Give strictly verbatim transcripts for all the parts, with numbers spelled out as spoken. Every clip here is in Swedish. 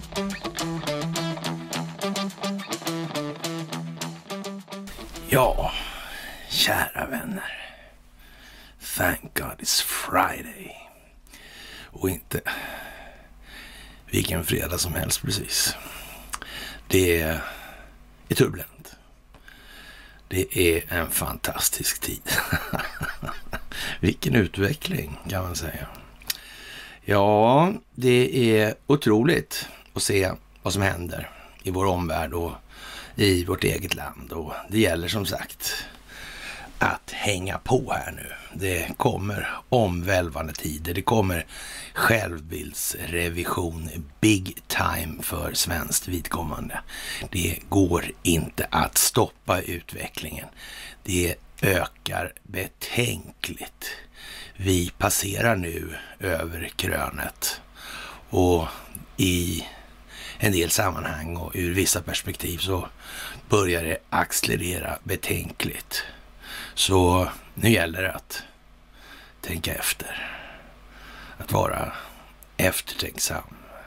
Ja, kära vänner. Thank God it's Friday. Och inte vilken fredag som helst precis. Det är, är turbulent. Det är en fantastisk tid. Vilken utveckling kan man säga. Ja, det är otroligt att se vad som händer i vår omvärld och i vårt eget land. Och det gäller som sagt att hänga på här nu. Det kommer omvälvande tider. Det kommer självbildsrevision big time för svenskt vidkommande. Det går inte att stoppa utvecklingen. Det ökar betänkligt. Vi passerar nu över krönet och i en del sammanhang och ur vissa perspektiv så börjar det accelerera betänkligt. Så nu gäller det att tänka efter. Att vara eftertänksam.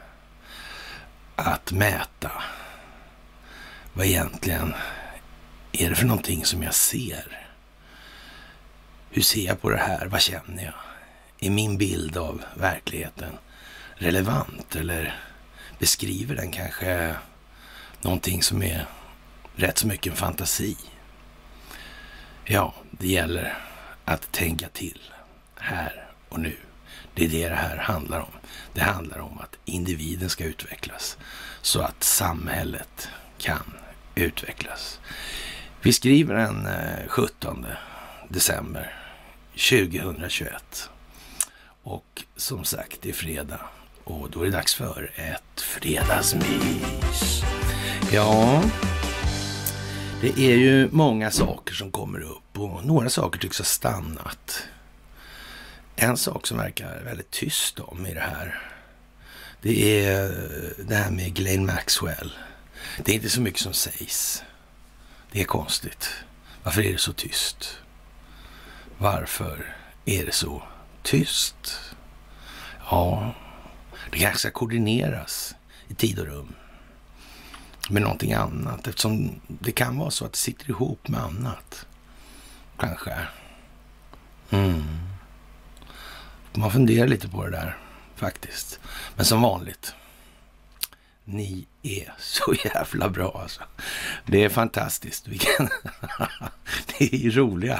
Att mäta. Vad egentligen är det för någonting som jag ser? Hur ser jag på det här? Vad känner jag? Är min bild av verkligheten relevant? Eller beskriver den kanske någonting som är rätt så mycket en fantasi? Ja, det gäller att tänka till här och nu. Det är det det här handlar om. Det handlar om att individen ska utvecklas så att samhället kan utvecklas. Vi skriver den sjuttonde december tjugohundratjugoett och som sagt det är fredag och då är det dags för ett fredagsmys. Ja, det är ju många saker som kommer upp och några saker tycks ha stannat. En sak som verkar väldigt tyst om i det här, det är det här med Ghislaine Maxwell. Det är inte så mycket som sägs. Det är konstigt. Varför är det så tyst? Varför är det så tyst? Ja, det kanske ska koordineras i tid och rum med någonting annat, eftersom det kan vara så att det sitter ihop med annat. Kanske. Mm. Man funderar lite på det där faktiskt. Men som vanligt, ni är så jävla bra alltså. Det är fantastiskt. Vilken det är ju roliga.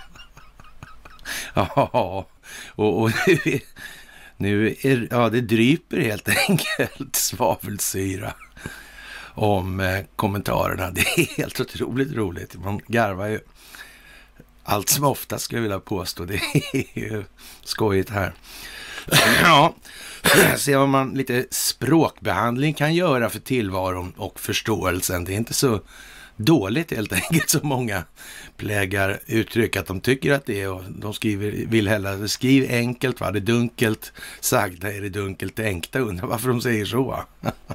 Ja, och, och nu, nu är ja, det dryper helt enkelt svavelsyra om eh, kommentarerna. Det är helt otroligt roligt. Man garvar ju allt som ofta, skulle jag vilja påstå. Det är ju skojigt här. Ja, se vad man lite språkbehandling kan göra för tillvaron och förståelsen. Det är inte så dåligt helt enkelt som många plägar uttryck att de tycker att det är, och de skriver, vill hellre skriv enkelt, va? Det är dunkelt sagda, är det dunkelt änkta, undrar varför de säger så.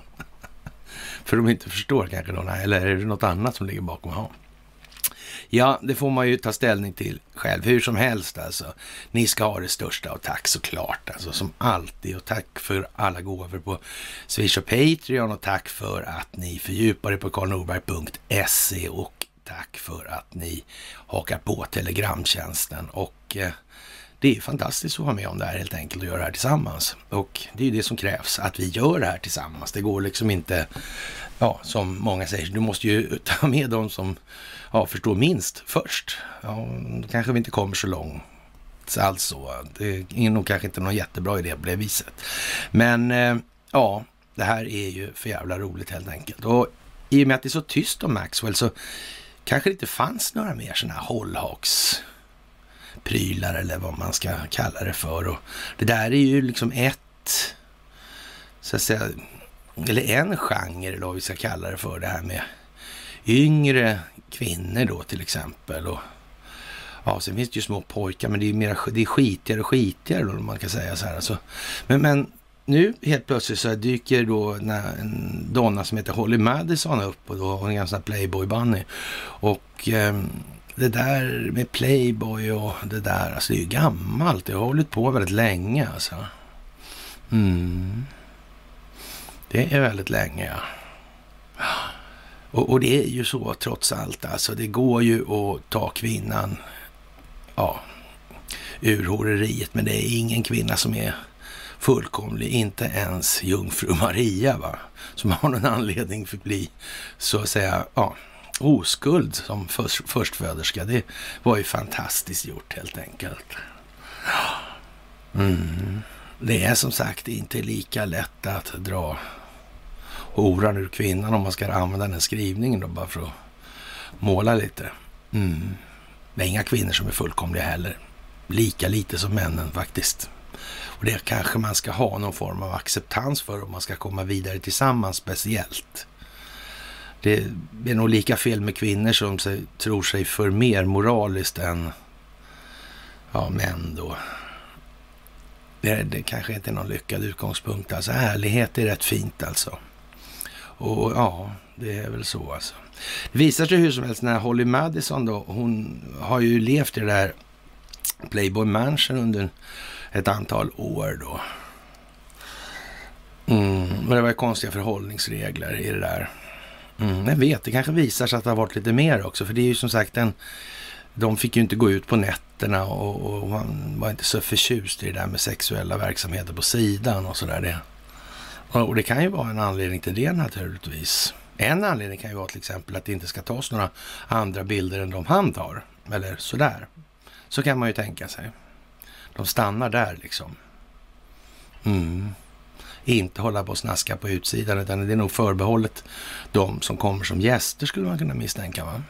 För de inte förstår kanske någon, eller är det något annat som ligger bakom? Ja. Ja, det får man ju ta ställning till själv. Hur som helst alltså. Ni ska ha det största och tack såklart. Alltså som alltid. Och tack för alla gåvor på Swish och Patreon. Och tack för att ni fördjupar er på karl norberg punkt se. Och tack för att ni hakar på telegramtjänsten. Och eh, det är fantastiskt att vara med om det här helt enkelt och göra det här tillsammans. Och det är ju det som krävs, att vi gör det här tillsammans. Det går liksom inte, ja, som många säger, du måste ju ta med dem som ja, förstår minst först. Ja, då kanske vi inte kommer så långt. Alltså, det är nog kanske inte någon jättebra idé på det viset. Men eh, ja, det här är ju för jävla roligt helt enkelt. Och i och med att det är så tyst om Maxwell så kanske det inte fanns några mer sådana här hållhaks prylar eller vad man ska kalla det för. Och det där är ju liksom ett, så att säga, eller en genre eller vad vi ska kalla det för, det här med yngre kvinnor då till exempel. Och ja, sen finns det ju små pojkar, men det är mer, det är skitigare och skitigare då, man kan säga så här. Alltså. Men, men nu helt plötsligt så dyker då en donna som heter Holly Madison upp, och då hon är en gammal Playboy Bunny. Och eh, det där med Playboy och det där, alltså det är ju gammalt. Det har hållit på väldigt länge alltså. Mm. Det är väldigt länge, ja. Och, och det är ju så trots allt. Alltså det går ju att ta kvinnan ja, ur horeriet. Men det är ingen kvinna som är fullkomlig. Inte ens jungfru Maria, va? Som har någon anledning för att bli så att säga ja, oskuld som först, förstföderska. Det var ju fantastiskt gjort helt enkelt. Mm. Det är som sagt inte lika lätt att dra horan ur kvinnan om man ska använda den här skrivningen då, bara för att måla lite. Mm. Det är inga kvinnor som är fullkomliga heller. Lika lite som männen faktiskt. Och det kanske man ska ha någon form av acceptans för om man ska komma vidare tillsammans speciellt. Det är nog lika fel med kvinnor som sig, tror sig för mer moraliskt än ja, män då. Det, det kanske inte är någon lyckad utgångspunkt. Alltså ärlighet är rätt fint alltså. Och ja, det är väl så alltså. Det visar sig hur som helst när Holly Madison då, hon har ju levt i det där Playboy Mansion under ett antal år då. Mm, men det var ju konstiga förhållningsregler i det där. Mm, jag vet, det kanske visar sig att det har varit lite mer också. För det är ju som sagt en... De fick ju inte gå ut på nätterna och, och man var inte så förtjust i det där med sexuella verksamheter på sidan och sådär det. Och det kan ju vara en anledning till det naturligtvis. En anledning kan ju vara till exempel att det inte ska tas några andra bilder än de han tar. Eller sådär. Så kan man ju tänka sig. De stannar där liksom. Mm. Inte hålla på och snaska på utsidan, utan det är nog förbehållet de som kommer som gäster skulle man kunna misstänka, va?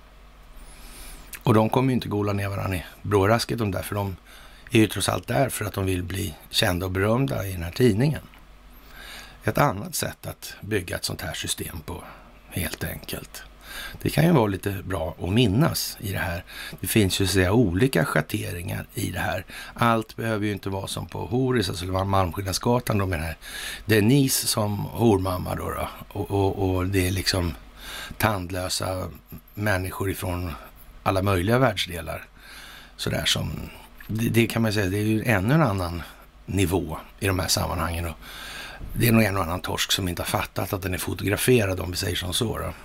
Och de kommer ju inte gola ner varandra i brårasket om där, för de är ju trots allt där för att de vill bli kända och berömda i den här tidningen. Ett annat sätt att bygga ett sånt här system på, helt enkelt. Det kan ju vara lite bra att minnas i det här. Det finns ju så att säga olika schatteringar i det här. Allt behöver ju inte vara som på Horis, alltså det var Malmskillnadsgatan då med den här Denise som hormamma då, då. Och, och, och det är liksom tandlösa människor ifrån alla möjliga världsdelar. Sådär som, det, det kan man säga, det är ju ännu en annan nivå i de här sammanhangen. Och det är nog en och annan torsk som inte har fattat att den är fotograferad, om vi säger som så då.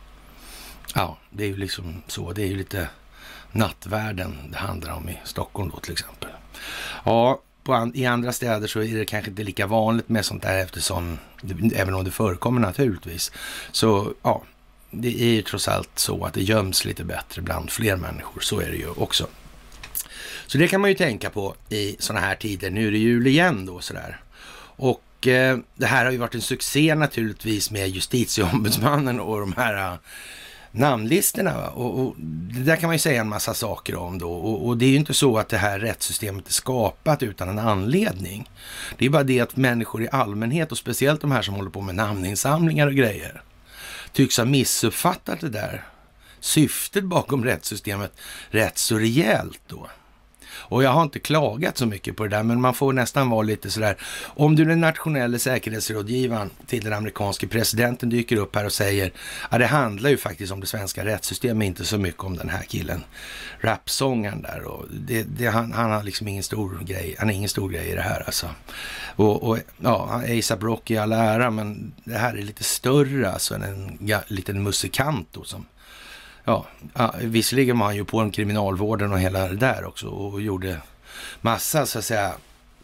Ja, det är ju liksom så. Det är ju lite nattvärden det handlar om i Stockholm då till exempel. Ja, på an- i andra städer så är det kanske inte lika vanligt med sånt där eftersom, det, även om det förekommer naturligtvis. Så ja, det är ju trots allt så att det göms lite bättre bland fler människor. Så är det ju också. Så det kan man ju tänka på i såna här tider. Nu är det jul igen då sådär. Och eh, det här har ju varit en succé naturligtvis med justitieombudsmannen och de här uh, namnlistorna. Och, och det där kan man ju säga en massa saker om då. Och, och det är ju inte så att det här rättssystemet är skapat utan en anledning. Det är bara det att människor i allmänhet och speciellt de här som håller på med namninsamlingar och grejer tycks ha missuppfattat det där syftet bakom rättssystemet rätt så rejält då. Och jag har inte klagat så mycket på det där, men man får nästan vara lite sådär. Om du den nationella säkerhetsrådgivaren till den amerikanske presidenten dyker upp här och säger att det handlar ju faktiskt om det svenska rättssystemet, inte så mycket om den här killen, rapsångaren där. Och det, det, han, han har liksom ingen stor grej, han är ingen stor grej i det här alltså. Och, och ja, A$AP Rocky i alla ära, men det här är lite större alltså än en ja, liten musikant då som Ja, visserligen var han ju på en kriminalvården och hela det där också och gjorde massa så att säga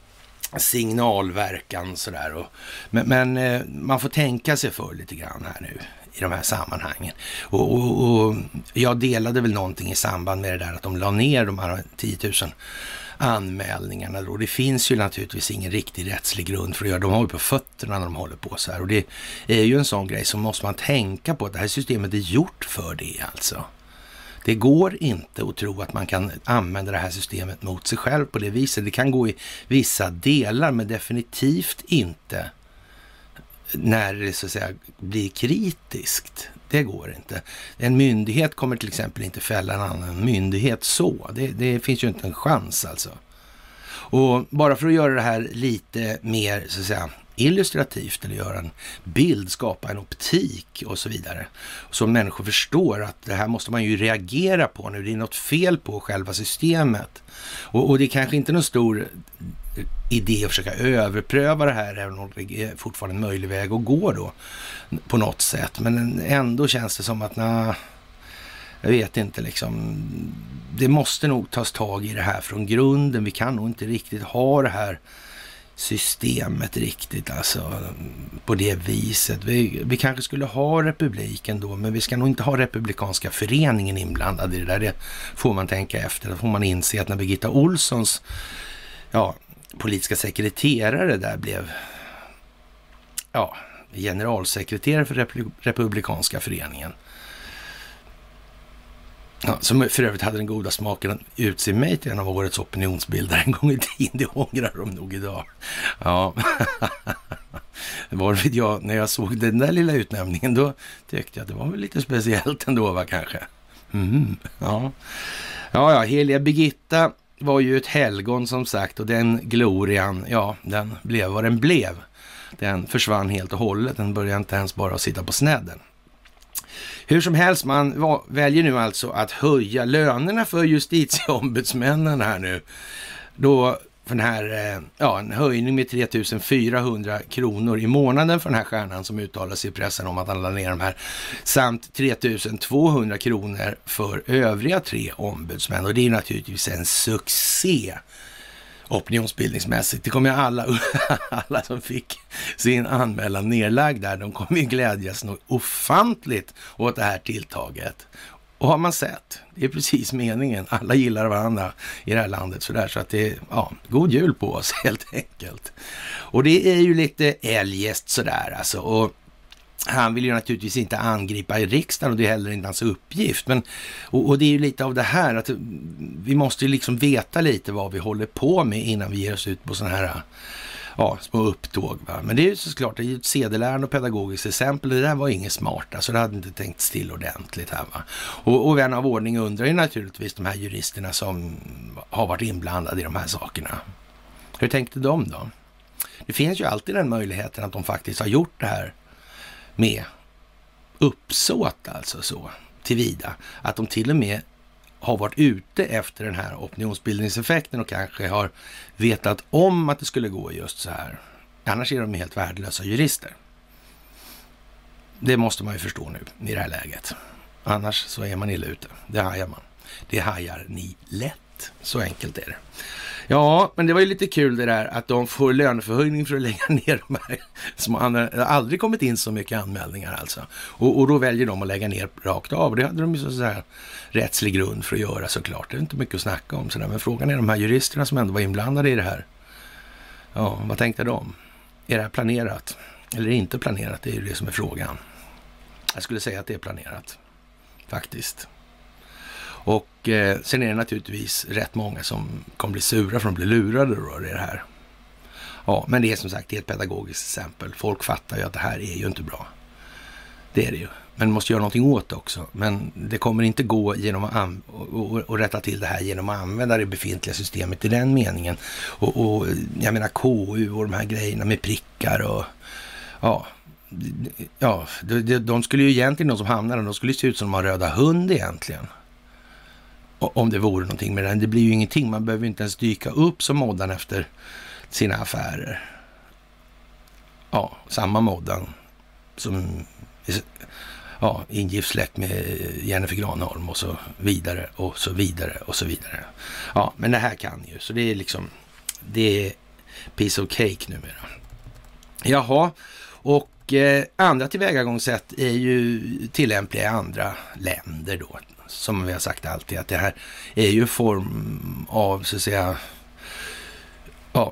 signalverkan sådär. Och, men men man får tänka sig för lite grann här nu i de här sammanhangen. Och, och, och jag delade väl någonting i samband med det där att de la ner de här tio tusen anmälningarna då. Det finns ju naturligtvis ingen riktig rättslig grund för att göra. De har ju på fötterna när de håller på så här. Och det är ju en sån grej som måste man tänka på att det här systemet är gjort för det alltså. Det går inte att tro att man kan använda det här systemet mot sig själv på det viset. Det kan gå i vissa delar men definitivt inte när det så att säga blir kritiskt. Det går inte. En myndighet kommer till exempel inte fälla en annan myndighet så. Det, det finns ju inte en chans alltså. Och bara för att göra det här lite mer så att säga illustrativt eller göra en bild, skapa en optik och så vidare. Så människor förstår att det här måste man ju reagera på nu. Det är något fel på själva systemet. Och, och det är kanske inte någon stor idé att försöka överpröva det här, även om det är fortfarande en möjlig väg att gå då på något sätt. Men ändå känns det som att nej, jag vet inte liksom, det måste nog tas tag i det här från grunden. Vi kan nog inte riktigt ha det här systemet riktigt, alltså på det viset. Vi, vi kanske skulle ha republiken då, men vi ska nog inte ha republikanska föreningen inblandad i det där. Det får man tänka efter. Då får man inse att när Birgitta Olssons ja, politiska sekreterare där blev ja, generalsekreterare för Repub- republikanska föreningen, ja, som för övrigt hade den goda smaken att utse mig till en av årets opinionsbildare en gång i tiden. Det ångrar de nog idag. Ja, det var det jag, när jag såg den där lilla utnämningen, då tyckte jag att det var väl lite speciellt ändå, va, kanske. Mm, ja. ja, ja, heliga Birgitta var ju ett helgon som sagt, och den glorian, ja, den blev vad den blev. Den försvann helt och hållet, den började inte ens bara sitta på snedden. Hur som helst, man va- väljer nu alltså att höja lönerna för justitieombudsmännen här nu. Då för den här, eh, ja, en höjning med tre tusen fyrahundra kronor i månaden för den här stjärnan som uttalar sig i pressen om att han laddar ner de här. Samt tre tusen tvåhundra kronor för övriga tre ombudsmän. Och det är naturligtvis en succé opinionsbildningsmässigt. Det kommer alla, alla som fick sin anmälan nedlagd där, de kommer ju glädjas nog ofantligt åt det här tilltaget. Och har man sett, det är precis meningen. Alla gillar varandra i det här landet sådär, så att det är ja, god jul på oss helt enkelt. Och det är ju lite eljest sådär alltså, och han vill ju naturligtvis inte angripa i riksdagen, och det är heller inte hans uppgift. Men, och, och det är ju lite av det här att vi måste ju liksom veta lite vad vi håller på med innan vi ger oss ut på sådana här ja, små upptåg. Va? Men det är ju såklart, det är ju ett sedelärande och pedagogiskt exempel. Det där var inget smart, alltså det hade inte tänkt still ordentligt här. Va? Och, och vän av ordning undrar ju naturligtvis de här juristerna som har varit inblandade i de här sakerna. Hur tänkte de då? Det finns ju alltid den möjligheten att de faktiskt har gjort det här med uppsåt, alltså så tillvida att de till och med har varit ute efter den här opinionsbildningseffekten och kanske har vetat om att det skulle gå just så här. Annars är de helt värdelösa jurister. Det måste man ju förstå nu i det här läget. Annars så är man illa ute. Det hajar man. Det hajar ni lätt. Så enkelt är det. Ja, men det var ju lite kul det där att de får löneförhöjning för att lägga ner de här som har aldrig kommit in så mycket anmälningar alltså. Och, och då väljer de att lägga ner rakt av. Och det hade de ju så här rättslig grund för att göra såklart. Det är inte mycket att snacka om sådär. Men frågan är de här juristerna som ändå var inblandade i det här. Ja, vad tänkte de? Är det här planerat? Eller inte planerat? Det är ju det som är frågan. Jag skulle säga att det är planerat. Faktiskt. Och eh, sen är det naturligtvis rätt många som kommer bli sura för att bli lurade då i det här. Ja, men det är som sagt det är ett pedagogiskt exempel. Folk fattar ju att det här är ju inte bra. Det är det ju. Men måste göra någonting åt det också. Men det kommer inte gå genom att an- och, och, och rätta till det här genom att använda det befintliga systemet i den meningen. Och, och jag menar K U och de här grejerna med prickar och ja... Ja, de, de skulle ju egentligen, de som hamnar där, de skulle se ut som de har röda hund egentligen. Om det vore någonting med den. Det blir ju ingenting. Man behöver inte ens dyka upp som moddan efter sina affärer. Ja, samma moddan som ja, ingift släkt med Jennifer Granholm och så vidare och så vidare och så vidare. Ja, men det här kan ju. Så det är liksom, det är piece of cake numera. Jaha, och eh, andra tillvägagångssätt är ju tillämpliga i andra länder då. Som vi har sagt alltid, att det här är ju form av så att säga ja,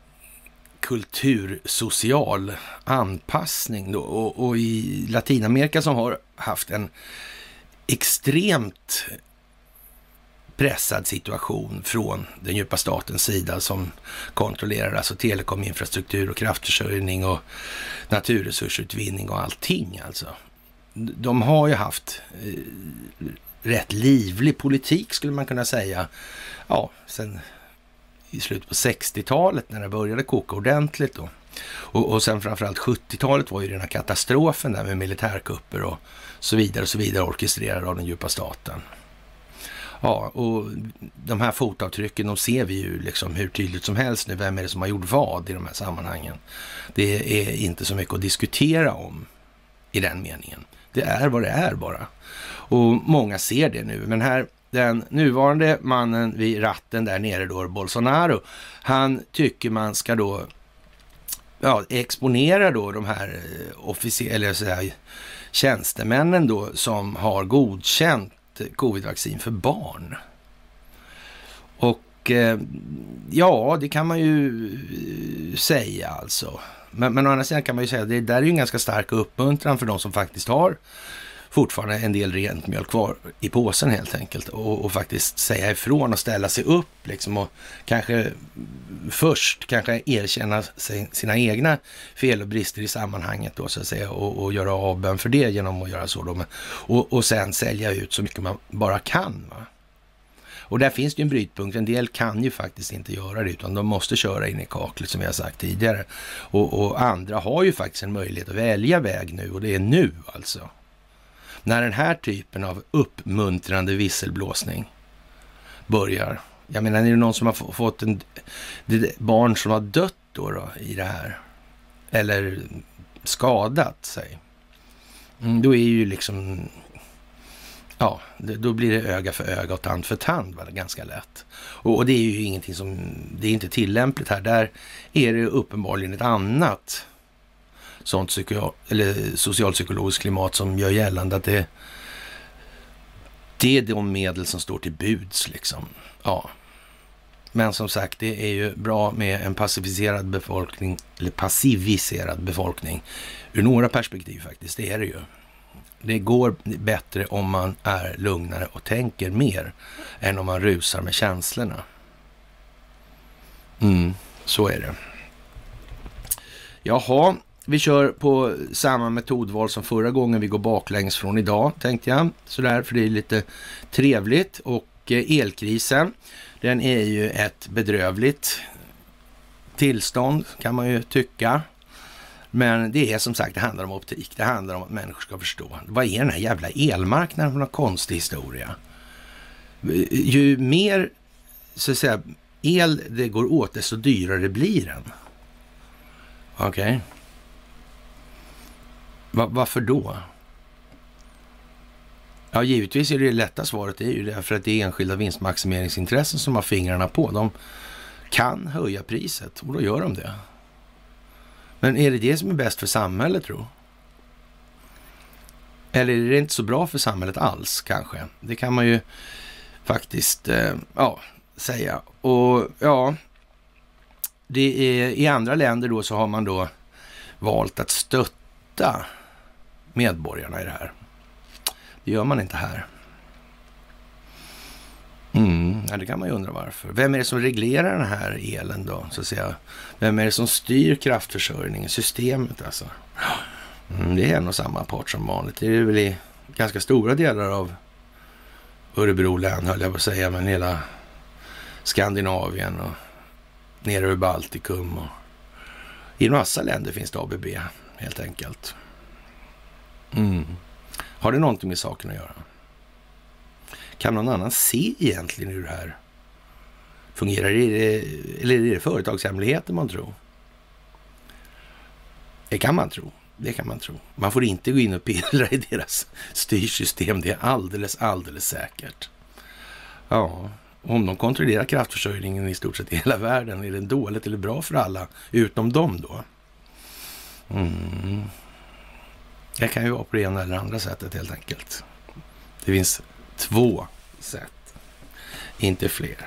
kultursocial anpassning då. Och, och i Latinamerika som har haft en extremt pressad situation från den djupa statens sida som kontrollerar alltså telekominfrastruktur och kraftförsörjning och naturresursutvinning och allting alltså. De har ju haft eh, rätt livlig politik skulle man kunna säga. Ja, sen i slutet på sextiotalet när det började koka ordentligt då. Och, och sen framförallt sjuttiotalet var ju den här katastrofen där med militärkupper och så vidare och så vidare orkestrerade av den djupa staten. Ja, och de här fotavtrycken, de ser vi ju liksom hur tydligt som helst nu. Vem är det som har gjort vad i de här sammanhangen? Det är inte så mycket att diskutera om i den meningen. Det är vad det är bara. Och många ser det nu. Men här, den nuvarande mannen vid ratten där nere då, Bolsonaro, han tycker man ska då ja, exponera då de här officiella, eller så här, tjänstemännen då som har godkänt covid-vaccin för barn. Och eh, ja, det kan man ju säga alltså. Men, men å andra sidan kan man ju säga att det där är ju en ganska stark uppmuntran för de som faktiskt har fortfarande en del rent mjölk kvar i påsen helt enkelt. Och, och faktiskt säga ifrån och ställa sig upp liksom, och kanske först kanske erkänna sig, sina egna fel och brister i sammanhanget då, så att säga, och, och göra avbön för det genom att göra så då. Och, och sen sälja ut så mycket man bara kan, va? Och där finns det ju en brytpunkt. En del kan ju faktiskt inte göra det, utan de måste köra in i kaklet som vi har sagt tidigare. Och, och andra har ju faktiskt en möjlighet att välja väg nu, och det är nu alltså. När den här typen av uppmuntrande visselblåsning börjar. Jag menar, är det någon som har fått en det barn som har dött då, då i det här? Eller skadat sig? Mm, då är ju liksom... Ja, då blir det öga för öga och tand för tand, va? Ganska lätt. Och, och det är ju ingenting som... Det är inte tillämpligt här. Där är det uppenbarligen ett annat sånt psyko, eller socialpsykologiskt klimat som gör gällande att det, det är de medel som står till buds liksom. Ja. Men som sagt, det är ju bra med en passiviserad befolkning, eller passiviserad befolkning ur några perspektiv faktiskt. Det är det ju. Det går bättre om man är lugnare och tänker mer än om man rusar med känslorna. Mm, så är det. Jaha, vi kör på samma metodval som förra gången. Vi går baklänges från idag, tänkte jag. Sådär, för det är lite trevligt. Och elkrisen, den är ju ett bedrövligt tillstånd, kan man ju tycka. Men det är som sagt, det handlar om optik. Det handlar om att människor ska förstå. Vad är den här jävla elmarknaden för någon konstig historia? Ju mer, så att säga, el det går åt, desto dyrare blir den. Okej. Okay. Va- varför då? Ja, givetvis är det lätta svaret. Det är ju därför att det är enskilda vinstmaximeringsintressen som har fingrarna på. De kan höja priset och då gör de det. Men är det det som är bäst för samhället, tror? Eller är det inte så bra för samhället alls, kanske? Det kan man ju faktiskt eh, ja, säga. Och ja, det är, i andra länder då så har man då valt att stötta medborgarna i det här. Det gör man inte här. Mm, ja, det kan man ju undra varför. Vem är det som reglerar den här elen då, så att säga? Vem är det som styr kraftförsörjningen, systemet alltså? Mm, det är en och samma part som vanligt. Det är väl i ganska stora delar av Örebro län, höll jag på att säga, men hela Skandinavien och nere över Baltikum och i en massa länder finns det A B B helt enkelt. Mm. Har det någonting med saken att göra? Kan någon annan se egentligen hur det här fungerar? Är det, eller är det företagshemligheter man tror? Det kan man tro. Det kan man tro. Man får inte gå in och pilla i deras styrsystem. Det är alldeles, alldeles säkert. Ja, om de kontrollerar kraftförsörjningen i stort sett i hela världen, är det dåligt eller bra för alla utom dem då? Mm. Det kan ju vara på det ena eller andra sättet helt enkelt. Det finns två sätt, inte fler.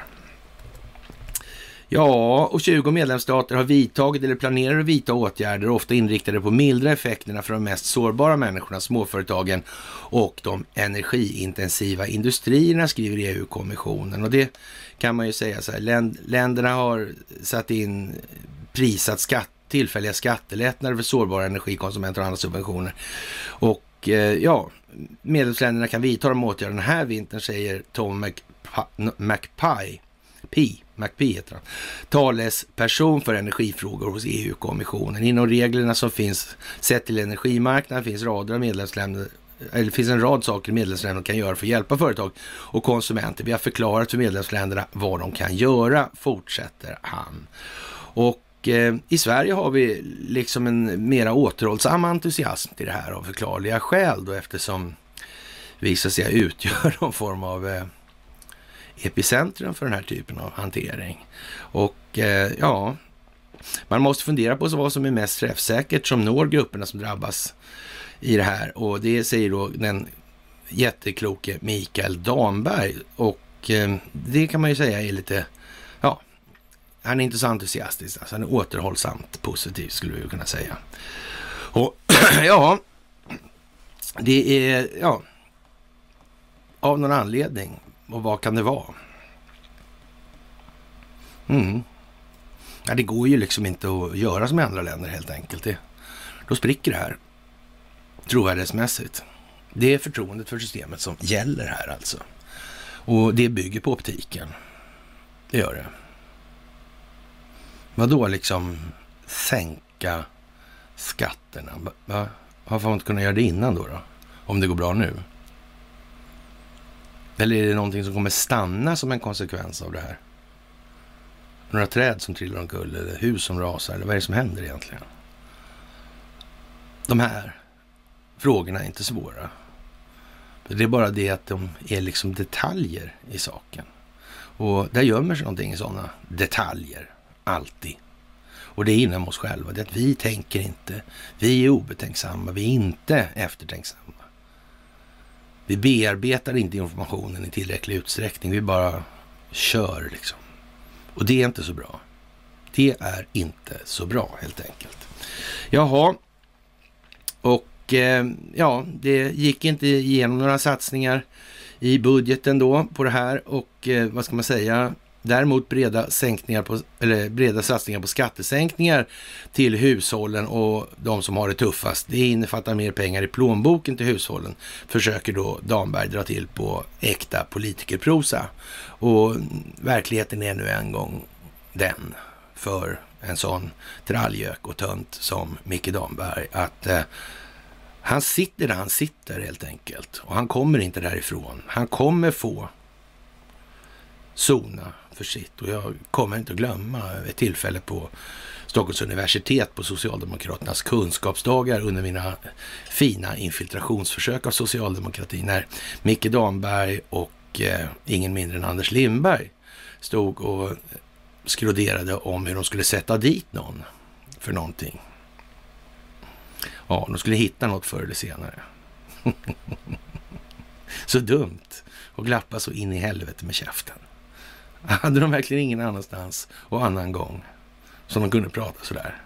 Ja, och tjugo medlemsstater har vidtagit eller planerar att vidta åtgärder, ofta inriktade på mildra effekterna för de mest sårbara människorna, småföretagen och de energiintensiva industrierna, skriver E U-kommissionen. Och det kan man ju säga så här, länd- länderna har satt in prisat skatt, tillfälliga skattelättnader för sårbara energikonsumenter och andra subventioner. Och eh, ja, medlemsländerna kan vidta de åtgärderna den här vintern, säger Tom McPie, P, McPie heter han, talesperson för energifrågor hos E U-kommissionen. Inom reglerna som finns sett till energimarknaden finns rader av medlemsländer eller det finns en rad saker medlemsländerna kan göra för att hjälpa företag och konsumenter. Vi har förklarat för medlemsländerna vad de kan göra, fortsätter han. Och eh, i Sverige har vi liksom en mera återhållsam entusiasm till det här av förklarliga skäl då, eftersom vi så att säga utgör någon form av eh, epicentrum för den här typen av hantering. Och eh, ja, man måste fundera på vad som är mest träffsäkert som når grupperna som drabbas i det här. Och det säger då den jättekloke Mikael Damberg. Och eh, det kan man ju säga är lite, ja, han är inte så entusiastisk. Alltså han är återhållsamt positiv skulle vi kunna säga. Och ja, det är, ja, av någon anledning. Och vad kan det vara? Mm. Ja, det går ju liksom inte att göra som i andra länder helt enkelt. Det, då spricker det här. Trovärdighetsmässigt. Det är förtroendet för systemet som gäller här alltså. Och det bygger på optiken. Det gör det. Vad då liksom sänka skatterna? Va? Varför har man inte kunnat göra det innan då, då? Om det går bra nu? Eller är det någonting som kommer stanna som en konsekvens av det här? Några träd som trillar omkull eller hus som rasar eller vad är det som händer egentligen? De här frågorna är inte svåra. Det är bara det att de är liksom detaljer i saken. Och där gömmer sig någonting i sådana detaljer. Alltid. Och det är inom oss själva. Det är att vi tänker inte. Vi är obetänksamma. Vi är inte eftertänksamma. Vi bearbetar inte informationen i tillräcklig utsträckning. Vi bara kör liksom. Och det är inte så bra. Det är inte så bra helt enkelt. Jaha. Och eh, ja, det gick inte igenom några satsningar i budgeten då på det här. Och eh, vad ska man säga? Däremot breda, sänkningar på, eller breda satsningar på skattesänkningar till hushållen och de som har det tuffast. Det innefattar mer pengar i plånboken till hushållen. Försöker då Damberg dra till på äkta politikerprosa. Och verkligheten är nu en gång den för en sån trallgök och tönt som Micke Damberg. Att eh, han sitter där han sitter helt enkelt. Och han kommer inte därifrån. Han kommer få zona för sitt. Och jag kommer inte att glömma ett tillfälle på Stockholms universitet på Socialdemokraternas kunskapsdagar under mina fina infiltrationsförsök av socialdemokratin. När Micke Damberg och eh, ingen mindre än Anders Lindberg stod och skroderade om hur de skulle sätta dit någon för någonting. Ja, de skulle hitta något förr eller senare. Så dumt. Och glappa så in i helvete med käften. Hade de verkligen ingen annanstans och annan gång som de kunde prata sådär.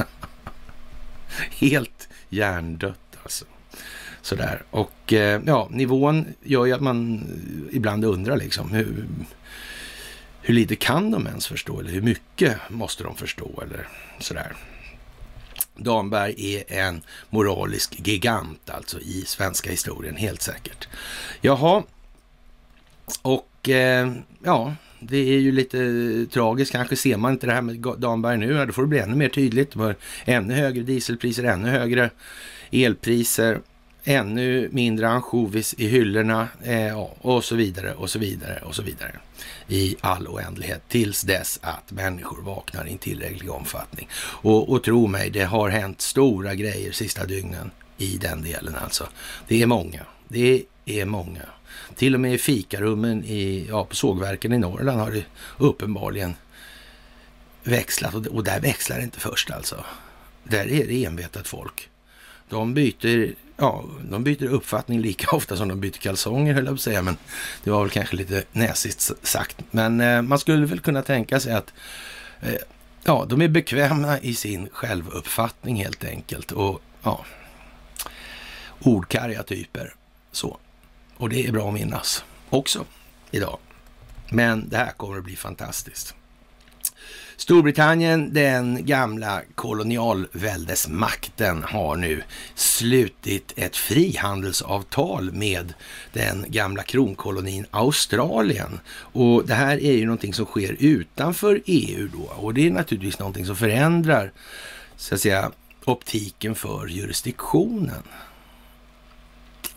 Helt hjärndött alltså. Sådär. Och eh, ja, nivån gör ju att man ibland undrar liksom hur, hur lite kan de ens förstå eller hur mycket måste de förstå eller sådär. Damberg är en moralisk gigant alltså i svenska historien, helt säkert. Jaha, och eh, ja, det är ju lite tragiskt. Kanske ser man inte det här med Damberg nu. Då får det bli ännu mer tydligt. Det var ännu högre dieselpriser, ännu högre elpriser, ännu mindre ansjovis i hyllorna eh, och så vidare och så vidare och så vidare i all oändlighet tills dess att människor vaknar i en tillräcklig omfattning. Och, och tro mig, det har hänt stora grejer sista dygnen i den delen alltså. Det är många. Det är många. Till och med i fikarummen i, ja, på sågverken i Norrland har det uppenbarligen växlat. Och, och där växlar det inte först alltså. Där är det envetet folk. De byter, ja, de byter uppfattning lika ofta som de byter kalsonger, höll jag på att säga. Men det var väl kanske lite näsigt sagt. Men eh, man skulle väl kunna tänka sig att eh, ja, de är bekväma i sin självuppfattning helt enkelt. Och ja, ordkarga typer. Så. Och det är bra att minnas också idag. Men det här kommer att bli fantastiskt. Storbritannien, den gamla kolonialväldesmakten, har nu slutit ett frihandelsavtal med den gamla kronkolonin Australien. Och det här är ju någonting som sker utanför E U då. Och det är naturligtvis någonting som förändrar, så att säga, optiken för jurisdiktionen.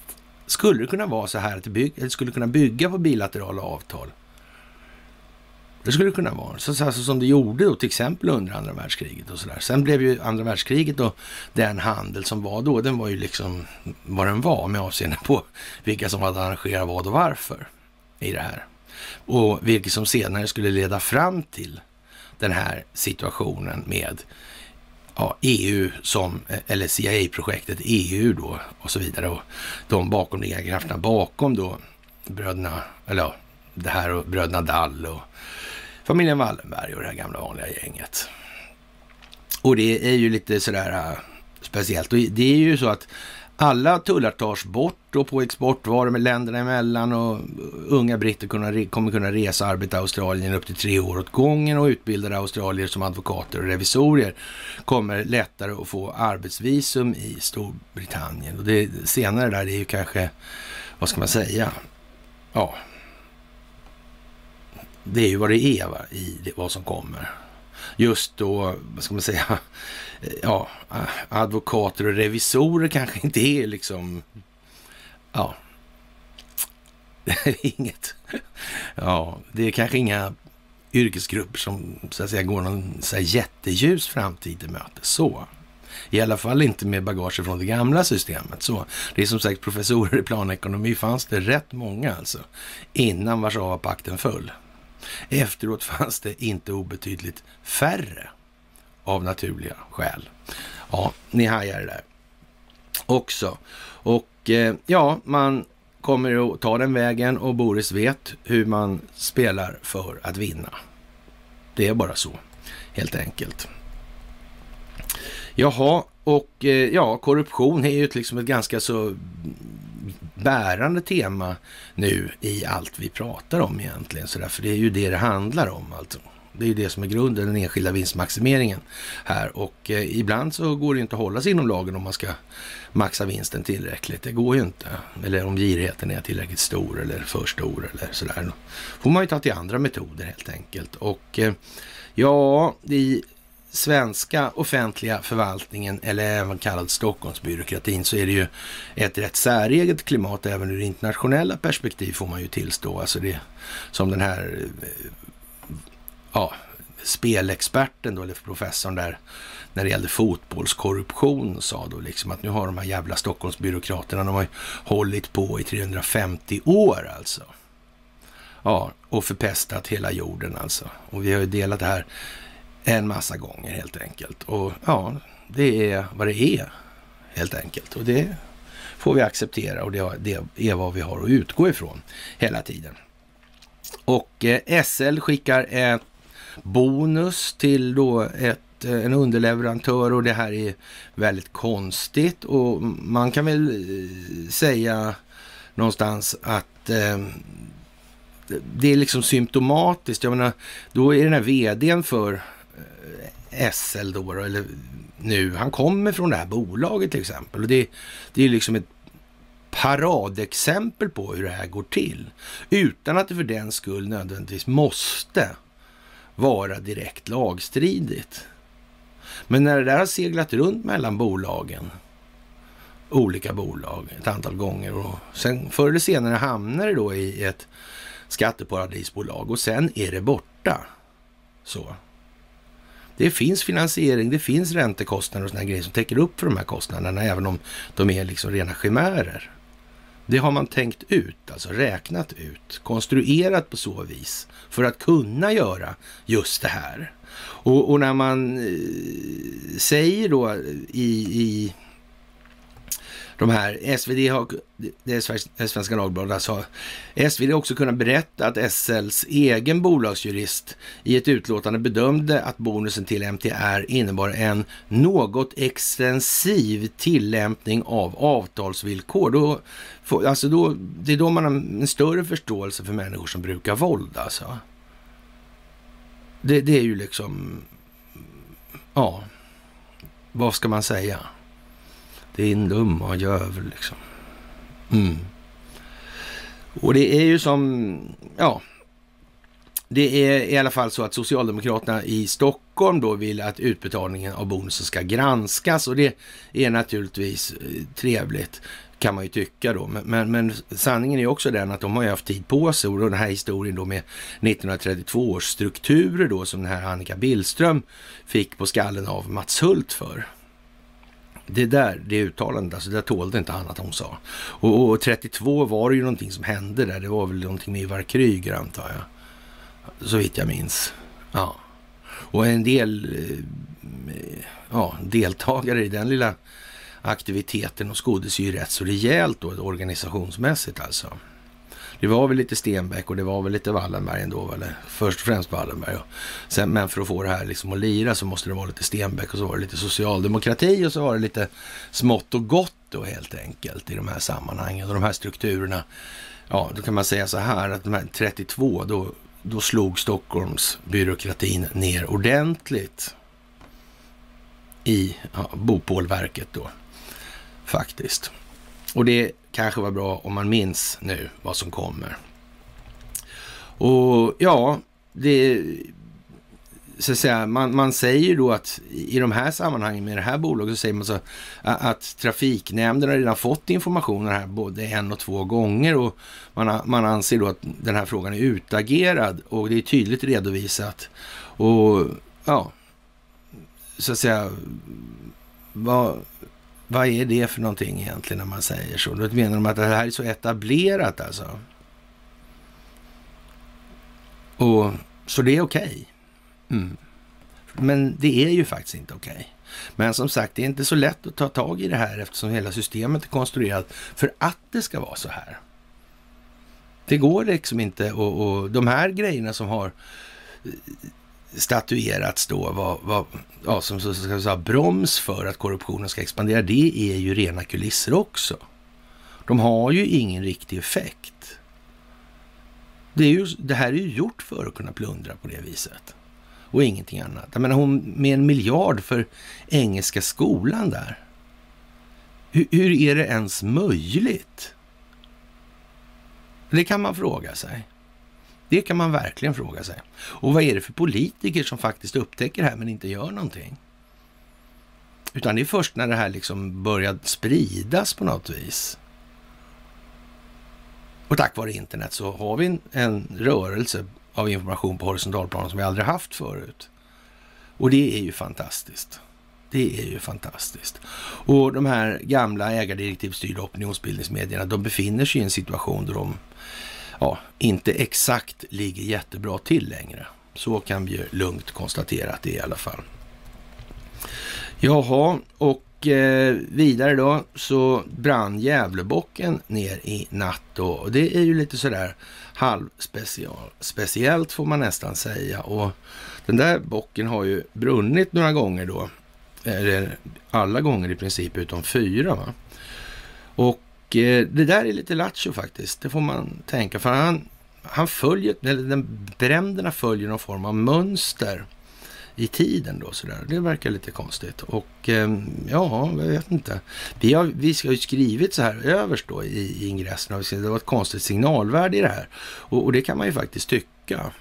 skulle det kunna vara så här att det, bygg, det skulle kunna bygga på bilaterala avtal? Det skulle det kunna vara. Så, så, så som det gjorde då till exempel under andra världskriget och sådär. Sen blev ju andra världskriget då den handel som var då, den var ju liksom vad den var med avseende på vilka som hade arrangerat vad och varför i det här. Och vilket som senare skulle leda fram till den här situationen med ja, E U som, eller C I A-projektet E U då och så vidare. Och de bakomliggande krafterna bakom då bröderna, eller ja, det här och bröderna Dall och familjen Wallenberg och det här gamla vanliga gänget. Och det är ju lite sådär uh, speciellt. Och det är ju så att alla tullar tas bort och på exportvaror med länderna emellan och unga britter kunna, kommer kunna resa och arbeta i Australien upp till tre år åt gången och utbildade australier som advokater och revisorer kommer lättare att få arbetsvisum i Storbritannien. Och det senare där är ju kanske, vad ska man säga, ja, det är ju vad det är va, i det, vad som kommer. Just då, vad ska man säga, ja, advokater och revisorer kanske inte är liksom, ja, inget, ja, det är kanske inga yrkesgrupper som så att säga går någon så här jätteljus framtid till möte, så. I alla fall inte med bagage från det gamla systemet. Så det är som sagt professorer i planekonomi fanns det rätt många alltså innan Warszawapakten föll. Efteråt fanns det inte obetydligt färre av naturliga skäl. Ja, ni hajar det där också. Och eh, ja, man kommer att ta den vägen och Boris vet hur man spelar för att vinna. Det är bara så, helt enkelt. Jaha, och eh, ja, korruption är ju liksom ett ganska så bärande tema nu i allt vi pratar om egentligen. Så därför det är ju det det handlar om alltså. Det är ju det som är grunden, den enskilda vinstmaximeringen här. Och eh, ibland så går det inte att hålla sig inom lagen om man ska maxa vinsten tillräckligt. Det går ju inte. Eller om girigheten är tillräckligt stor eller för stor eller sådär. Då får man ju ta till andra metoder helt enkelt. Och eh, ja, i svenska offentliga förvaltningen eller även kallad Stockholmsbyråkratin så är det ju ett rätt säreget klimat även ur internationella perspektiv får man ju tillstå. Alltså det som den här ja, spelexperten då, eller professorn där när det gällde fotbollskorruption sa då liksom att nu har de här jävla Stockholmsbyråkraterna, de har ju hållit på i trehundrafemtio år alltså. Ja, och förpestat hela jorden alltså. Och vi har ju delat det här en massa gånger helt enkelt. Och ja, det är vad det är helt enkelt. Och det får vi acceptera och det, det är vad vi har att utgå ifrån hela tiden. Och eh, S L skickar ett bonus till då ett, en underleverantör och det här är väldigt konstigt och man kan väl säga någonstans att eh, det är liksom symptomatiskt. Jag menar, då är den här vdn för S L då, eller nu, han kommer från det här bolaget till exempel och det, det är liksom ett paradexempel på hur det här går till utan att det för den skull nödvändigtvis måste vara direkt lagstridigt. Men när det där har seglat runt mellan bolagen, olika bolag ett antal gånger och sen förr eller senare hamnar det då i ett skatteparadisbolag och sen är det borta. Så. Det finns finansiering, det finns räntekostnader och såna grejer som täcker upp för de här kostnaderna även om de är liksom rena chimärer. Det har man tänkt ut, alltså räknat ut, konstruerat på så vis för att kunna göra just det här. Och, och när man eh, säger då i, i de här, S V D har, det är Svenska Dagbladet, alltså, S V D har också kunnat berätta att S L:s egen bolagsjurist i ett utlåtande bedömde att bonusen till M T R innebar en något extensiv tillämpning av avtalsvillkor. Då, alltså då, det är då man har en större förståelse för människor som brukar våld. Alltså. Det, det är ju liksom, ja, vad ska man säga? Det är en dum och jävel liksom. Mm. Och det är ju som, ja, det är i alla fall så att Socialdemokraterna i Stockholm då vill att utbetalningen av bonusen ska granskas och det är naturligtvis trevligt. kan man ju tycka då. Men, men, men sanningen är också den att de har ju haft tid på sig, och den här historien då med nittonhundratrettiotvå års strukturer då som den här Annika Billström fick på skallen av Mats Hult för. Det där, det uttalandet, alltså det tålde inte annat hon sa. Och, och trettiotvå var det ju någonting som hände där. Det var väl någonting med Ivar Kryger, antar jag. Så vitt jag minns. Ja. Och en del ja, deltagare i den lilla aktiviteten och skåddes ju rätt så rejält då, organisationsmässigt alltså. Det var väl lite Stenbeck och det var väl lite Wallenberg ändå, eller först och främst Wallenberg. Och sen, men för att få det här liksom att lira så måste det vara lite Stenbeck, och så var det lite socialdemokrati, och så var det lite smått och gott då helt enkelt i de här sammanhangen och de här strukturerna. Ja, då kan man säga så här att de här trettiotvå, då, då slog Stockholms byråkratin ner ordentligt i ja, Bopålverket då faktiskt. Och det kanske var bra om man minns nu vad som kommer. Och ja, det så att säga, man, man säger då att i de här sammanhangen med det här bolaget så säger man så att trafiknämnden har redan fått informationen här både en och två gånger, och man, man anser då att den här frågan är utagerad och det är tydligt redovisat. Och ja, så att säga, vad, vad är det för någonting egentligen när man säger så? Då menar de att det här är så etablerat alltså. Och så det är okej. Okay. Mm. Men det är ju faktiskt inte okej. Okay. Men som sagt, det är inte så lätt att ta tag i det här eftersom hela systemet är konstruerat för att det ska vara så här. Det går liksom inte, och, och de här grejerna som har statuerats då var, var ja, som så ska säga broms för att korruptionen ska expandera, det är ju rena kulisser också. De har ju ingen riktig effekt. Det, är ju, det här är ju gjort för att kunna plundra på det viset. Och ingenting annat. Jag menar, hon med en miljard för engelska skolan där. Hur, hur är det ens möjligt? Det kan man fråga sig. Det kan man verkligen fråga sig. Och vad är det för politiker som faktiskt upptäcker det här men inte gör någonting? Utan det är först när det här liksom börjar spridas på något vis. Och tack vare internet så har vi en, en rörelse av information på horisontalplanen som vi aldrig haft förut. Och det är ju fantastiskt. Det är ju fantastiskt. Och de här gamla ägardirektivstyrda opinionsbildningsmedierna, de befinner sig i en situation där de ja, inte exakt ligger jättebra till längre. Så kan vi ju lugnt konstatera att det är i alla fall. Jaha, och eh, vidare då så brann Gävlebocken ner i natt då. Och det är ju lite sådär halvspecial, speciellt får man nästan säga. Och den där bocken har ju brunnit några gånger då. Eller alla gånger i princip utom fyra, va? Och eh, det där är lite lattjo faktiskt. Det får man tänka. För han, han följer, eller den bränderna följer någon form av mönster i tiden då sådär. Det verkar lite konstigt. Och eh, ja, jag vet inte. Vi, har, vi ska ju skrivit så här överst då i, i ingressen. Det var ett konstigt signalvärde i det här. Och, och det kan man ju faktiskt tycka.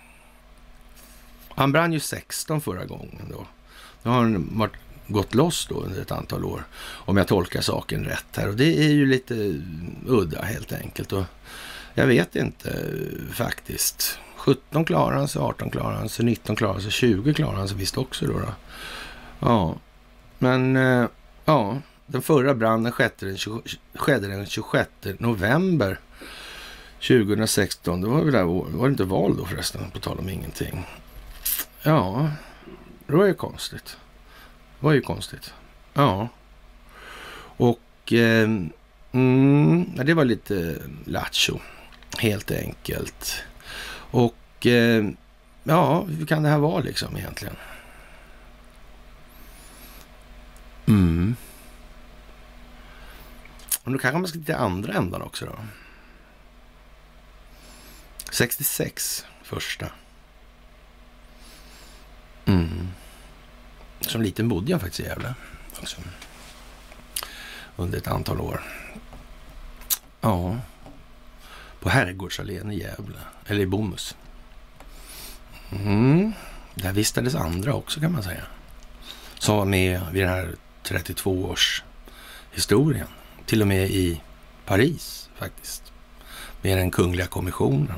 Han brann ju sexton förra gången då. Nu har han varit, gått loss då under ett antal år. Om jag tolkar saken rätt här. Och det är ju lite udda helt enkelt. Och jag vet inte faktiskt. sjutton klarar han sig, arton klarar han sig, nitton klarar han sig, tjugo klarar han sig visst också då. då. Ja, men äh, ja, den förra branden skedde den, tjugo, skedde den tjugosjätte november tjugohundrasexton. Det var väl där, var det inte val då förresten, på tal om ingenting. Ja, det var ju konstigt. Det var ju konstigt. Ja. Och eh, mm, det var lite lattjo, helt enkelt. Och eh, ja, hur kan det här vara liksom egentligen? Mm. Och då kanske man ska titta andra ändan också då. sextiosex första. Mm. Som liten bodde jag faktiskt i Gävle också. Under ett antal år. Ja. På Herrgårdsallén i Gävle. Eller i Bomhus. Mm. Där vistades andra också kan man säga. Som var med vid den här trettiotvå års historien. Till och med i Paris faktiskt. Med den kungliga kommissionen.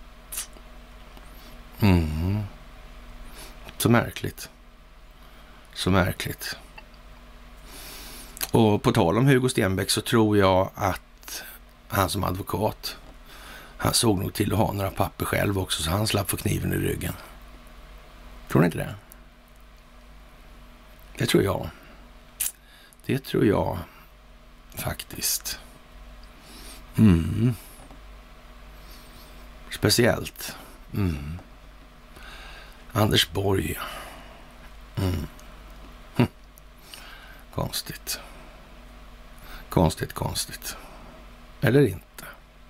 Mm. Så märkligt. Så märkligt. Och på tal om Hugo Stenbeck så tror jag att han som advokat, han såg nog till att ha några papper själv också så han slapp få kniven i ryggen. Tror ni inte det? Det tror jag. Det tror jag faktiskt. Mm. Speciellt. Mm. Anders Borg. Mm. Hm. Konstigt. Konstigt, konstigt. Eller inte.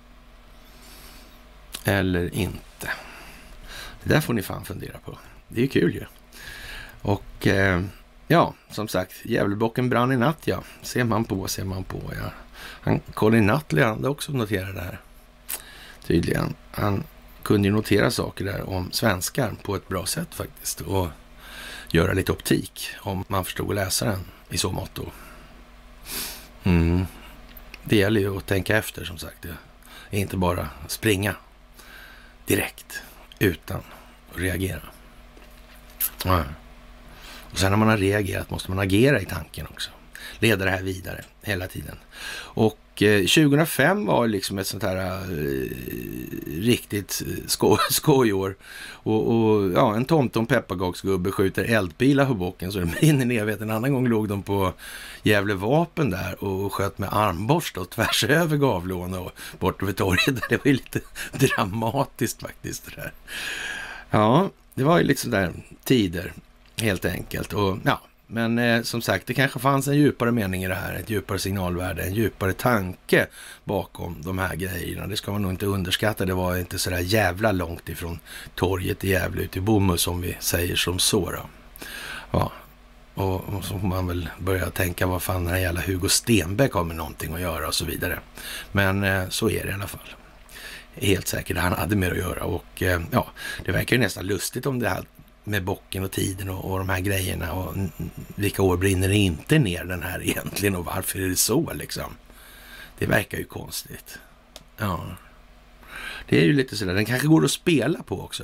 Eller inte. Det där får ni fan fundera på. Det är ju kul ju. Och eh, ja, som sagt, Gävlebocken brann i natt, ja. Ser man på, ser man på, ja. Han, Colin Nutley hade också noterat det här. Tydligen. Han kunde ju notera saker där om svenskar på ett bra sätt faktiskt. Och göra lite optik om man förstod läsaren i så motto. Mm. Det gäller ju att tänka efter som sagt. Det är inte bara springa direkt utan att reagera. Ja. Och sen när man har reagerat måste man agera i tanken också. Leda det här vidare hela tiden. Och eh, tjugohundrafem var liksom ett sånt här eh, riktigt sko skojår. Och, och ja, en tomtom pepparkaksgubbe skjuter eldpilar på bocken så det brinner ner. Jag vet, en annan gång låg de på Gävle vapen där och sköt med armborst och tvärs över Gavlån och bort över torget. Det var ju lite dramatiskt faktiskt det där. Ja, det var ju liksom där tider helt enkelt. Och ja, men eh, som sagt, det kanske fanns en djupare mening i det här, ett djupare signalvärde, en djupare tanke bakom de här grejerna. Det ska man nog inte underskatta. Det var inte så där jävla långt ifrån torget i Gävle ut i Bomhus som vi säger som så då. Ja, och, och så får man väl börja tänka vad fan den här jävla Hugo Stenbeck har med någonting att göra och så vidare. Men eh, så är det i alla fall. Helt säkert han hade mer att göra och eh, ja, det verkar ju nästan lustigt om det här med bocken och tiden och, och de här grejerna och vilka år brinner det inte ner den här egentligen och varför är det så liksom? Det verkar ju konstigt. Ja. Det är ju lite sådär, den kanske går att spela på också.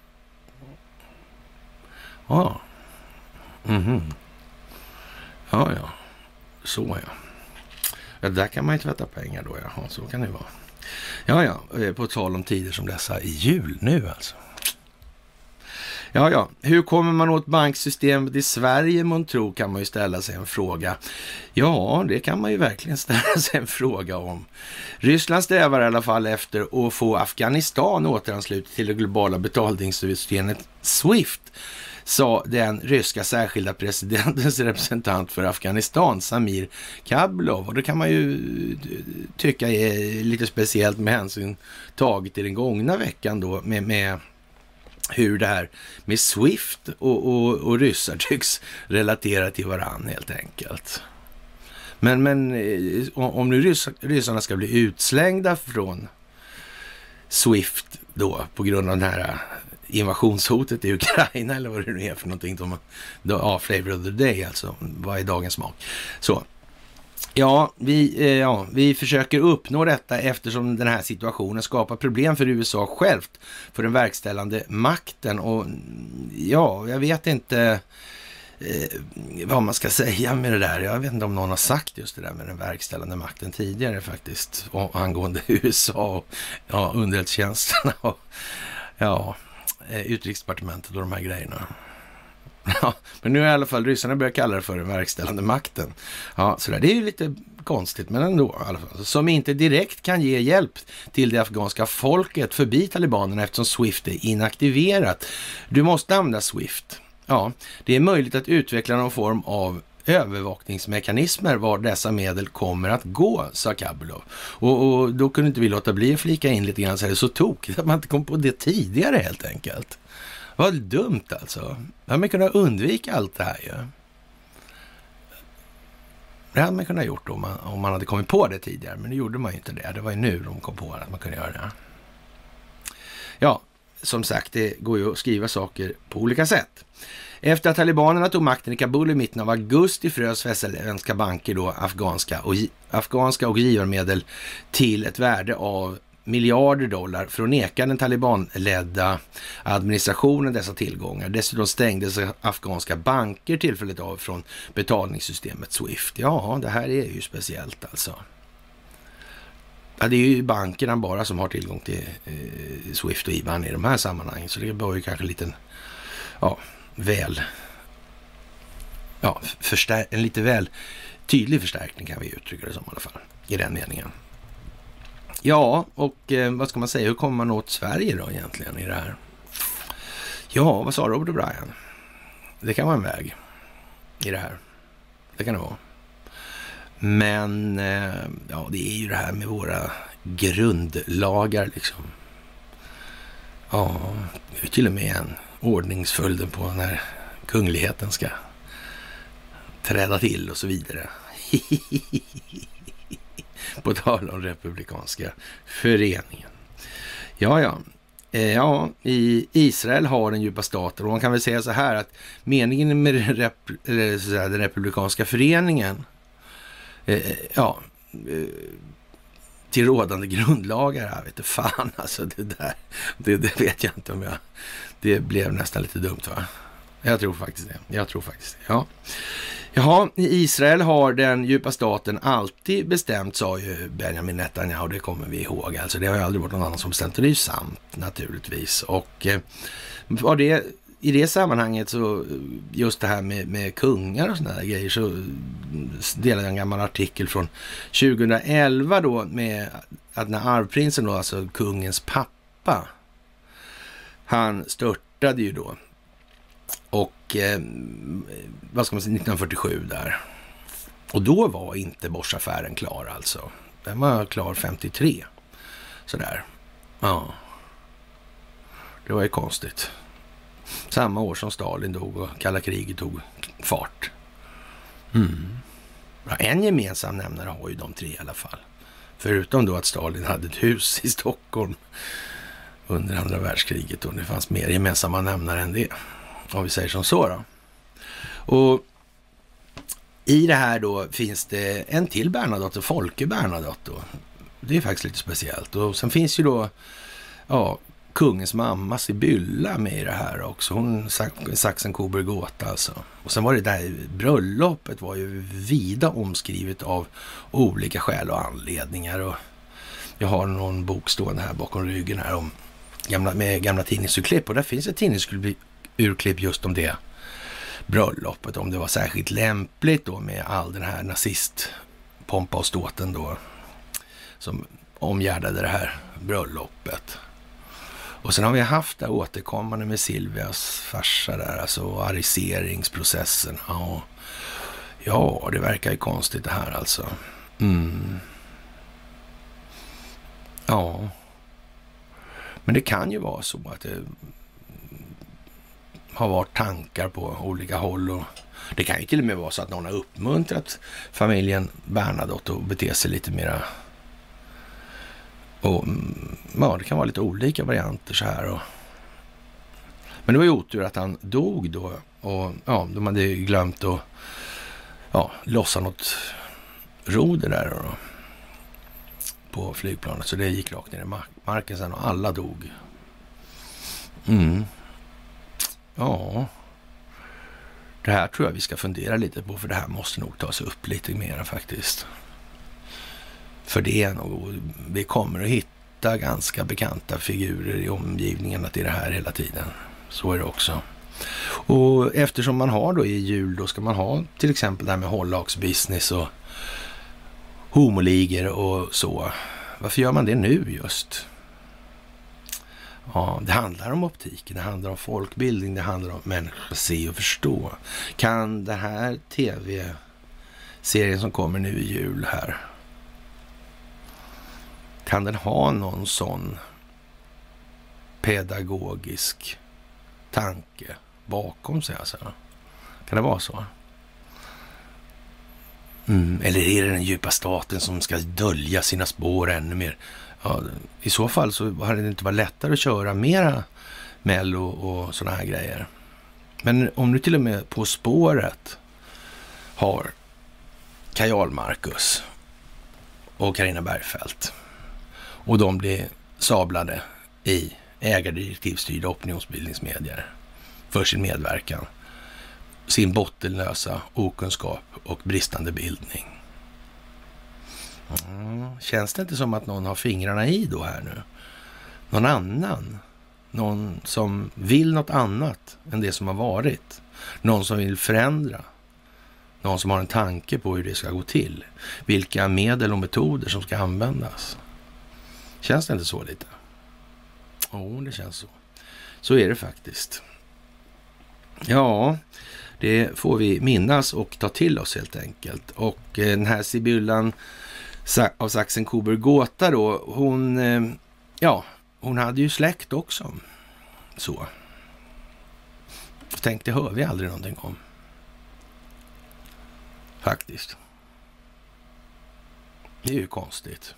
Ja. Mhm. Ja, ja. Så ja. Ja, där kan man ju tvätta pengar då, ja. Så kan det vara. Ja, ja. På tal om tider som dessa i jul nu alltså. Ja, ja. Hur kommer man åt banksystemet i Sverige, man tror, kan man ju ställa sig en fråga. Ja, det kan man ju verkligen ställa sig en fråga om. Ryssland strävar i alla fall efter att få Afghanistan återanslutet till det globala betalningssystemet SWIFT, sa den ryska särskilda presidentens representant för Afghanistan, Samir Kabulov. Och det kan man ju tycka är lite speciellt med hänsyn taget i den gångna veckan då med, med hur det här med SWIFT och, och, och ryssar tycks relatera till varann helt enkelt. Men, men om nu ryss, ryssarna ska bli utslängda från SWIFT då på grund av den här invasionshotet i Ukraina eller vad det nu är för någonting. De, ja, flavor of the day alltså. Vad är dagens smak? Så. Ja vi, eh, ja, vi försöker uppnå detta eftersom den här situationen skapar problem för U S A självt, för den verkställande makten. Och ja, jag vet inte eh, vad man ska säga med det där. Jag vet inte om någon har sagt just det där med den verkställande makten tidigare faktiskt, och angående U S A och ja, underrättelsetjänsterna och ja, utrikesdepartementet och de här grejerna. Ja, men nu är i alla fall ryssarna börjar kalla det för den verkställande makten. Ja, så där. Det är ju lite konstigt, men ändå i alla fall. Som inte direkt kan ge hjälp till det afghanska folket förbi talibanerna eftersom SWIFT är inaktiverat. Du måste använda SWIFT. Ja, det är möjligt att utveckla någon form av övervakningsmekanismer var dessa medel kommer att gå, sa Kabulov. Och, och då kunde inte vi låta bli att flika in lite grann så är det så tokigt att man inte kom på det tidigare helt enkelt. Vad dumt alltså. Hade man kunnat undvika allt det här ju. Det hade man kunnat gjort om man, om man hade kommit på det tidigare. Men nu gjorde man ju inte det. Det var ju nu de kom på att man kunde göra det. Ja, som sagt, det går ju att skriva saker på olika sätt. Efter att talibanerna tog makten i Kabul i mitten av augusti frös västerländska banker då afghanska och, afghanska och givarmedel till ett värde av miljarder dollar för att neka den talibanledda administrationen dessa tillgångar. Dessutom stängdes afghanska banker tillfälligt av från betalningssystemet Swift. Ja, det här är ju speciellt alltså. Ja, det är ju bankerna bara som har tillgång till eh, Swift och I B A N i de här sammanhangen. Så det var ju kanske en liten, ja, väl, ja, förstär- en lite väl tydlig förstärkning kan vi uttrycka det som i alla fall, i den meningen. Ja, och eh, vad ska man säga, hur kommer man åt Sverige då egentligen i det här? Ja, vad sa Robert O'Brien? Det kan vara en väg i det här. Det kan det vara. Men eh, ja, det är ju det här med våra grundlagar liksom. Ja, det är till och med en ordningsföljden på när kungligheten ska träda till och så vidare. På tal om republikanska föreningen. Ja, ja. Ja, i Israel har den djupa staten, och man kan väl säga så här att meningen med den, rep- eller så här, den republikanska föreningen, eh, ja, eh, till rådande grundlagar, jag vet inte fan alltså det där, det, det vet jag inte om jag, det blev nästan lite dumt va? Jag tror faktiskt det, jag tror faktiskt det, ja. Jaha, i Israel har den djupa staten alltid bestämt, sa ju Benjamin Netanyahu, det kommer vi ihåg. Alltså det har ju aldrig varit någon annan som bestämt, och det är ju sant naturligtvis. Och eh, var det, i det sammanhanget så, just det här med, med kungar och sådana där grejer, så delade jag en gammal artikel från tjugohundraelva då med att när arvprinsen då, alltså kungens pappa, han störtade ju då. Och eh, vad ska man säga, nittonhundrafyrtiosju där. Och då var inte Bosch-affären klar alltså. Den var klar femtiotre. Sådär. Ja. Det var ju konstigt. Samma år som Stalin dog och kalla kriget tog fart. Mm. Ja, en gemensam nämnare har ju de tre i alla fall. Förutom då att Stalin hade ett hus i Stockholm under andra världskriget, och det fanns mer gemensamma nämnare än det. Om vi säger som så då. Och i det här då finns det en till Bernadotte, Folke Bernadotte. Det är faktiskt lite speciellt. Och sen finns ju då, ja, kungens mamma Sibylla med i det här också. Hon Saxen Coburg Gotha alltså. Och sen var det där bröllopet var ju vida omskrivet av olika skäl och anledningar. Och jag har någon bok stående här bakom ryggen här om gamla, med gamla tidningsurklipp. Och där finns ett tidningsurklipp just om det bröllopet. Om det var särskilt lämpligt då med all den här nazistpompa och ståten då som omgärdade det här bröllopet. Och sen har vi haft det återkommande med Silvias farsa där, alltså ariseringsprocessen. Ja, ja, det verkar ju konstigt det här alltså. Mm. Ja. Men det kan ju vara så att det har varit tankar på olika håll, och det kan ju till och med vara så att någon har uppmuntrat familjen Bernadotte att bete sig lite mera. Och ja, det kan vara lite olika varianter så här. Och men det var ju otur att han dog då, och ja, de hade glömt att ja, lossa något roder där då, på flygplanet, så det gick rakt ner i marken sen och alla dog. Mm. Ja. Det här tror jag vi ska fundera lite på, för det här måste nog tas upp lite mer faktiskt. För det är nog, vi kommer att hitta ganska bekanta figurer i omgivningen till det här hela tiden. Så är det också. Och eftersom man har då i jul, då ska man ha till exempel det här med hållagsbusiness och homoligor och så. Varför gör man det nu just? Ja, det handlar om optik, det handlar om folkbildning, det handlar om människor att se och förstå. Kan det här tv-serien som kommer nu i jul här, kan den ha någon sån pedagogisk tanke bakom sig alltså? Kan det vara så? Mm, eller är det den djupa staten som ska dölja sina spår ännu mer? Ja, i så fall så hade det inte varit lättare att köra mera Mello och sådana här grejer. Men om du till och med På spåret har Kajal Marcus och Carina Bergfeldt och de blir sablade i ägardirektivstyrda opinionsbildningsmedier för sin medverkan, sin bottenlösa okunskap och bristande bildning. Mm. Känns det inte som att någon har fingrarna i då här nu? Någon annan? Någon som vill något annat än det som har varit? Någon som vill förändra? Någon som har en tanke på hur det ska gå till? Vilka medel och metoder som ska användas? Känns det inte så lite? Jo, oh, det känns så. Så är det faktiskt. Ja, det får vi minnas och ta till oss helt enkelt. Och eh, den här Sibyllan av Sachsen-Coburg-Gotha då, hon, eh, ja, hon hade ju släkt också. Så. Tänk, det hör vi aldrig någonting om. Faktiskt. Det är ju konstigt.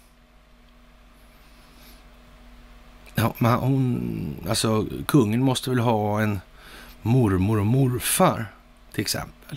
Ja, men hon, alltså kungen måste väl ha en mormor och morfar till exempel.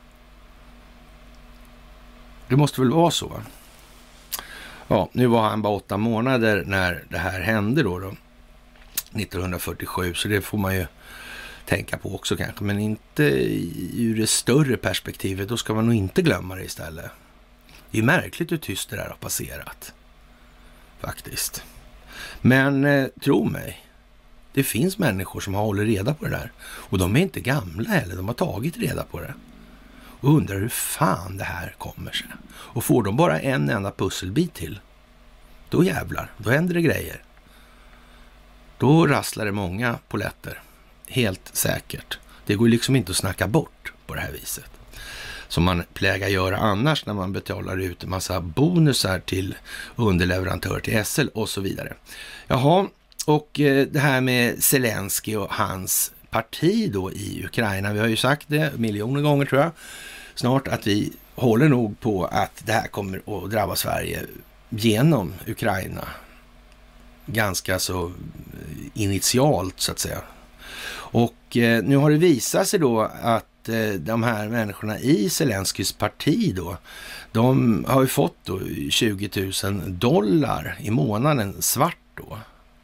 Det måste väl vara så. Ja, nu var han bara åtta månader när det här hände då, då nittonhundrafyrtiosju, så det får man ju tänka på också kanske, men inte ur det större perspektivet. Då ska man nog inte glömma det istället. Det är märkligt hur tyst det där har passerat faktiskt. Men eh, tro mig, det finns människor som har hållit reda på det där. Och de är inte gamla heller, de har tagit reda på det. Och undrar hur fan det här kommer sig. Och får de bara en enda pusselbit till, då jävlar, då händer det grejer. Då rasslar det många poletter, helt säkert. Det går liksom inte att snacka bort på det här viset. Som man plägar göra annars när man betalar ut en massa bonusar till underleverantör till S L och så vidare. Jaha, och eh, det här med Zelensky och hans parti då i Ukraina. Vi har ju sagt det miljoner gånger tror jag snart att vi håller nog på att det här kommer att drabba Sverige genom Ukraina. Ganska så initialt så att säga. Och eh, nu har det visat sig då att eh, de här människorna i Zelenskys parti då, de har ju fått då tjugo tusen dollar i månaden svart då.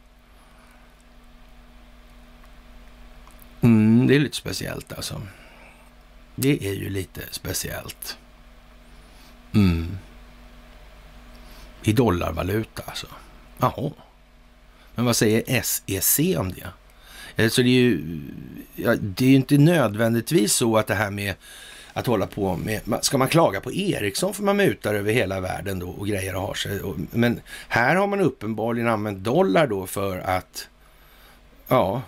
Mm, det är lite speciellt alltså. Det är ju lite speciellt. Mm. I dollarvaluta alltså. Jaha. Men vad säger S E C om det? Så det är ju, ja, det är ju inte nödvändigtvis så att det här med att hålla på med, ska man klaga på Ericsson för man mutar över hela världen då och grejer och har sig. Men här har man uppenbarligen använt dollar då för att ja,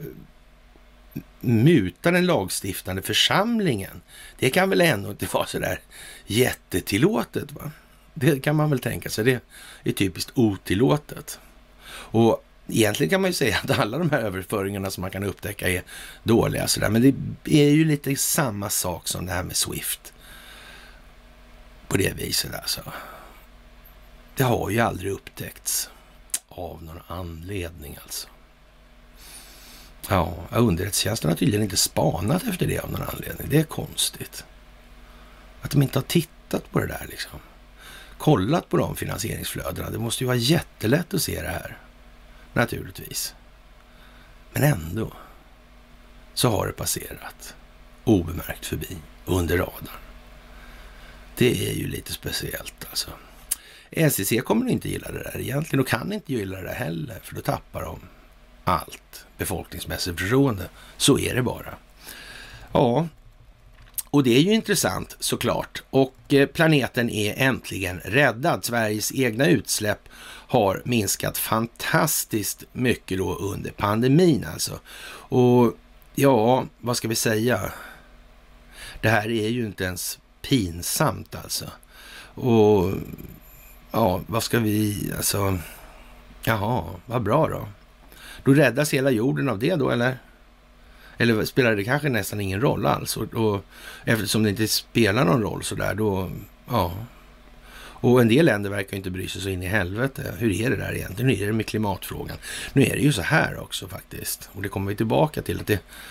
muta den lagstiftande församlingen. Det kan väl ändå inte vara så där jättetillåtet, va? Det kan man väl tänka sig. Det är typiskt otillåtet. Och egentligen kan man ju säga att alla de här överföringarna som man kan upptäcka är dåliga. Sådär. Men det är ju lite samma sak som det här med Swift. På det viset alltså. Det har ju aldrig upptäckts av någon anledning alltså. Ja, underrättelsetjänsten har tydligen inte spanat efter det av någon anledning. Det är konstigt. Att de inte har tittat på det där liksom. Kollat på de finansieringsflödena. Det måste ju vara jättelätt att se det här. Naturligtvis. Men ändå så har det passerat obemärkt förbi under radarn. Det är ju lite speciellt alltså. N C C kommer inte gilla det där egentligen och kan inte gilla det heller, för då tappar de allt befolkningsmässigt förtroende. Så är det bara. Ja, och det är ju intressant såklart. Och planeten är äntligen räddad. Sveriges egna utsläpp har minskat fantastiskt mycket då under pandemin alltså. Och ja, vad ska vi säga? Det här är ju inte ens pinsamt alltså. Och ja, vad ska vi, alltså, jaha, vad bra då. Då räddas hela jorden av det då, eller? Eller spelar det kanske nästan ingen roll alls? Och, och eftersom det inte spelar någon roll så där, då, ja. Och en del länder verkar inte bry sig så in i helvete. Hur är det där egentligen? Hur är det med klimatfrågan? Nu är det ju så här också faktiskt. Och det kommer vi tillbaka till att det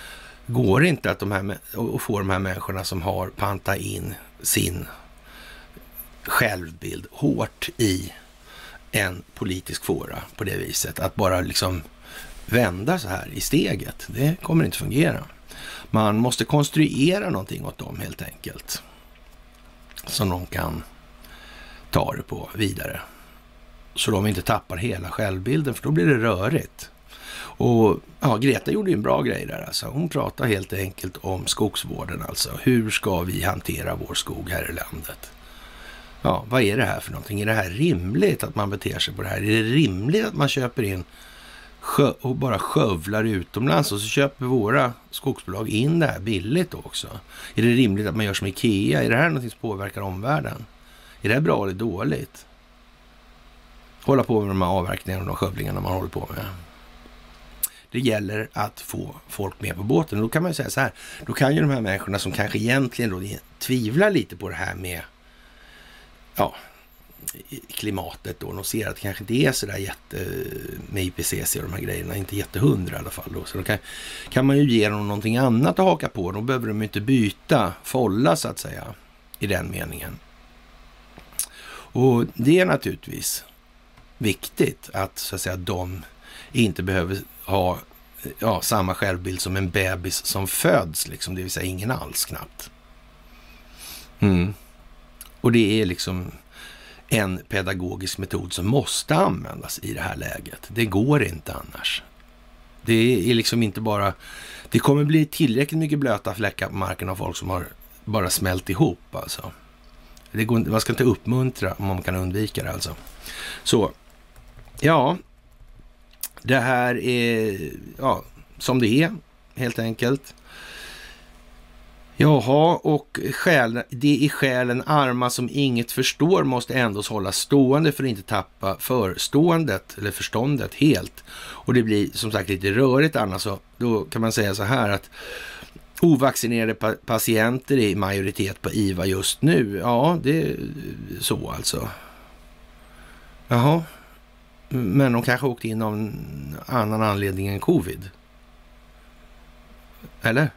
går det inte att de här, och få de här människorna som har pantat in sin självbild hårt i en politisk fåra på det viset. Att bara liksom vända så här i steget. Det kommer inte fungera. Man måste konstruera någonting åt dem helt enkelt. Som de kan ta det på vidare. Så de inte tappar hela självbilden, för då blir det rörigt. Och ja, Greta gjorde ju en bra grej där alltså. Hon pratar helt enkelt om skogsvården alltså. Hur ska vi hantera vår skog här i landet? Ja, vad är det här för någonting? Är det här rimligt att man beter sig på det här? Är det rimligt att man köper in sjö- och bara skövlar utomlands och så köper våra skogsbolag in det här billigt också? Är det rimligt att man gör som Ikea? Är det här någonting som påverkar omvärlden? Är det här bra eller dåligt? Hålla på med de här avverkningarna och de skövlingarna man håller på med. Det gäller att få folk med på båten. Och då kan man ju säga så här. Då kan ju de här människorna som kanske egentligen då tvivlar lite på det här med ja, klimatet då. De ser att det kanske inte är så där jätte med I P C C och de här grejerna. Inte jättehundra i alla fall då. Så då kan, kan man ju ge dem någonting annat att haka på. Då behöver de inte byta folla så att säga. I den meningen. Och det är naturligtvis viktigt att så att säga de inte behöver ha ja, samma självbild som en bebis som föds liksom, det vill säga ingen alls knappt. Mm. Och det är liksom en pedagogisk metod som måste användas i det här läget. Det går inte annars. Det är liksom inte bara, det kommer bli tillräckligt mycket blöta fläckar på marken av folk som har bara smält ihop alltså. Det går, man ska inte uppmuntra om man kan undvika det alltså. Så, ja, det här är ja, som det är helt enkelt. Jaha, och själ, det i själen arma som inget förstår måste ändå hålla stående för att inte tappa förståendet eller förståndet helt. Och det blir som sagt lite rörigt annars, så då kan man säga så här att ovaccinerade pa- patienter är i majoritet på I V A just nu. Ja, det är så alltså. Jaha. Men de kanske åkte in av en annan anledning än covid. Eller?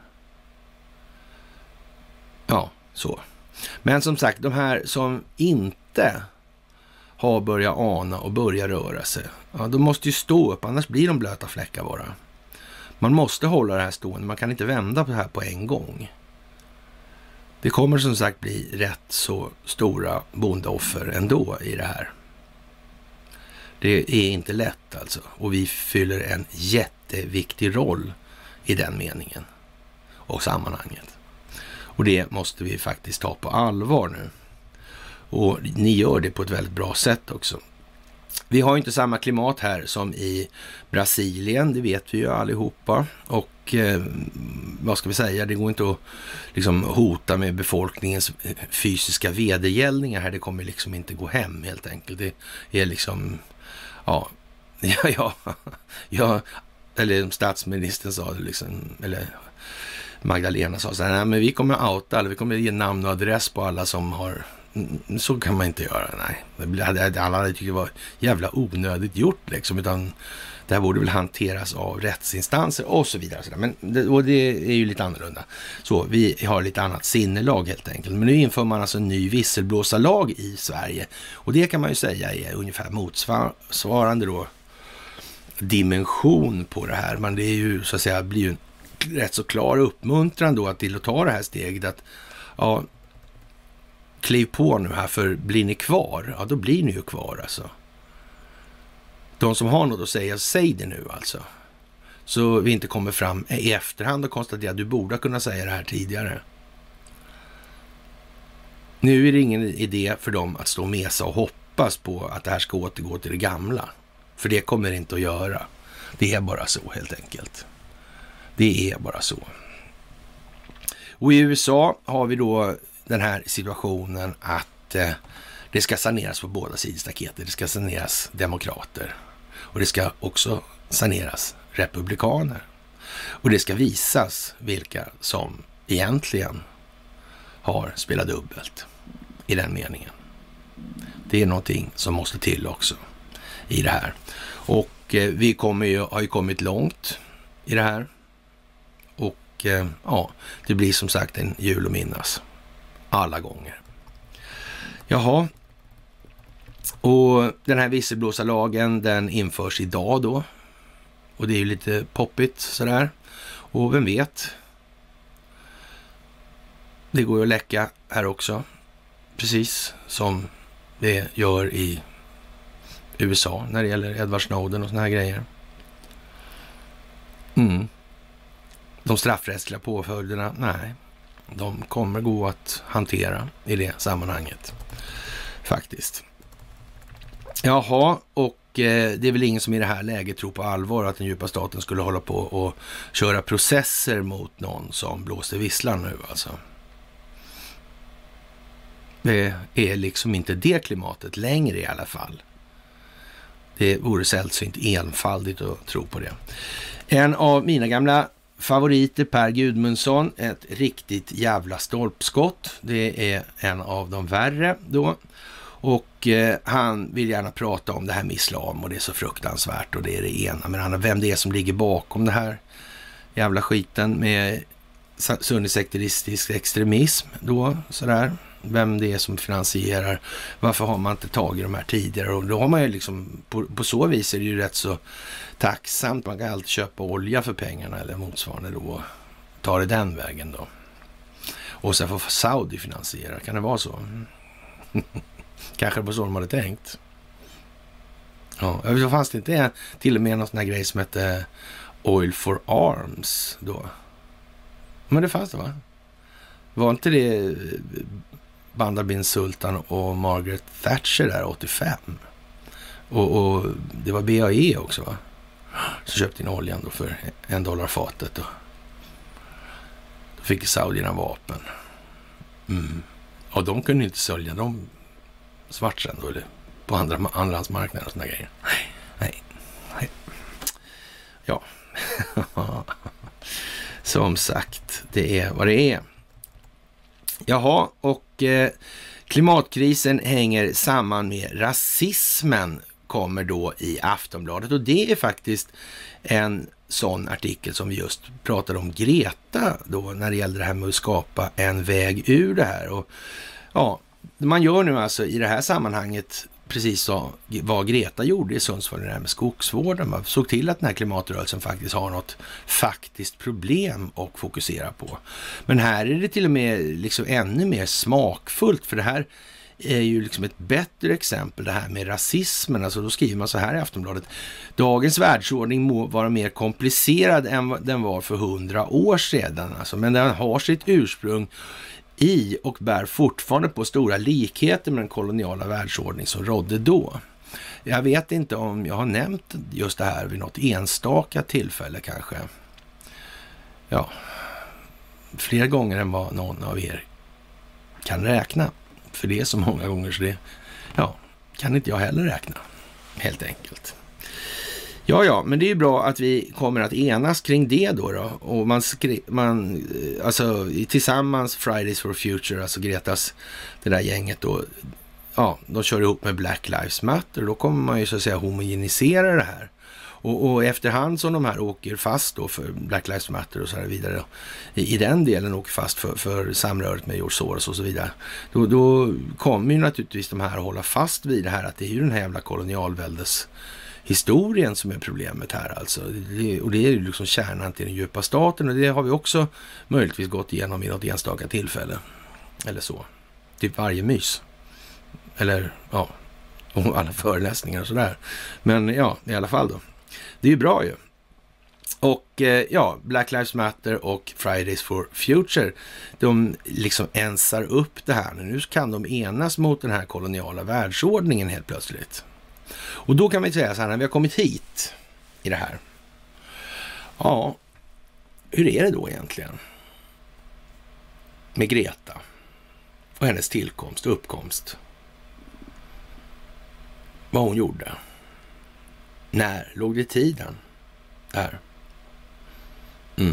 Ja, så. Men som sagt, de här som inte har börjat ana och börja röra sig, ja, de måste ju stå upp, annars blir de blöta fläckar bara. Man måste hålla det här stående, man kan inte vända på det här på en gång. Det kommer som sagt bli rätt så stora bondeoffer ändå i det här. Det är inte lätt alltså, och vi fyller en jätteviktig roll i den meningen och sammanhanget. Och det måste vi faktiskt ta på allvar nu. Och ni gör det på ett väldigt bra sätt också. Vi har inte samma klimat här som i Brasilien, det vet vi ju allihopa. Och eh, vad ska vi säga, det går inte att liksom hota med befolkningens fysiska vedergällningar här. Det kommer liksom inte gå hem helt enkelt. Det är liksom, ja, ja, ja, ja eller statsministern sa det liksom, eller Magdalena sa så här, nej men vi kommer outa, eller vi kommer ge namn och adress på alla som har, så kan man inte göra, nej. Alla hade tyckt det var jävla onödigt gjort liksom, utan det här borde väl hanteras av rättsinstanser och så vidare. Men det, och det är ju lite annorlunda. Så vi har lite annat sinnelag helt enkelt. Men nu inför man alltså en ny visselblåsarlag i Sverige. Och det kan man ju säga är ungefär motsvarande då dimension på det här. Men det är ju så att säga, blir ju en rätt så klar uppmuntran då att till att ta det här steget att ja, kliv på nu här, för blir ni kvar, ja då blir ni ju kvar alltså. De som har något att säga, säg det nu alltså. Så vi inte kommer fram i efterhand och konstaterar att du borde kunna säga det här tidigare. Nu är det ingen idé för dem att stå och mesa och hoppas på att det här ska återgå till det gamla. För det kommer det inte att göra. Det är bara så helt enkelt. Det är bara så. Och i U S A har vi då den här situationen att eh, det ska saneras på båda sidor staketet. Det ska saneras demokrater. Och det ska också saneras republikaner. Och det ska visas vilka som egentligen har spelat dubbelt i den meningen. Det är någonting som måste till också i det här. Och eh, vi kommer ju, har ju kommit långt i det här. Och och eh, ja, det blir som sagt en jul att minnas alla gånger. Jaha, och den här visselblåsarlagen den införs idag då och det är ju lite poppigt sådär och vem vet, det går ju att läcka här också precis som det gör i U S A när det gäller Edward Snowden och såna här grejer. Mm. De straffrättsliga påföljderna, nej, de kommer gå att hantera i det sammanhanget faktiskt. Jaha, och eh, det är väl ingen som i det här läget tror på allvar att den djupa staten skulle hålla på och köra processer mot någon som blåste visslan nu alltså. Det är liksom inte det klimatet längre i alla fall. Det vore sällsynt enfaldigt att tro på det. En av mina gamla favoriter, Per Gudmundsson, ett riktigt jävla stolpskott. Det är en av de värre då. Och eh, han vill gärna prata om det här med islam och det är så fruktansvärt och det är det ena. Men han har vem det är som ligger bakom det här jävla skiten med sunnisekteristisk extremism då, sådär. Vem det är som finansierar, varför har man inte tagit de här tidigare och då har man ju liksom, på, på så vis är det ju rätt så tacksamt, man kan alltid köpa olja för pengarna eller motsvarande då, ta det den vägen då och sen får Saudi finansiera, kan det vara så? Kanske på så de hade tänkt. Ja, jag vet, fanns det inte till och med någon sån här grej som hette Oil for Arms då? Men det fanns det, va? Var inte det Bandar bin Sultan och Margaret Thatcher där åttiofem? Och, och det var B A E också, va? Så köpte in oljan då för en dollar fatet då. Då fick saudierna vapen. Mm. Och de kunde inte sälja de svart sen då, eller på andra andrahandsmarknader och såna grejer. Nej, nej, nej. Ja. Som sagt, det är vad det är. Jaha, och eh, klimatkrisen hänger samman med rasismen, kommer då i Aftonbladet. Och det är faktiskt en sån artikel som vi just pratade om Greta då, när det gällde det här med att skapa en väg ur det här. Och ja, man gör nu alltså i det här sammanhanget precis så vad Greta gjorde i Sundsvall, det här med skogsvården. Man såg till att den här klimatrörelsen faktiskt har något faktiskt problem att fokusera på. Men här är det till och med liksom ännu mer smakfullt, för det här är ju liksom ett bättre exempel, det här med rasismen. Alltså då skriver man så här i Aftonbladet: dagens världsordning må vara mer komplicerad än vad den var för hundra år sedan. Alltså, men den har sitt ursprung i och bär fortfarande på stora likheter med den koloniala världsordning som rådde då. Jag vet inte om jag har nämnt just det här vid något enstaka tillfälle kanske. Ja, fler gånger än vad någon av er kan räkna. För det är så många gånger så det, ja, kan inte jag heller räkna, helt enkelt. Ja, ja, men det är ju bra att vi kommer att enas kring det då. då. Och man, skri- man alltså tillsammans Fridays for Future, alltså Gretas, det där gänget då, ja, de kör ihop med Black Lives Matter. Då kommer man ju så att säga homogenisera det här. Och, och efterhand som de här åker fast då för Black Lives Matter och så här vidare då, i, i den delen åker fast för, för samröret med George Soros och så vidare, då, då kommer ju naturligtvis de här hålla fast vid det här att det är ju den här jävla kolonialväldes historien som är problemet här alltså. Det, och det är ju liksom kärnan till den djupa staten, och det har vi också möjligtvis gått igenom i något enstaka tillfälle. Eller så. Typ varje mys. Eller, ja, och alla föreläsningar och sådär. Men ja, i alla fall då. Det är ju bra ju. Och eh, ja, Black Lives Matter och Fridays for Future, de liksom ensar upp det här. Nu kan de enas mot den här koloniala världsordningen helt plötsligt. Och då kan vi säga så här, när vi har kommit hit i det här. Ja, hur är det då egentligen med Greta och hennes tillkomst och uppkomst? Vad hon gjorde? När låg det i tiden? Där. Mm.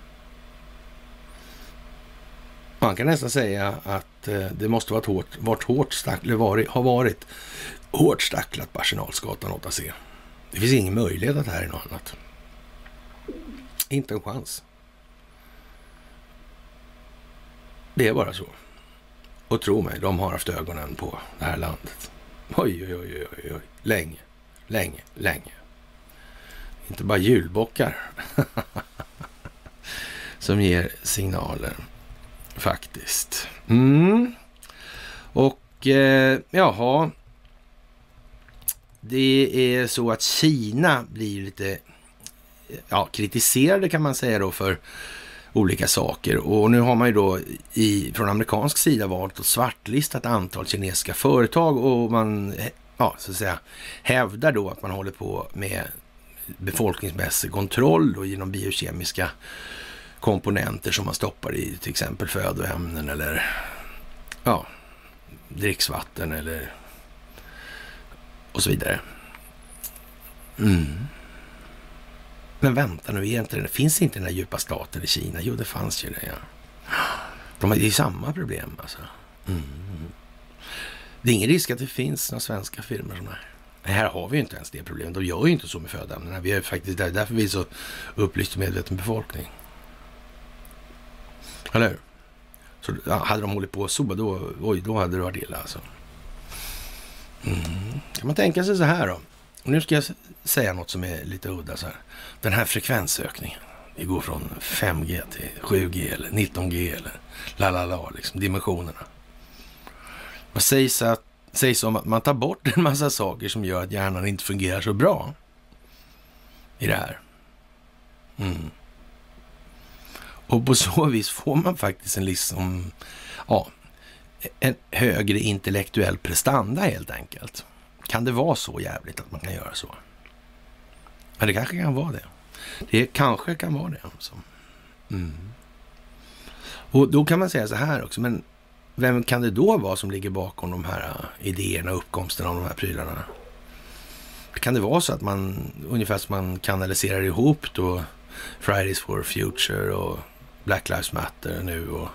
Man kan nästan säga att eh, det måste vara hårt, varit hårt stack, eller varit, har varit hårt stacklat på Arsenalsgatan åtta C. Det finns ingen möjlighet att det här är något annat. Inte en chans. Det är bara så. Och tro mig, de har haft ögonen på det här landet. Oj, oj, oj, oj, oj. Länge, länge, länge. Inte bara julbockar som ger signaler, faktiskt. Mm. Och eh, jaha, det är så att Kina blir lite ja, kritiserade kan man säga då för olika saker. Och nu har man ju då i, från amerikansk sida valt att svartlista ett antal kinesiska företag och man ja, så att säga, hävdar då att man håller på med befolkningsmässig kontroll och genom biokemiska komponenter som man stoppar i till exempel födoämnen eller ja, dricksvatten eller och så vidare. Mm. Men vänta nu, egentligen, det finns inte den här djupa staten i Kina. Jo, det fanns ju det, ja. De har ju samma problem, alltså. Mm. Det är ingen risk att det finns några svenska firmor som är. Här har vi ju inte ens det problemet. De gör ju inte så med födoämnena. Vi är faktiskt där, därför vi är så upplyst och medveten befolkning. Eller hur? Så ja, hade de hållit på så, då, oj, då hade det varit illa, alltså. Mm. Kan man tänka sig så här då? Och nu ska jag säga något som är lite udda så här. Den här frekvensökningen. Vi går från fem G till sju G eller nitton G eller lalala, liksom dimensionerna. Vad sägs, att, sägs om att man tar bort en massa saker som gör att hjärnan inte fungerar så bra i det här. Mm. Och på så vis får man faktiskt en liksom, ja, en högre intellektuell prestanda helt enkelt. Kan det vara så jävligt att man kan göra så? Ja, det kanske kan vara det. Det kanske kan vara det. Alltså. Mm. Och då kan man säga så här också, men vem kan det då vara som ligger bakom de här idéerna och uppkomsten av de här prylarna? Kan det vara så att man, ungefär som man kanaliserar ihop då Fridays for Future och Black Lives Matter nu och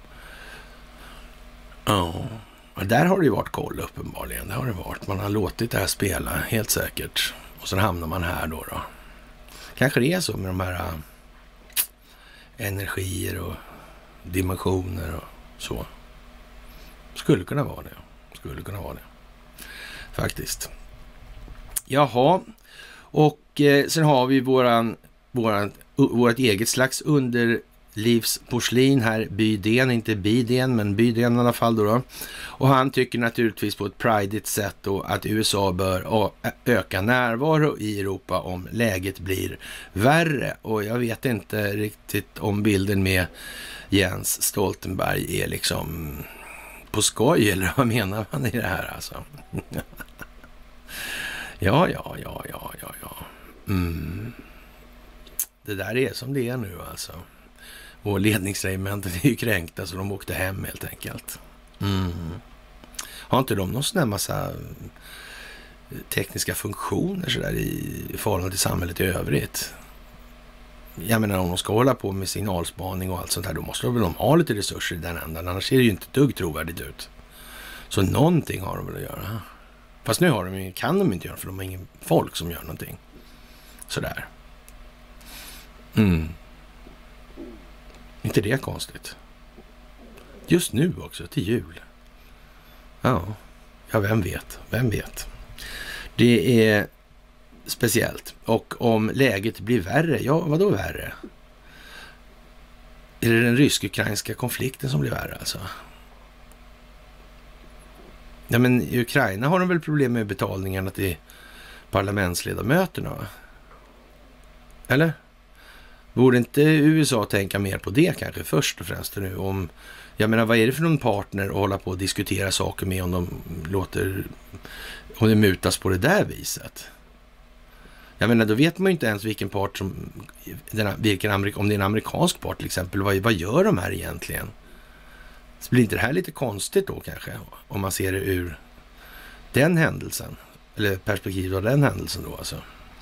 ja, och där har det ju varit koll uppenbarligen. Det har det varit. Man har låtit det här spela, helt säkert. Och sen hamnar man här då då. Kanske det är så med de här äh, energier och dimensioner och så. Skulle kunna vara det. Skulle kunna vara det. Faktiskt. Jaha. Och eh, sen har vi våran, våran, vårat eget slags underlivsporslin här. Bydén, inte Biden, men Bydén i alla fall då, då. Och han tycker naturligtvis på ett pridigt sätt då att U S A bör öka närvaro i Europa om läget blir värre. Och jag vet inte riktigt om bilden med Jens Stoltenberg är liksom på skoj, eller vad menar man i det här alltså? ja, ja, ja, ja, ja, ja. Mm. Det där är som det är nu alltså. Och ledningsregementet är ju kränkta så de åkte hem helt enkelt. Mm. Har inte de någon sån här massa tekniska funktioner så där i förhållande till samhället i övrigt? Jag menar, om de ska hålla på med signalspaning och allt sånt här, då måste de väl ha lite resurser i den ändan. Annars ser det ju inte dugg trovärdigt ut. Så någonting har de väl att göra. Fast nu har de, kan de inte göra, för de har ingen folk som gör någonting. Sådär. Mm. Inte det konstigt. Just nu också, till jul. Ja, ja, vem vet, vem vet. Det är speciellt. Och om läget blir värre, ja, vad då värre? Är det den rysk-ukrainska konflikten som blir värre alltså? Ja, men i Ukraina har de väl problem med betalningarna till parlamentsledamöterna, va? Eller? Borde inte U S A tänka mer på det kanske först och främst nu? Om, jag menar, vad är det för någon partner att hålla på och diskutera saker med om de låter, om det mutas på det där viset? Jag menar, då vet man ju inte ens vilken part som, den, vilken Amerik, om det är en amerikansk part till exempel, vad, vad gör de här egentligen? Så blir inte det här lite konstigt då kanske, om man ser det ur den händelsen, eller perspektivet av den händelsen då alltså?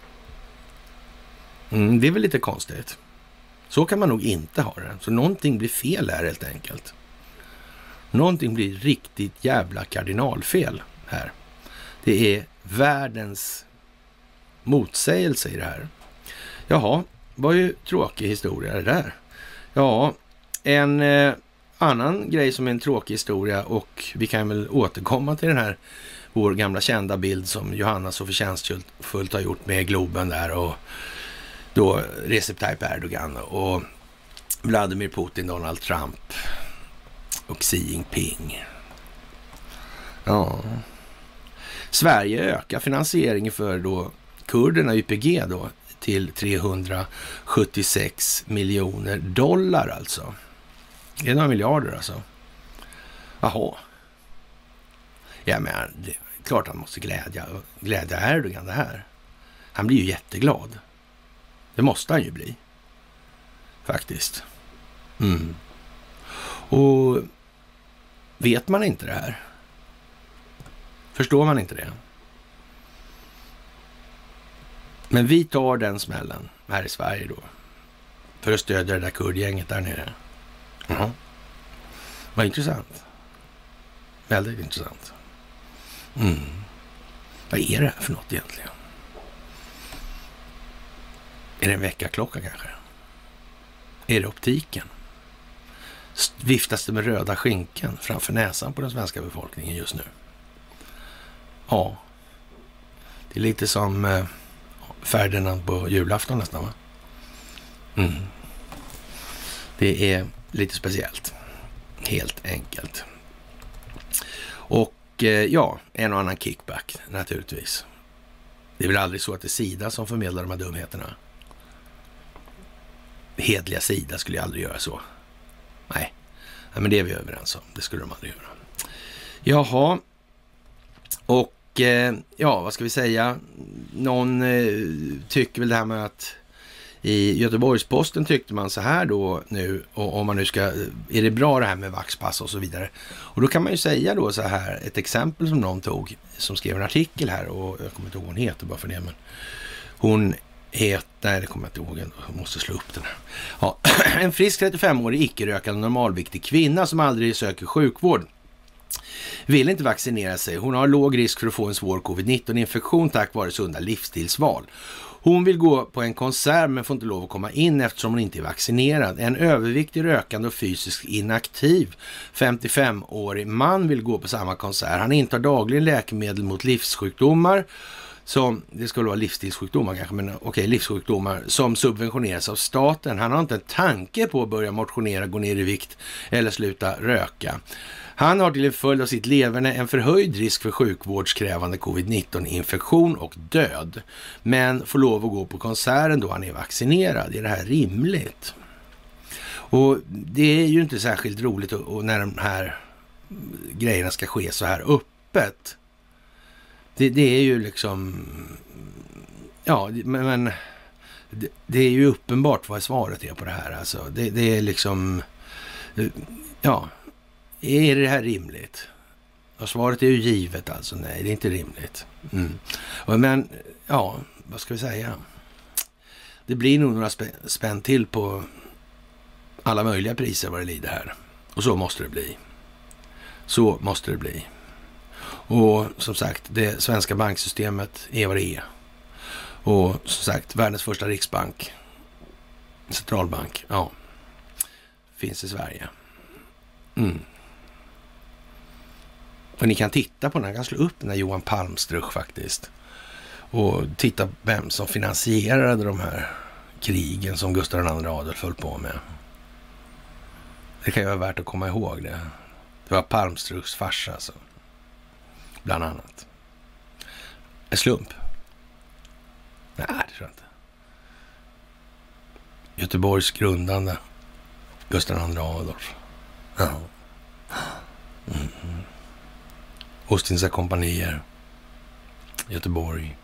Mm, det är väl lite konstigt. Så kan man nog inte ha det. Så någonting blir fel här helt enkelt. Någonting blir riktigt jävla kardinalfel här. Det är världens motsägelse i det här. Jaha, var ju tråkig historia det där. Ja, en eh, annan grej som är en tråkig historia, och vi kan väl återkomma till den här vår gamla kända bild som Johanna så förtjänstfullt har gjort med Globen där, och då Recep Tayyip Erdogan och Vladimir Putin, Donald Trump och Xi Jinping. Ja. Sverige ökar finansieringen för då kurderna Y P G då till trehundrasjuttiosex miljoner dollar alltså. Det är några miljarder alltså. Jaha. Ja, men det är klart han måste glädja, glädja Erdogan det här. Han blir ju jätteglad. Det måste han ju bli. Faktiskt. Mm. Och vet man inte det här? Förstår man inte det? Men vi tar den smällen här i Sverige då. För att stödja det där kurdgänget där nere. Ja. Vad intressant. Väldigt intressant. Mm. Vad är det här för något egentligen? Är det en väckarklocka kanske? Är det optiken? Viftas det med röda skinken framför näsan på den svenska befolkningen just nu? Ja. Det är lite som eh, Ferdinand på julafton nästan, va? Mm. Det är lite speciellt. Helt enkelt. Och eh, ja, en och annan kickback naturligtvis. Det är väl aldrig så att det är Sida som förmedlar de här dumheterna. Hedliga Sida skulle ju aldrig göra så. Nej. Nej, men det är vi överens om. Det skulle de aldrig göra. Jaha. Och eh, ja, vad ska vi säga? Någon eh, tycker väl det här med att i Göteborgs-Posten tyckte man så här då nu, och om man nu ska, är det bra det här med vaxpass och så vidare. Och då kan man ju säga då så här, ett exempel som någon tog, som skrev en artikel här, och jag kommer inte ihåg hon heter bara för det, men hon heter, nej det kommer jag inte ihåg, jag måste slå upp den här. Ja, en frisk trettiofemårig icke-rökande normalviktig kvinna som aldrig söker sjukvård vill inte vaccinera sig. Hon har låg risk för att få en svår covid nitton-infektion tack vare sunda livsstilsval. Hon vill gå på en konsert men får inte lov att komma in eftersom hon inte är vaccinerad. En överviktig, rökande och fysiskt inaktiv femtiofemårig man vill gå på samma konsert. Han intar dagligen läkemedel mot livssjukdomar som, det skulle vara livsstilssjukdomar kanske, men okej, okay, livssjukdomar som subventioneras av staten. Han har inte en tanke på att börja motionera, gå ner i vikt eller sluta röka. Han har till en följd av sitt leverne en förhöjd risk för sjukvårdskrävande covid nitton-infektion och död. Men får lov att gå på konserten då han är vaccinerad. Är det här rimligt? Och det är ju inte särskilt roligt och när de här grejerna ska ske så här öppet. Det, det är ju liksom... Ja, men... men det, det är ju uppenbart vad svaret är på det här. Alltså, det, det är liksom... Ja... Är det här rimligt? Och svaret är ju givet alltså. Nej, det är inte rimligt. Mm. Men ja, vad ska vi säga? Det blir nog några spänn till på alla möjliga priser vad det lider här. Och så måste det bli. Så måste det bli. Och som sagt, det svenska banksystemet är vad det är. Och som sagt, världens första riksbank, centralbank, ja, finns i Sverige. Mm. Och ni kan titta på den, kan slå upp den här Johan Palmstruch faktiskt. Och titta vem som finansierade de här krigen som Gustav den andra Adolf höll på med. Det kan ju vara värt att komma ihåg det. Det var Palmstruchs farsa alltså. Bland annat. En slump? Nej, det tror jag inte. Göteborgs grundande Gustav den andra Adolf. Ja. Mm. Ostindiska kompanier. Göteborg.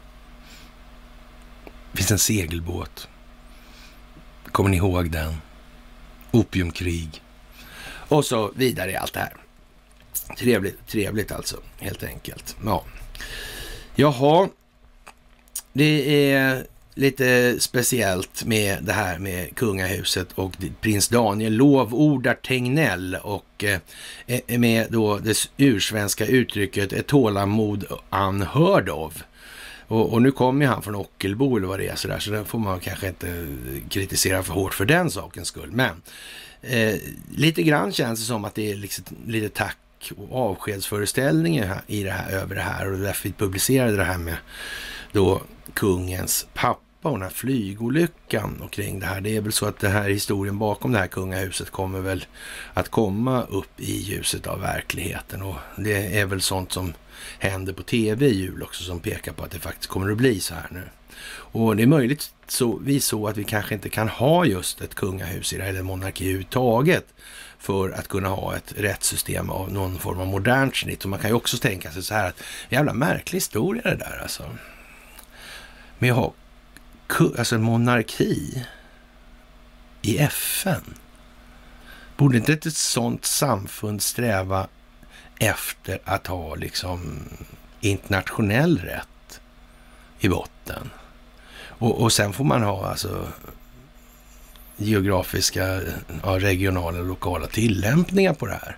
Det finns en segelbåt. Kommer ni ihåg den? Opiumkrig. Och så vidare i allt det här. Trevligt, trevligt alltså, helt enkelt. Ja. Jaha. Det är lite speciellt med det här med kungahuset och prins Daniel lovordar Tegnell och eh, med då det ursvenska uttrycket ett tålamod unheard of. Och, och nu kommer han från Ockelbo eller vad det är så där, så den får man kanske inte kritisera för hårt för den sakens skull. Men eh, lite grann känns det som att det är liksom lite tack och avskedsföreställningar i det här, över det här, och därför vi publicerade det här med då kungens pappa och den här flygolyckan och kring det här. Det är väl så att det här historien bakom det här kungahuset kommer väl att komma upp i ljuset av verkligheten, och det är väl sånt som händer på tv i jul också som pekar på att det faktiskt kommer att bli så här nu. Och det är möjligt så, vi så att vi kanske inte kan ha just ett kungahus i det här, eller monarki överhuvudtaget, för att kunna ha ett rättssystem av någon form av modernt snitt. Och man kan ju också tänka sig så här att jävla märklig historia det där alltså. Men jag har alltså en monarki i F N. Borde inte ett sånt samfund sträva efter att ha liksom internationell rätt i botten? Och, och sen får man ha alltså geografiska, ja, regionala och lokala tillämpningar på det här.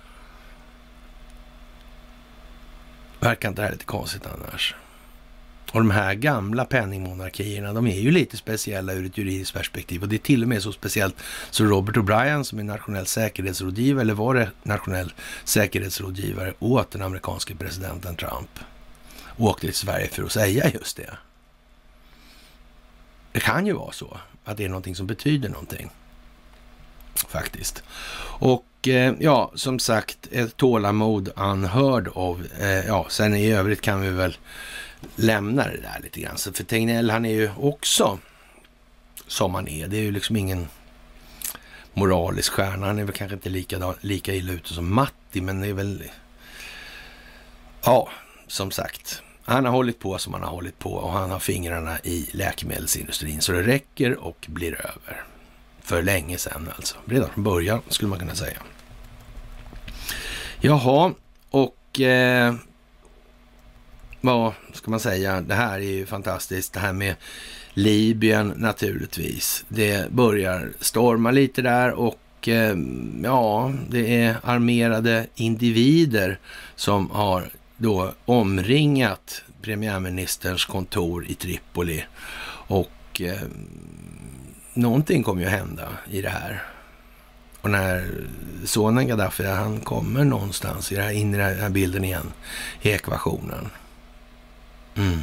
Verkar inte det här lite konstigt annars? Och de här gamla penningmonarkierna, de är ju lite speciella ur ett juridiskt perspektiv. Och det är till och med så speciellt så Robert O'Brien som är nationell säkerhetsrådgivare, eller var det nationell säkerhetsrådgivare åt den amerikanske presidenten Trump, åkte till Sverige för att säga just det. Det kan ju vara så att det är någonting som betyder någonting. Faktiskt. Och eh, ja, som sagt, ett tålamod unheard of. Eh, ja, sen i övrigt kan vi väl lämna det där lite grann. Så för Tegnell, han är ju också som han är. Det är ju liksom ingen moralisk stjärna. Han är väl kanske inte lika, lika illa ute som Matti, men det är väl... Ja, som sagt. Han har hållit på som han har hållit på, och han har fingrarna i läkemedelsindustrin så det räcker och blir över. För länge sedan alltså. Redan från början skulle man kunna säga. Jaha, och eh, vad ska man säga? Det här är ju fantastiskt. Det här med Libyen naturligtvis. Det börjar storma lite där, och eh, ja, det är armerade individer som har då omringat premiärministerns kontor i Tripoli, och eh, någonting kommer ju hända i det här. Och när sonen Gaddafi, han kommer någonstans i det här, in i den här bilden igen, i ekvationen. Mm.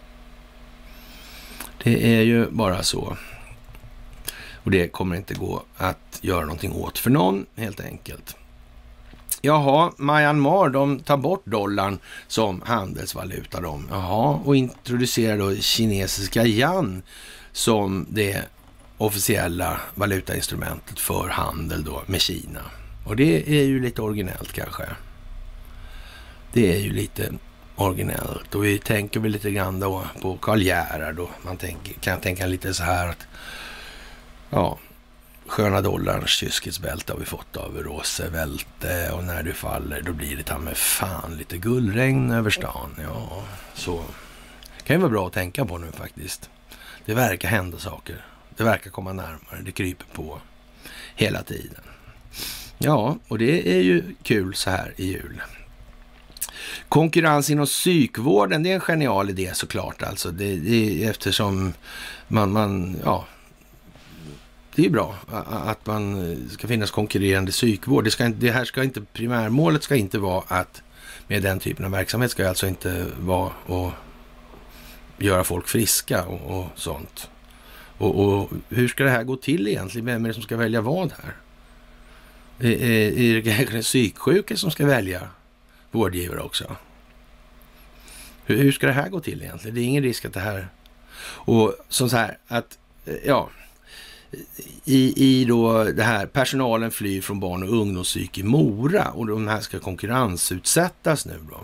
Det är ju bara så. Och det kommer inte gå att göra någonting åt för någon, helt enkelt. Jaha, Myanmar, de tar bort dollarn som handelsvaluta. De. Jaha, och introducerar då kinesiska yuan som det officiella valutainstrumentet för handel då med Kina. Och det är ju lite originellt kanske. Det är ju lite originellt. Och vi tänker väl lite grann då på Karl Gerhard då. Man tänker, kan tänka lite så här att ja, sköna dollarns kyskhetsbälte har vi fått av Roosevelt, och när du faller då blir det ta med fan lite guldregn över stan. Ja, så kan ju vara bra att tänka på nu faktiskt. Det verkar hända saker. Det verkar komma närmare. Det kryper på hela tiden. Ja, och det är ju kul så här i jul. Konkurrens inom psykvården, det är en genial idé såklart. Alltså det, det är eftersom man, man ja, det är bra att man ska finnas konkurrerande psykvård. Det, ska inte, det här ska inte, primärmålet ska inte vara att med den typen av verksamhet ska alltså inte vara att göra folk friska och, och sånt. Och, och hur ska det här gå till egentligen? Vem är det som ska välja vad här? Är, är, är det kanske psyksjuka som ska välja vårdgivare också? Hur, hur ska det här gå till egentligen? Det är ingen risk att det här... Och som så här att, ja... I, i då det här, personalen flyr från barn- och ungdomspsyk i Mora, och de här ska konkurrensutsättas nu då.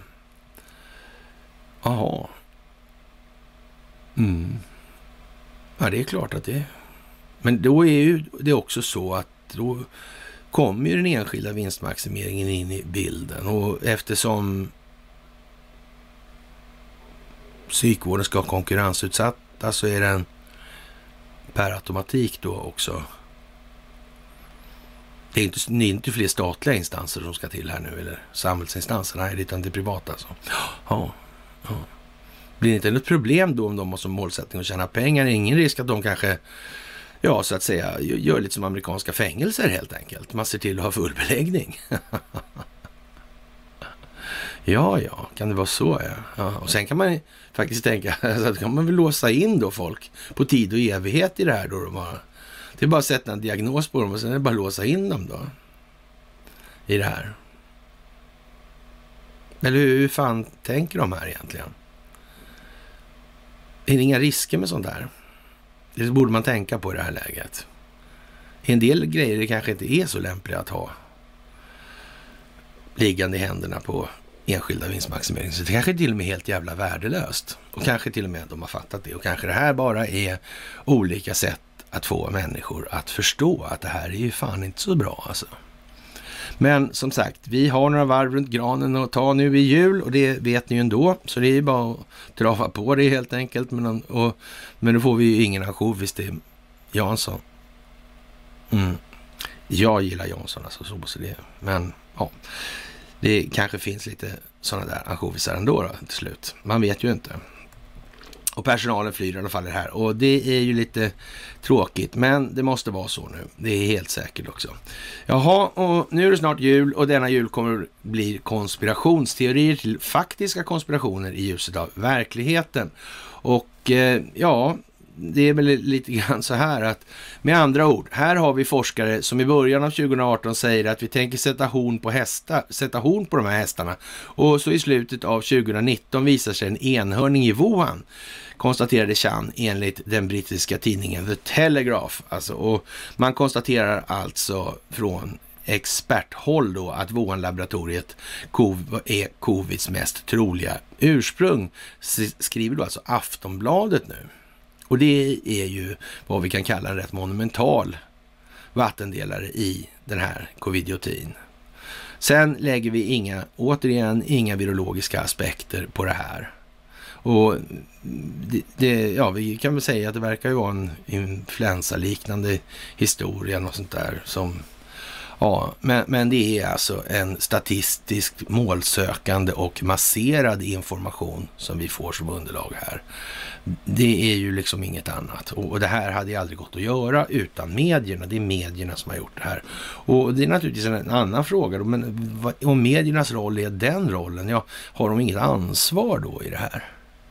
Jaha. Mm. Ja, det är klart att det... Men då är ju det också så att då kommer ju den enskilda vinstmaximeringen in i bilden, och eftersom psykvården ska konkurrensutsättas så är den per automatik då också. Det är inte, det är inte fler statliga instanser som ska till här nu, eller samhällsinstanser, nej, utan det är privata alltså. Ja, ja. Blir det inte något problem då om de har som målsättning att tjäna pengar? Ingen risk att de kanske, ja så att säga, gör lite som amerikanska fängelser helt enkelt. Man ser till att ha full beläggning. Ja, ja, kan det vara så? Ja. Ja. Och sen kan man faktiskt tänka, så kan man väl låsa in då folk på tid och evighet i det här då. De har, det är bara att sätta en diagnos på dem och sen är det bara att låsa in dem då i det här. Eller hur, hur fan tänker de här egentligen? Är det inga risker med sånt där? Det borde man tänka på i det här läget. En del grejer det kanske inte är så lämpliga att ha liggande i händerna på enskilda vinstmaximering. Så det kanske till och med är helt jävla värdelöst. Och kanske till och med de har fattat det. Och kanske det här bara är olika sätt att få människor att förstå att det här är ju fan inte så bra alltså. Men som sagt, vi har några varv runt granen att ta nu i jul och det vet ni ju ändå. Så det är ju bara att trava på det helt enkelt. Men, och, men då får vi ju ingen ansjovis visst det är Jansson. Mm. Jag gillar Jansson alltså så, så det. Men ja, det kanske finns lite sådana där ansjovisar ändå då, till slut. Man vet ju inte. Och personalen flyr i alla fall det här. Och det är ju lite tråkigt. Men det måste vara så nu. Det är helt säkert också. Jaha, och nu är det snart jul. Och denna jul kommer bli konspirationsteorier till faktiska konspirationer i ljuset av verkligheten. Och eh, ja, det är väl lite grann så här att med andra ord, här har vi forskare som i början av tjugo arton säger att vi tänker sätta horn på hästar, sätta horn på de här hästarna. Och så i slutet av tjugo nitton visar sig en enhörning i Wuhan, konstaterade Chan enligt den brittiska tidningen The Telegraph. Alltså, och man konstaterar alltså från experthåll då att Wuhan-laboratoriet är covids mest troliga ursprung, skriver då alltså Aftonbladet nu. Och det är ju vad vi kan kalla en rätt monumental vattendelare i den här covidiotin. Sen lägger vi inga, återigen, inga virologiska aspekter på det här. Och det, det, ja, vi kan väl säga att det verkar ju vara en influensaliknande historia och sånt där som, ja, men, men det är alltså en statistisk målsökande och masserad information som vi får som underlag här. Det är ju liksom inget annat. Och det här hade ju aldrig gått att göra utan medierna. Det är medierna som har gjort det här. Och det är naturligtvis en annan fråga då, men om mediernas roll är den rollen, ja, har de inget ansvar då i det här?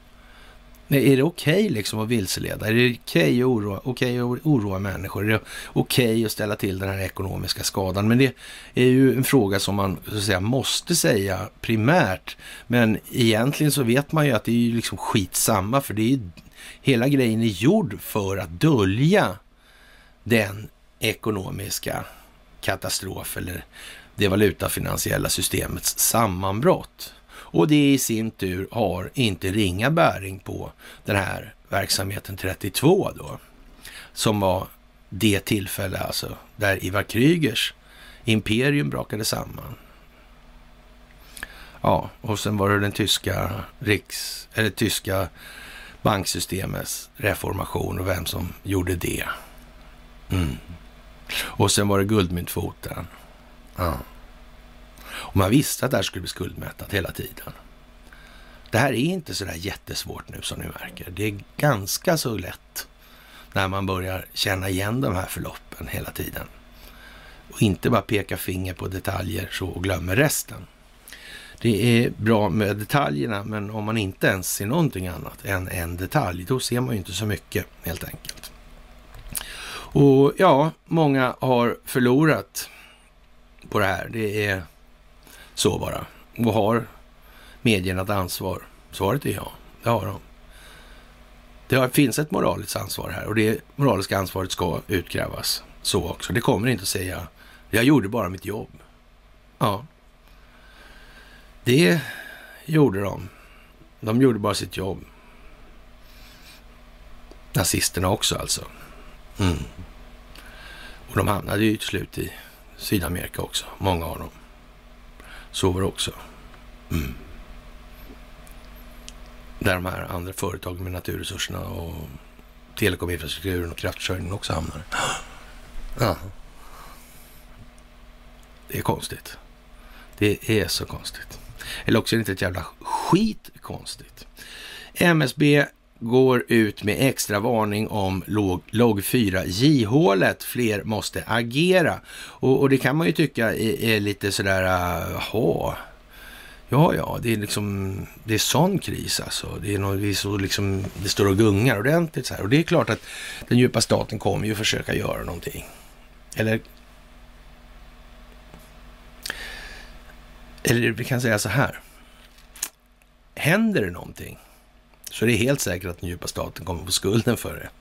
Är det okej okay liksom att vilseleda? Är det okej okay att oroa, okay att oroa människor? Är det okej okay att ställa till den här ekonomiska skadan? Men det är ju en fråga som man så att säga måste säga primärt. Men egentligen så vet man ju att det är ju liksom skitsamma, för det är ju, hela grejen är gjord för att dölja den ekonomiska katastrof eller det valutafinansiella systemets sammanbrott. Och det i sin tur har inte ringa bäring på den här verksamheten trettiotvå då. Som var det tillfälle alltså där Ivar Krügers imperium brakade samman. Ja, och sen var det den tyska riks, eller tyska banksystemets reformation och vem som gjorde det. Mm. Och sen var det guldmyntfoten. Ja. Och man visste att det här skulle bli skuldmättat hela tiden. Det här är inte så där jättesvårt nu som ni märker. Det är ganska så lätt när man börjar känna igen de här förloppen hela tiden. Och inte bara peka finger på detaljer så och glömmer resten. Det är bra med detaljerna, men om man inte ens ser någonting annat än en detalj, då ser man ju inte så mycket helt enkelt. Och ja, många har förlorat på det här. Det är så bara. Och har medierna ett ansvar? Svaret är ja, det har de. Det har, finns ett moraliskt ansvar här och det moraliska ansvaret ska utkrävas så också. Det kommer inte att säga, jag gjorde bara mitt jobb. Ja, det gjorde de. De gjorde bara sitt jobb. Nazisterna också alltså. Mm. Och de hamnade ju till slut i Sydamerika också, många av dem. Så var det också. Mm. Där de här andra företagen med naturresurserna och telekominfrastrukturen och kraftförsörjningen också hamnar. Ja. Det är konstigt. Det är så konstigt. Eller också är det inte ett jävla skit konstigt. M S B går ut med extra varning om låg, låg fyra J-hålet. Fler måste agera. Och, och det kan man ju tycka är, är lite sådär, jaha, ja, ja, det är liksom, det är sån kris alltså. Det är något, det är så liksom, det står och gungar ordentligt så här. Och det är klart att den djupa staten kommer ju försöka göra någonting. Eller, eller vi kan säga så här. Händer det någonting så är det helt säkert att den djupa staten kommer få skulden för det.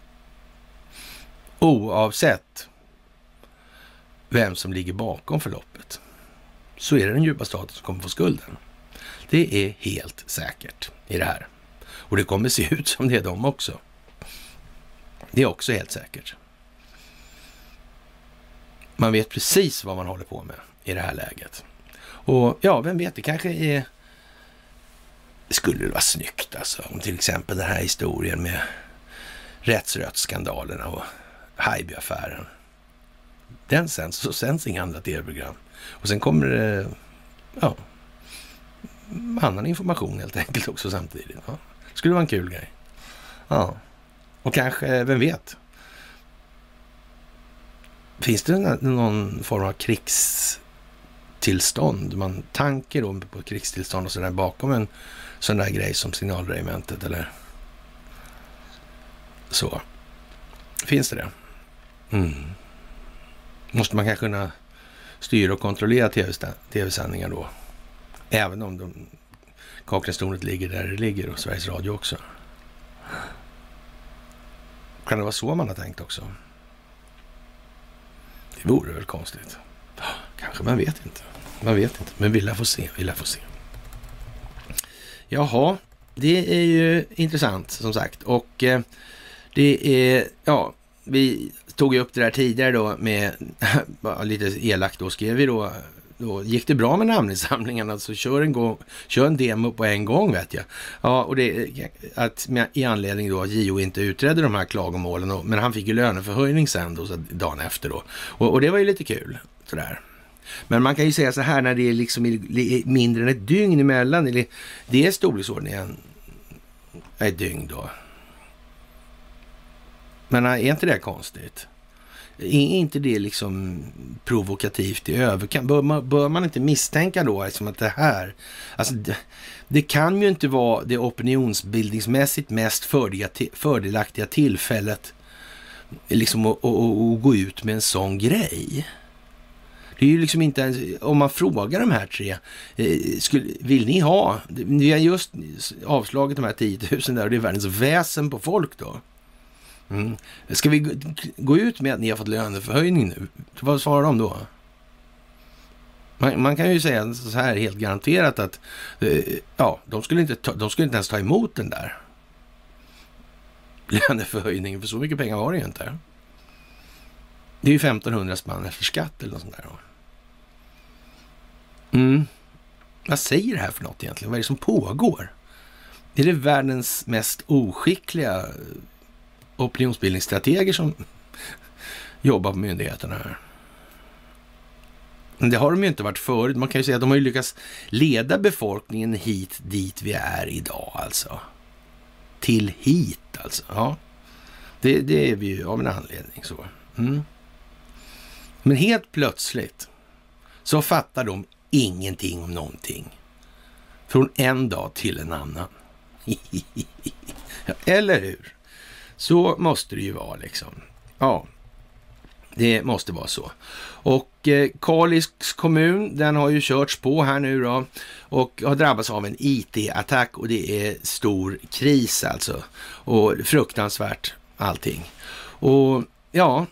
Oavsett vem som ligger bakom förloppet så är det den djupa staten som kommer få skulden. Det är helt säkert i det här. Och det kommer se ut som det är de också. Det är också helt säkert. Man vet precis vad man håller på med i det här läget. Och ja, vem vet, det kanske är... Det skulle vara snyggt alltså, om till exempel den här historien med rättsrötsskandalerna och Haijby-affären. Den sänds, så sänds inga andra tv-program. Och sen kommer det, ja, annan information helt enkelt också samtidigt. Ja. Det skulle vara en kul grej. Ja. Och kanske, vem vet? Finns det någon form av krigstillstånd? Man tanker då på krigstillstånd och sådär bakom en sån där grej som signalregementet eller så. Finns det det? Mm. Måste man kanske kunna styra och kontrollera tv-sändningar då? Även om de, Kaknästornet ligger där det ligger och Sveriges Radio också. Kan det vara så man har tänkt också? Det vore väl konstigt. Kanske, man vet inte. Man vet inte, men vill jag få se, vill jag få se. Jaha, det är ju intressant som sagt. Och eh, det är, ja, vi tog ju upp det där tidigare då med, lite elakt då skrev vi då, då gick det bra med namninsamlingen, alltså kör en, gång, kör en demo på en gång vet jag. Ja, och det att med, i anledning då att J O inte utredde de här klagomålen, och, men han fick ju löneförhöjning sen då, så dagen efter då. Och, och det var ju lite kul, sådär. Men man kan ju säga så här, när det är liksom mindre än ett dygn emellan, eller det är storleksordningen ett dygn då. Men är inte det konstigt? Är inte det liksom provokativt i överkant? Bör man, bör man inte misstänka då liksom att det här, alltså det, det kan ju inte vara det opinionsbildningsmässigt mest fördelaktiga tillfället liksom att, att, att gå ut med en sån grej. Det är ju liksom inte ens, om man frågar de här tre, eh, skulle, vill ni ha, vi har just avslagit de här tio tusen där och det är världens väsen på folk då. Mm. Ska vi gå, gå ut med att ni har fått löneförhöjning nu? Vad svarar de då? Man, man kan ju säga så här helt garanterat att eh, ja, de skulle, inte ta, de skulle inte ens ta emot den där löneförhöjningen, för så mycket pengar var det ju inte. Det är ju femtonhundra spänn efter skatt eller något sånt där då. Mm. Vad säger det här för något egentligen? Vad är det som pågår? Är det världens mest oskickliga opinionsbildningsstrateger som jobbar på myndigheterna här? Men det har de ju inte varit förut. Man kan ju säga att de har ju lyckats leda befolkningen hit dit vi är idag alltså. Till hit alltså. Ja. Det, det är vi ju av en anledning så. Mm. Men helt plötsligt så fattar de ingenting om någonting. Från en dag till en annan. Eller hur? Så måste det ju vara liksom. Ja, det måste vara så. Och eh, Kalix kommun, den har ju körts på här nu då. Och har drabbats av en I T-attack och det är stor kris alltså. Och fruktansvärt allting. Och ja,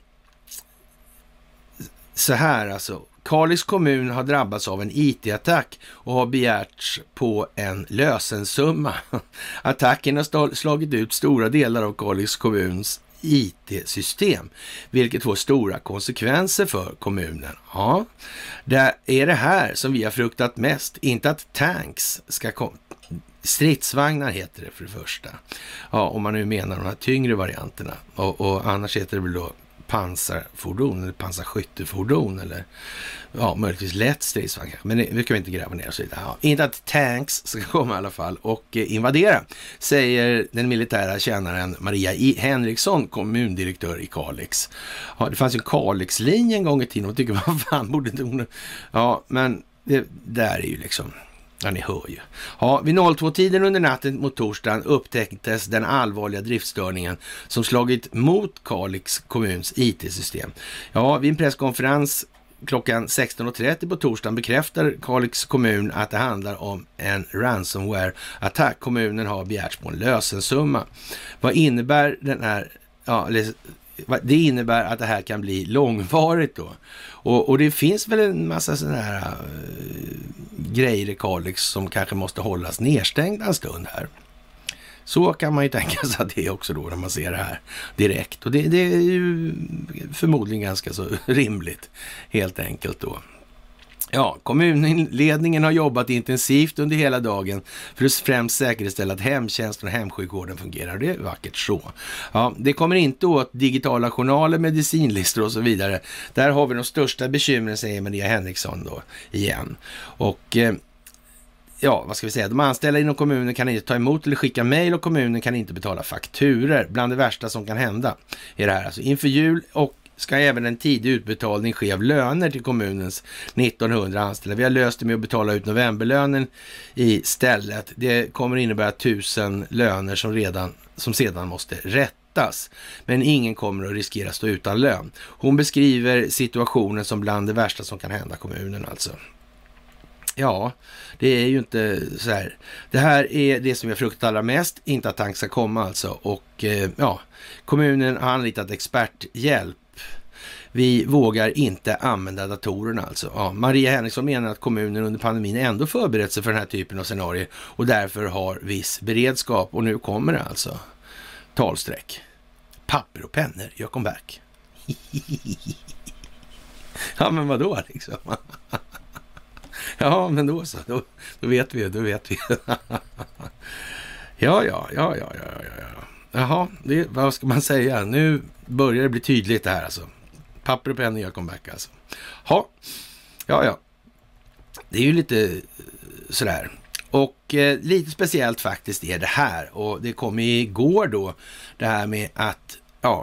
så här alltså. Kalix kommun har drabbats av en I T-attack och har begärts på en lösensumma. Attacken har slagit ut stora delar av Kalix kommuns I T-system, vilket får stora konsekvenser för kommunen. Ja, det är det här som vi har fruktat mest. Inte att tanks ska komma. Stridsvagnar heter det för det första. Ja, om man nu menar de här tyngre varianterna. Och, och annars heter det väl då pansarfordon eller pansarskyttefordon eller ja, möjligtvis lätt stridsvagn. Men det, vi kan inte gräva ner oss i det. Ja, inte att tanks ska komma i alla fall och eh, invadera, säger den militära tjänaren Maria I. Henriksson, kommundirektör i Kalix. Ja, det fanns ju en Kalix-linje en gång i tiden och tycker vad fan borde inte hon... Ja, men det där är ju liksom... Ja, ni hör ju. Ja, vid två-tiden under natten mot torsdagen upptäcktes den allvarliga driftstörningen som slagit mot Kalix kommuns I T-system. Ja, vid en presskonferens klockan sexton trettio på torsdagen bekräftar Kalix kommun att det handlar om en ransomware-attack. Kommunen har begärts på en lösensumma. Vad innebär den här... Ja, det innebär att det här kan bli långvarigt då. Och, och det finns väl en massa sådana här äh, grejer i Kalix som kanske måste hållas nedstängda en stund här. Så kan man ju tänka sig att det är också då när man ser det här direkt. Och det, det är ju förmodligen ganska så rimligt helt enkelt då. Ja, kommunledningen har jobbat intensivt under hela dagen för att främst säkerställa att hemtjänsten och hemsjukvården fungerar. Det är vackert så. Ja, det kommer inte åt digitala journaler, medicinlistor och så vidare. Där har vi de största bekymren, säger Maria Henriksson då igen. Och... Eh, Ja, vad ska vi säga? De anställda inom kommunen kan inte ta emot eller skicka mejl och kommunen kan inte betala fakturer. Bland det värsta som kan hända är det här. Alltså inför jul och ska även en tidig utbetalning ske av löner till kommunens nittonhundra anställda. Vi har löst det med att betala ut novemberlönen istället. Det kommer innebära tusen löner som, redan, som sedan måste rättas. Men ingen kommer att riskera stå utan lön. Hon beskriver situationen som bland det värsta som kan hända kommunen alltså. Ja, det är ju inte så här. Det här är det som jag fruktar allra mest, inte att tanken ska komma alltså. Och eh, ja, kommunen har anlitat experthjälp. Vi vågar inte använda datorerna alltså. Ja, Maria Henriksson menar att kommunen under pandemin ändå förberett sig för den här typen av scenarier och därför har viss beredskap. Och nu kommer det alltså. Talsträck. Papper och pennor, jag kom back. Ja, men vadå liksom? Ja, men då så. Då, då vet vi, då vet vi. ja, ja, ja, ja, ja, ja, ja. Jaha, det, vad ska man säga? Nu börjar det bli tydligt det här alltså. Papper och penna gör comeback alltså. Ha, ja, ja. Det är ju lite sådär. Och eh, lite speciellt faktiskt är det här. Och det kom igår då det här med att, ja,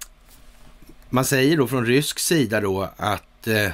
man säger då från rysk sida då att eh,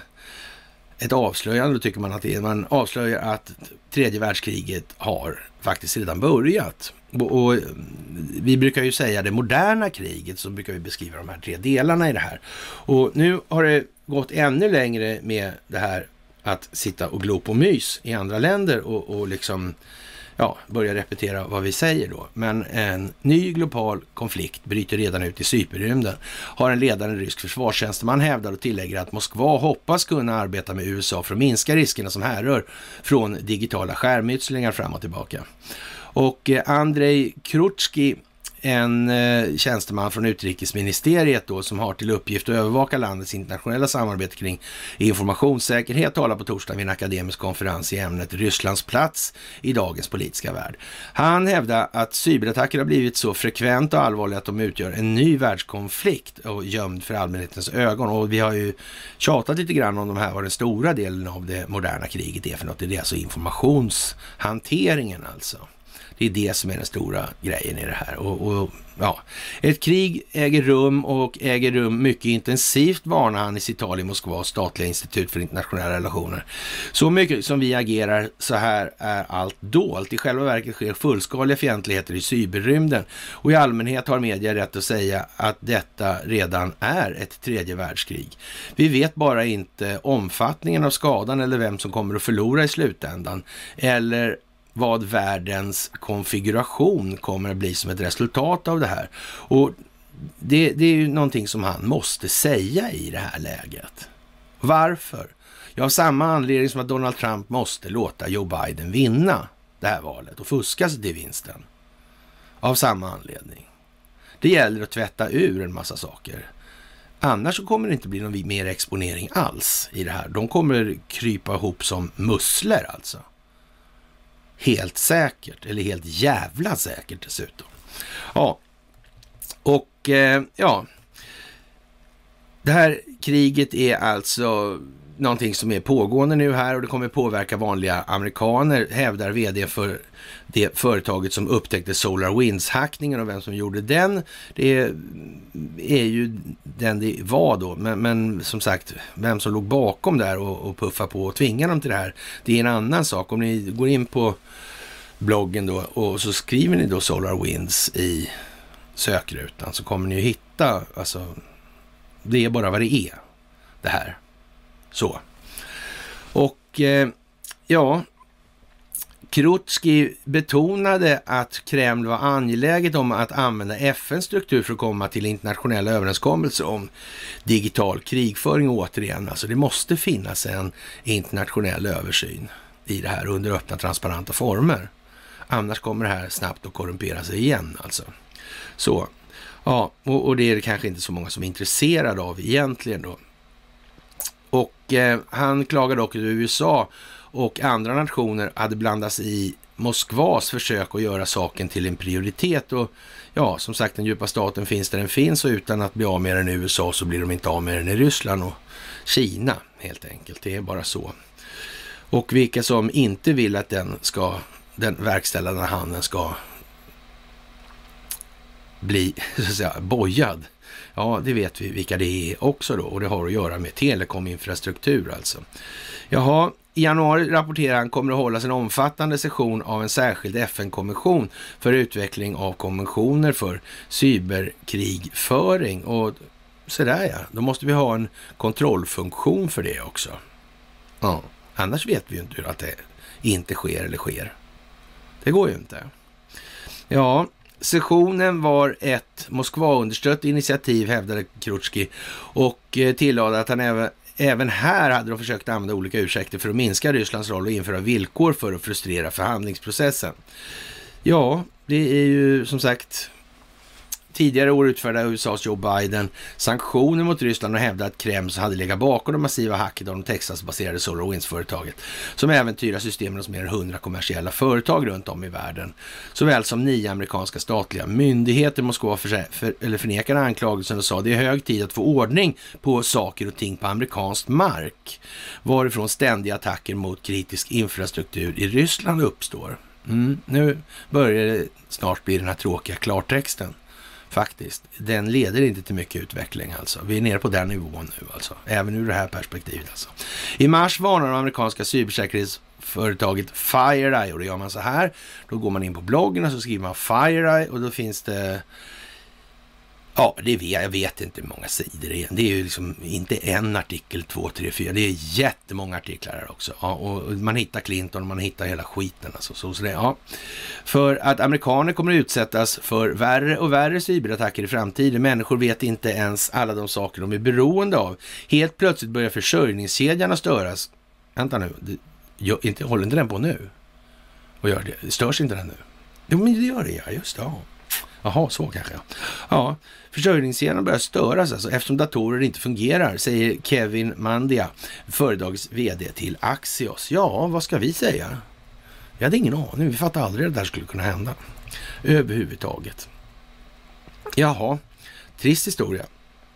ett avslöjande, då tycker man att det är, man avslöjar att tredje världskriget har faktiskt redan börjat. Och, och vi brukar ju säga det moderna kriget, så brukar vi beskriva de här tre delarna i det här. Och nu har det gått ännu längre med det här att sitta och glo på mys i andra länder och, och liksom ja, börja repetera vad vi säger då. Men en ny global konflikt bryter redan ut i cyberrymden. Har en ledande rysk försvarstjänsteman hävdar och tillägger att Moskva hoppas kunna arbeta med U S A för att minska riskerna som härrör från digitala skärmytslingar fram och tillbaka. Och eh, Andrei Krutski, en eh, tjänsteman från utrikesministeriet då, som har till uppgift att övervaka landets internationella samarbete kring informationssäkerhet, talar på torsdag vid en akademisk konferens i ämnet Rysslands plats i dagens politiska värld. Han hävdar att cyberattacker har blivit så frekventa och allvarliga att de utgör en ny världskonflikt och gömd för allmänhetens ögon. Och vi har ju tjatat lite grann om de här, vad den stora delen av det moderna kriget är för något. Det är alltså informationshanteringen alltså. Det är det som är den stora grejen i det här. Och, och, ja. Ett krig äger rum och äger rum mycket intensivt, varnar han i sitt tal i Moskvas statliga institut för internationella relationer. Så mycket som vi agerar så här är allt dolt. I själva verket sker fullskaliga fientligheter i cyberrymden. Och i allmänhet har media rätt att säga att detta redan är ett tredje världskrig. Vi vet bara inte omfattningen av skadan eller vem som kommer att förlora i slutändan. Eller vad världens konfiguration kommer att bli som ett resultat av det här. Och det, det är ju någonting som han måste säga i det här läget. Varför? Ja, av samma anledning som att Donald Trump måste låta Joe Biden vinna det här valet och fuska sig till vinsten. Av samma anledning. Det gäller att tvätta ur en massa saker. Annars så kommer det inte bli någon mer exponering alls i det här. De kommer krypa ihop som musslor alltså. Helt säkert, eller helt jävla säkert dessutom. Ja, och eh, ja, Det här kriget är alltså någonting som är pågående nu här och det kommer påverka vanliga amerikaner, hävdar vd för det företaget som upptäckte SolarWinds-hackningen, och vem som gjorde den, det är, är ju den det var då. Men, men som sagt, vem som låg bakom där och, och puffa på och tvinga dem till det här, det är en annan sak. Om ni går in på bloggen då och så skriver ni då SolarWinds i sökrutan så kommer ni ju hitta, alltså det är bara vad det är det här. Så. Och eh, ja, Krutski betonade att Kreml var angeläget om att använda F N:s struktur för att komma till internationella överenskommelser om digital krigföring återigen. Alltså det måste finnas en internationell översyn i det här under öppna transparenta former. Annars kommer det här snabbt att korrumpera sig igen alltså. Så, ja, och, och det är det kanske inte så många som är intresserade av egentligen då. Och eh, han klagade dock att U S A och andra nationer hade blandats i Moskvas försök att göra saken till en prioritet. Och ja, som sagt, den djupa staten finns där den finns och utan att bli av med den i U S A så blir de inte av med den i Ryssland och Kina helt enkelt. Det är bara så. Och vilka som inte vill att den ska, den verkställande handen ska bli så att säga bojad. Ja, det vet vi vilka det är också då och det har att göra med telekominfrastruktur alltså. Jaha, i januari rapporterar han kommer att hållas en omfattande session av en särskild F N-kommission för utveckling av konventioner för cyberkrigföring och så där ja, då måste vi ha en kontrollfunktion för det också. Ja, annars vet vi ju inte hur att det inte sker eller sker. Det går ju inte. Ja, sessionen var ett Moskva-understött initiativ, hävdade Krutski, och tillade att han även, även här hade de försökt använda olika ursäkter för att minska Rysslands roll och införa villkor för att frustrera förhandlingsprocessen. Ja, det är ju som sagt tidigare år utfärdade U S A:s Joe Biden sanktioner mot Ryssland och hävdade att Kreml hade legat bakom de massiva hacket av de Texas-baserade SolarWinds-företaget som äventyrar systemen hos mer än hundra kommersiella företag runt om i världen. Såväl som nio amerikanska statliga myndigheter. Moskva för, för, eller förnekade anklagelsen och sa det är hög tid att få ordning på saker och ting på amerikansk mark varifrån ständiga attacker mot kritisk infrastruktur i Ryssland uppstår. Mm, nu börjar det snart bli den här tråkiga klartexten. Faktiskt. Den leder inte till mycket utveckling alltså. Vi är nere på den nivån nu alltså. Även ur det här perspektivet alltså. I mars varnar de amerikanska cybersäkerhetsföretaget FireEye och då gör man så här. Då går man in på bloggen och så skriver man FireEye och då finns det ja, det vet, jag vet inte hur många sidor det är. Det är ju liksom inte en artikel, två, tre, fyra. Det är jättemånga artiklar här också. Ja, och man hittar Clinton och man hittar hela skiten. Alltså. Så, så det, ja. För att amerikaner kommer att utsättas för värre och värre cyberattacker i framtiden. Människor vet inte ens alla de saker de är beroende av. Helt plötsligt börjar försörjningskedjan att störas. Vänta nu, det, jag, inte, håller inte den på nu? Och gör det? Störs inte den nu? Jo, men det gör det, ja. Just det, ja. Jaha, så kanske. Ja, försörjningskedjan börjar störas alltså, eftersom datorer inte fungerar, säger Kevin Mandia, företagets vd till Axios. Ja, vad ska vi säga? Jag hade ingen aning, vi fattar aldrig att det där skulle kunna hända. Överhuvudtaget. Jaha, trist historia.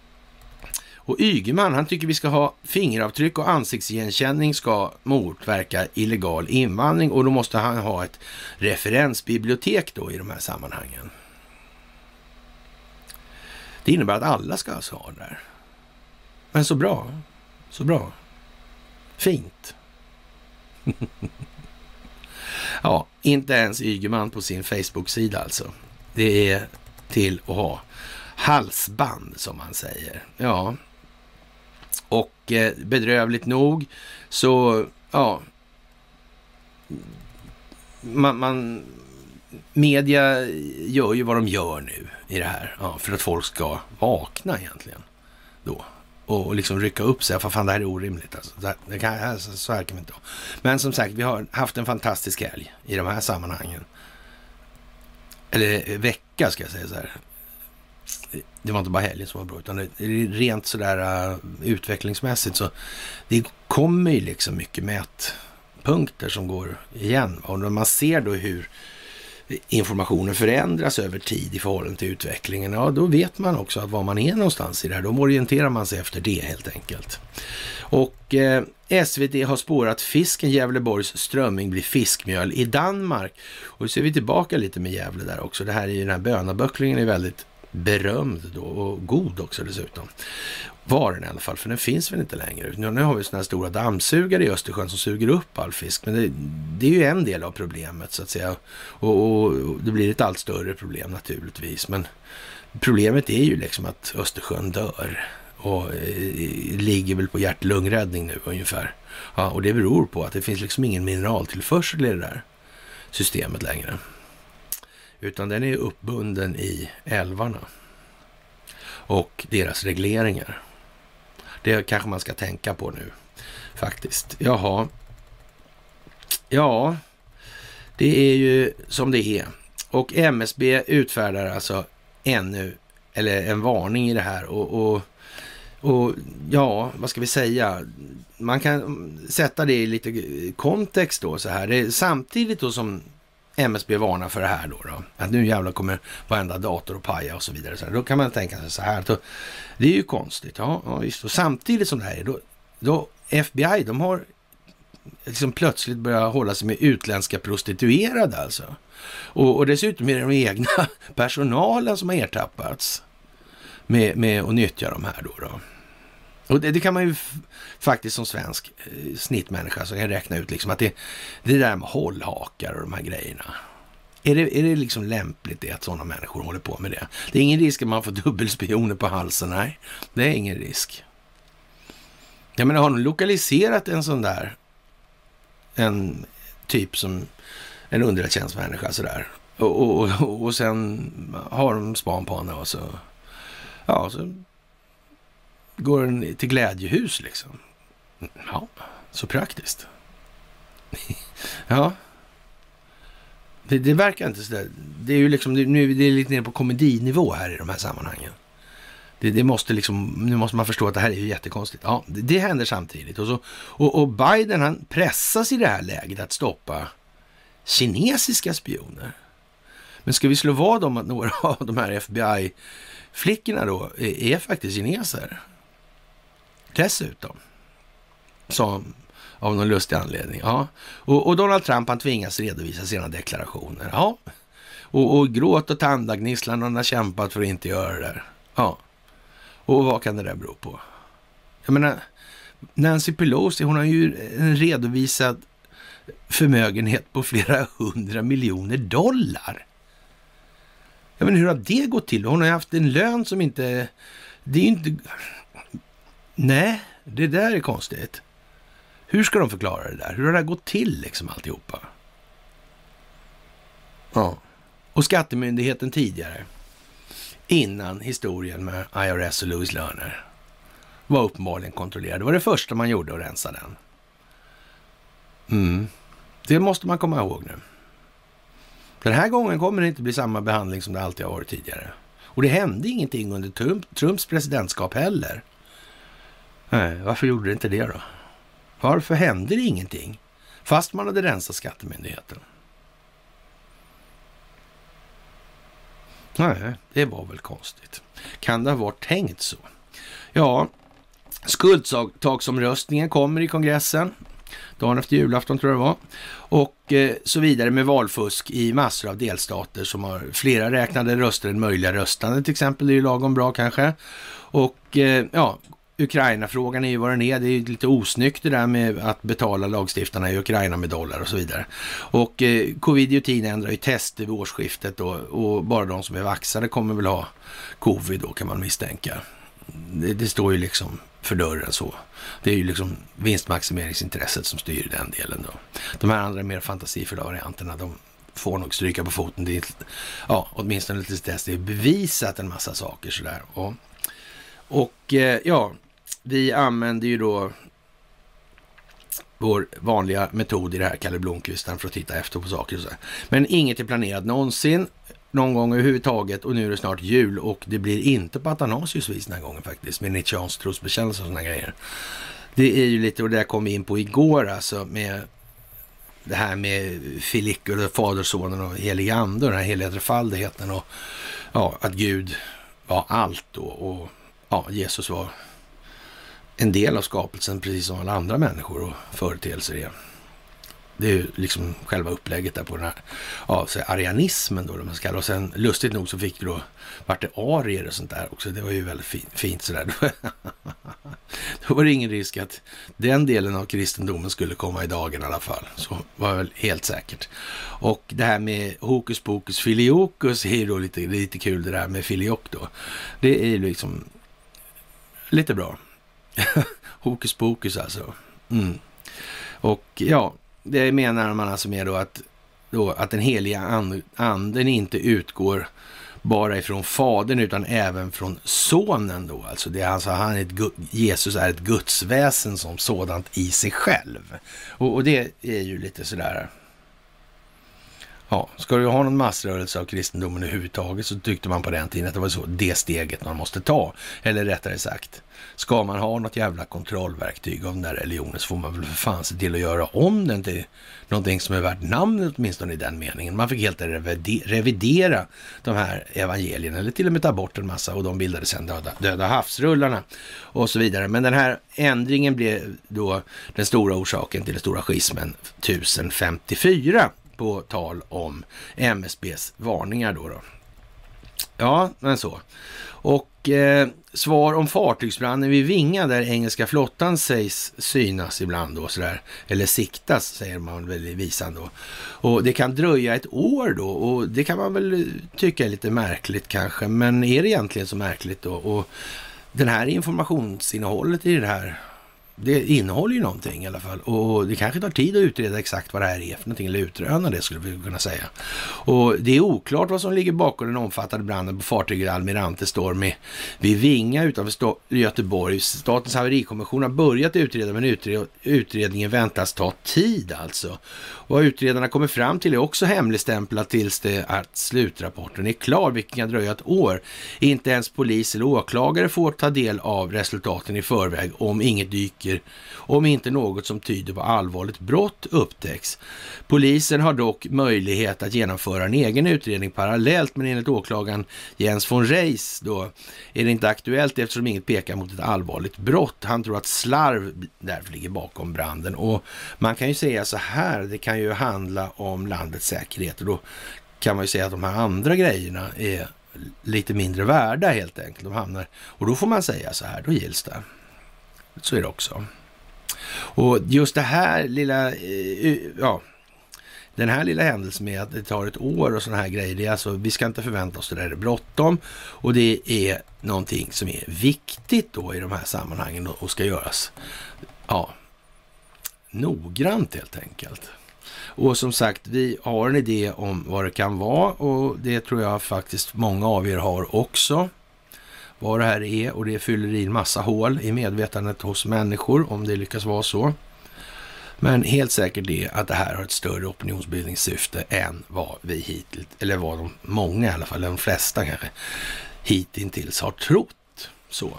Och Ygeman, han tycker vi ska ha fingeravtryck och ansiktsigenkänning ska motverka illegal invandring och då måste han ha ett referensbibliotek då i de här sammanhangen. Det innebär att alla ska alltså ha det där. Men så bra, så bra. Fint. Ja, inte ens Ygeman på sin Facebook-sida alltså. Det är till att ha halsband som man säger. Ja. Och eh, bedrövligt nog så, ja, man, man, media gör ju vad de gör nu i det här. Ja, för att folk ska vakna egentligen då. Och liksom rycka upp sig. För fan, det här är orimligt. Alltså. Det kan, alltså, så här kan vi inte ha. Men som sagt, vi har haft en fantastisk helg i de här sammanhangen. Eller vecka ska jag säga så här. Det var inte bara helgen som var bra, utan det är rent sådär uh, utvecklingsmässigt så det kommer ju liksom mycket mätpunkter som går igen. Och när man ser då hur informationen förändras över tid i förhållande till utvecklingen, ja då vet man också att var man är någonstans i det här. Då orienterar man sig efter det helt enkelt. Och eh, S V T har spårat fisken Gävleborgs strömming blir fiskmjöl i Danmark. Och då ser vi tillbaka lite med Gävle där också. Det här är ju den här bönaböcklingen är väldigt berömd då och god också dessutom. Var den i alla fall, för den finns väl inte längre. Nu, nu har vi sådana här stora dammsugare i Östersjön som suger upp all fisk. Men det, det är ju en del av problemet så att säga. Och, och det blir ett allt större problem naturligtvis. Men problemet är ju liksom att Östersjön dör. Och eh, ligger väl på hjärt-lungräddning nu ungefär. Ja, och det beror på att det finns liksom ingen mineraltillförsel i det där systemet längre. Utan den är uppbunden i älvarna. Och deras regleringar. Det kanske man ska tänka på nu. Faktiskt. Jaha. Ja. Det är ju som det är. Och M S B utfärdar alltså ännu, eller en varning i det här. Och, och, och ja, vad ska vi säga? Man kan sätta det i lite kontext då så här. Det är samtidigt då som M S B varnar för det här då, då. Att nu jävlar kommer varenda dator och paja och så vidare. Så här. Då kan man tänka sig så här. Då, det är ju konstigt. Ja, ja, visst. Och samtidigt som det här är, då, då F B I, de har liksom plötsligt börjat hålla sig med utländska prostituerade alltså. Och, och dessutom är det de egna personalen som har ertappats med, med att nyttja de här då. då. Och det, det kan man ju f- faktiskt som svensk eh, snittmänniska så kan räkna ut liksom att det, det där med hållhakar och de här grejerna. Är det, är det liksom lämpligt det att sådana människor håller på med det? Det är ingen risk att man får dubbelspioner på halsen, nej. Det är ingen risk. Jag menar, har de lokaliserat en sån där, en typ som en underrättelsetjänstmänniska sådär. Och, och, och, och sen har de span på henne och så, ja, så går den till glädjehus liksom. Ja, så praktiskt. Ja. Det, det verkar inte så där. Det är ju liksom, det, nu det är lite nere på komedinivå här i de här sammanhangen. Det, det måste liksom, nu måste man förstå att det här är ju jättekonstigt. Ja, det, det händer samtidigt. Och, så, och, och Biden, han pressas i det här läget att stoppa kinesiska spioner. Men ska vi slå vad om att några av de här F B I-flickorna då är, är faktiskt kineser? Dessutom. Som av någon lustig anledning. Ja. Och, och Donald Trump, han tvingas redovisa sina deklarationer. Ja. Och, och gråt och tandagnisslan, han har kämpat för att inte göra det där. Ja. Och vad kan det där bero på? Jag menar, Nancy Pelosi, hon har ju en redovisad förmögenhet på flera hundra miljoner dollar. Jag menar, hur har det gått till? Hon har haft en lön som inte... Det är ju inte... Nej, det där är konstigt. Hur ska de förklara det där? Hur har det gått till liksom alltihopa? Ja. Och skattemyndigheten tidigare, innan historien med I R S och Louis Lerner, var uppenbarligen kontrollerad. Det var det första man gjorde, att rensa den. Mm. Det måste man komma ihåg nu. Den här gången kommer det inte bli samma behandling som det alltid har varit tidigare. Och det hände ingenting under Trump, Trumps presidentskap heller. Nej, varför gjorde det inte det då? Varför hände det ingenting? Fast man hade rensat skattemyndigheten. Nej, det var väl konstigt. Kan det ha varit tänkt så? Ja, skuldtaksomröstningen kommer i kongressen. Dagen efter julafton tror jag det var. Och eh, så vidare med valfusk i massor av delstater som har flera räknade röster än möjliga röstande. Till exempel, det är ju lagom bra kanske. Och eh, ja, Ukraina-frågan är ju vad den är. Det är ju lite osnyggt det där med att betala lagstiftarna i Ukraina med dollar och så vidare. Och eh, covid-19 ändrar ju tester vid årsskiftet då, och bara de som är vaxade kommer väl ha covid då, kan man misstänka. Det, det står ju liksom för dörren så. Det är ju liksom vinstmaximeringsintresset som styr den delen då. De här andra mer fantasifulla varianterna, de får nog stryka på foten. Det är, ja, åtminstone lite test. Det är bevisat en massa saker sådär. Och, och eh, ja, vi använder ju då vår vanliga metod i det här, Kalle Blomqvistan, för att titta efter på saker och så här. Men inget är planerat någonsin, någon gång överhuvudtaget, och nu är det snart jul och det blir inte på Athanasius vis den här gången faktiskt, med Nietzscheans trosbekännelse och sådana grejer. Det är ju lite, och det där kom vi in på igår alltså, med det här med Filikur, fadersonen och helig ande och den här heliga trefaldigheten och ja, att Gud var allt då och ja, Jesus var en del av skapelsen precis som alla andra människor och företeelser är. Det är ju liksom själva upplägget där på den här ja, så arianismen då, de ska kalla. Och sen lustigt nog så fick det då, vart det arier och sånt där också. Det var ju väldigt fint, fint sådär. Då var det ingen risk att den delen av kristendomen skulle komma i dagen i alla fall. Så var väl helt säkert. Och det här med hokus pokus filiokus är ju då lite, lite kul, det där med filiok då. Det är ju liksom lite bra. Hokus pokus alltså. Mm. Och ja, det menar man alltså med då att, då att den heliga and, anden inte utgår bara ifrån fadern utan även från sonen då. Alltså det är alltså han är ett, Jesus är ett gudsväsen som sådant i sig själv. Och, och det är ju lite sådär. Ja, ska du ha någon massrörelse av kristendomen överhuvudtaget så tyckte man på den tiden att det var så det steget man måste ta. Eller rättare sagt, ska man ha något jävla kontrollverktyg av den där religionen så får man väl för fan se till att göra om den till någonting som är värt namnet åtminstone i den meningen. Man fick helt revidera de här evangelierna eller till och med ta bort en massa och de bildade sedan döda, döda havsrullarna och så vidare. Men den här ändringen blev då den stora orsaken till den stora schismen tusen femtiofyra. På tal om M S B:s varningar då då. Ja, men så. Och eh, svar om fartygsbranden vid Vinga där engelska flottan sägs synas ibland då sådär. Eller siktas säger man väl i visan då. Och det kan dröja ett år då och det kan man väl tycka är lite märkligt kanske. Men är det egentligen så märkligt då? Och den här informationsinnehållet i det här, det innehåller ju någonting i alla fall och det kanske tar tid att utreda exakt vad det här är för någonting eller utröna det skulle vi kunna säga. Och det är oklart vad som ligger bakom den omfattande branden på fartyget Almirante Stormy vid Vinga utanför Göteborg. Statens haverikommission har börjat utreda men utred- utredningen väntas ta tid alltså. Och vad utredarna kommer fram till är också hemligstämplat tills det att slutrapporten är klar, vilket kan dröja ett år. Inte ens polis eller åklagare får ta del av resultaten i förväg om inget dyker om inte något som tyder på allvarligt brott upptäcks. Polisen har dock möjlighet att genomföra en egen utredning parallellt men enligt åklagaren Jens von Reis då är det inte aktuellt eftersom inget pekar mot ett allvarligt brott. Han tror att slarv därför ligger bakom branden och man kan ju säga så här, det kan ju handla om landets säkerhet och då kan man ju säga att de här andra grejerna är lite mindre värda helt enkelt. De hamnar, och då får man säga så här, då gills det. Så är det också. Och just det här lilla, ja, den här lilla händelsen med att det tar ett år och sådana här grejer, det är alltså, vi ska inte förvänta oss det där är bråttom och det är någonting som är viktigt då i de här sammanhangen och ska göras, ja, noggrant helt enkelt. Och som sagt, vi har en idé om vad det kan vara och det tror jag faktiskt många av er har också. Vad det här är och det fyller i en massa hål i medvetandet hos människor om det lyckas vara så. Men helt säkert är att det här har ett större opinionsbildningssyfte än vad vi hittills, eller vad de många i alla fall, de flesta kanske, hittills har trott. Så.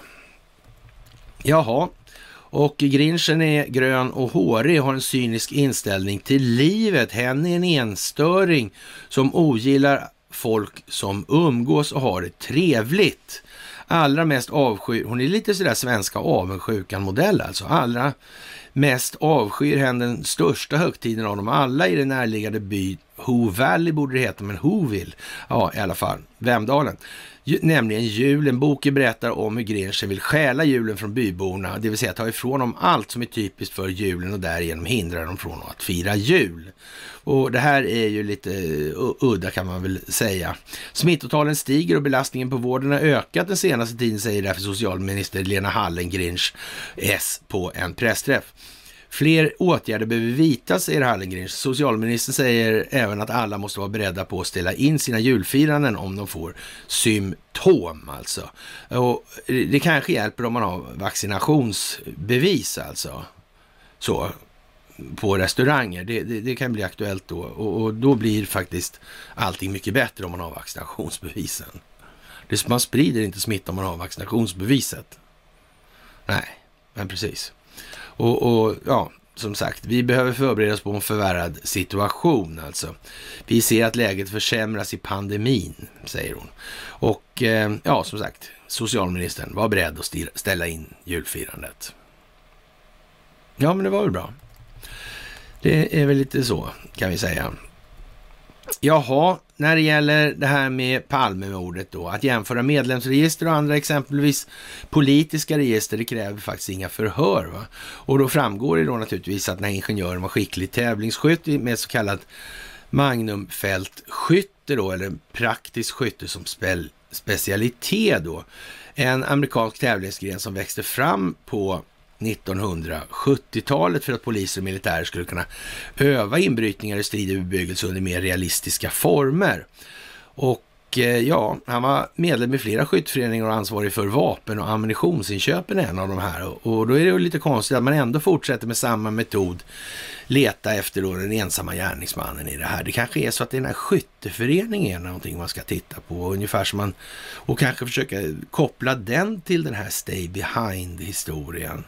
Jaha. Och Grinchen är grön och hårig, har en cynisk inställning till livet. Hen är en enstöring som ogillar folk som umgås och har det trevligt. Allra mest avskyr, hon är lite sådär svenska avundsjukan modell alltså. Allra mest avskyr henne den största högtiden av dem alla i den närliggande by Ho Valley borde det heta, men Hoville, ja i alla fall, Vemdalen. Nämligen julen. Boken berättar om hur Grinchen vill stjäla julen från byborna, det vill säga ta ifrån dem allt som är typiskt för julen och därigenom hindra dem från att fira jul. Och det här är ju lite udda kan man väl säga. Smittotalen stiger och belastningen på vården har ökat den senaste tiden, säger därför socialminister Lena Hallengrinch S på en pressträff. Fler åtgärder behöver vidtas, säger Hallengren. Socialministern säger även att alla måste vara beredda på att ställa in sina julfiranden om de får symptom alltså. Och det kanske hjälper om man har vaccinationsbevis alltså. Så på restauranger. Det, det, det kan bli aktuellt då. Och, och då blir faktiskt allting mycket bättre om man har vaccinationsbevisen. Det, man sprider inte smitta om man har vaccinationsbeviset. Nej, men precis. Och, och ja, som sagt, vi behöver förbereda oss på en förvärrad situation alltså. Vi ser att läget försämras i pandemin, säger hon. Och eh, ja, som sagt, socialministern var beredd att ställa in julfirandet. Ja, men det var väl bra. Det är väl lite så, kan vi säga. Jaha, när det gäller det här med Palmemordet då, att jämföra medlemsregister och andra exempelvis politiska register, det kräver faktiskt inga förhör, va? Och då framgår det då naturligtvis att när ingenjören var skicklig tävlingsskytt med så kallat magnumfältskytte då, eller praktisk skytte som spe- specialitet då, en amerikansk tävlingsgren som växte fram på nittonhundrasjuttiotalet för att poliser och militärer skulle kunna öva inbrytningar i strid och bebyggelse under mer realistiska former. Och ja, han var medlem i flera skytteföreningar och ansvarig för vapen och ammunitionsinköpen, en av de här. Och då är det ju lite konstigt att man ändå fortsätter med samma metod, leta efter då den ensamma gärningsmannen i det här. Det kanske är så att den här skytteföreningen är någonting man ska titta på, ungefär som man, och kanske försöka koppla den till den här Stay Behind-historien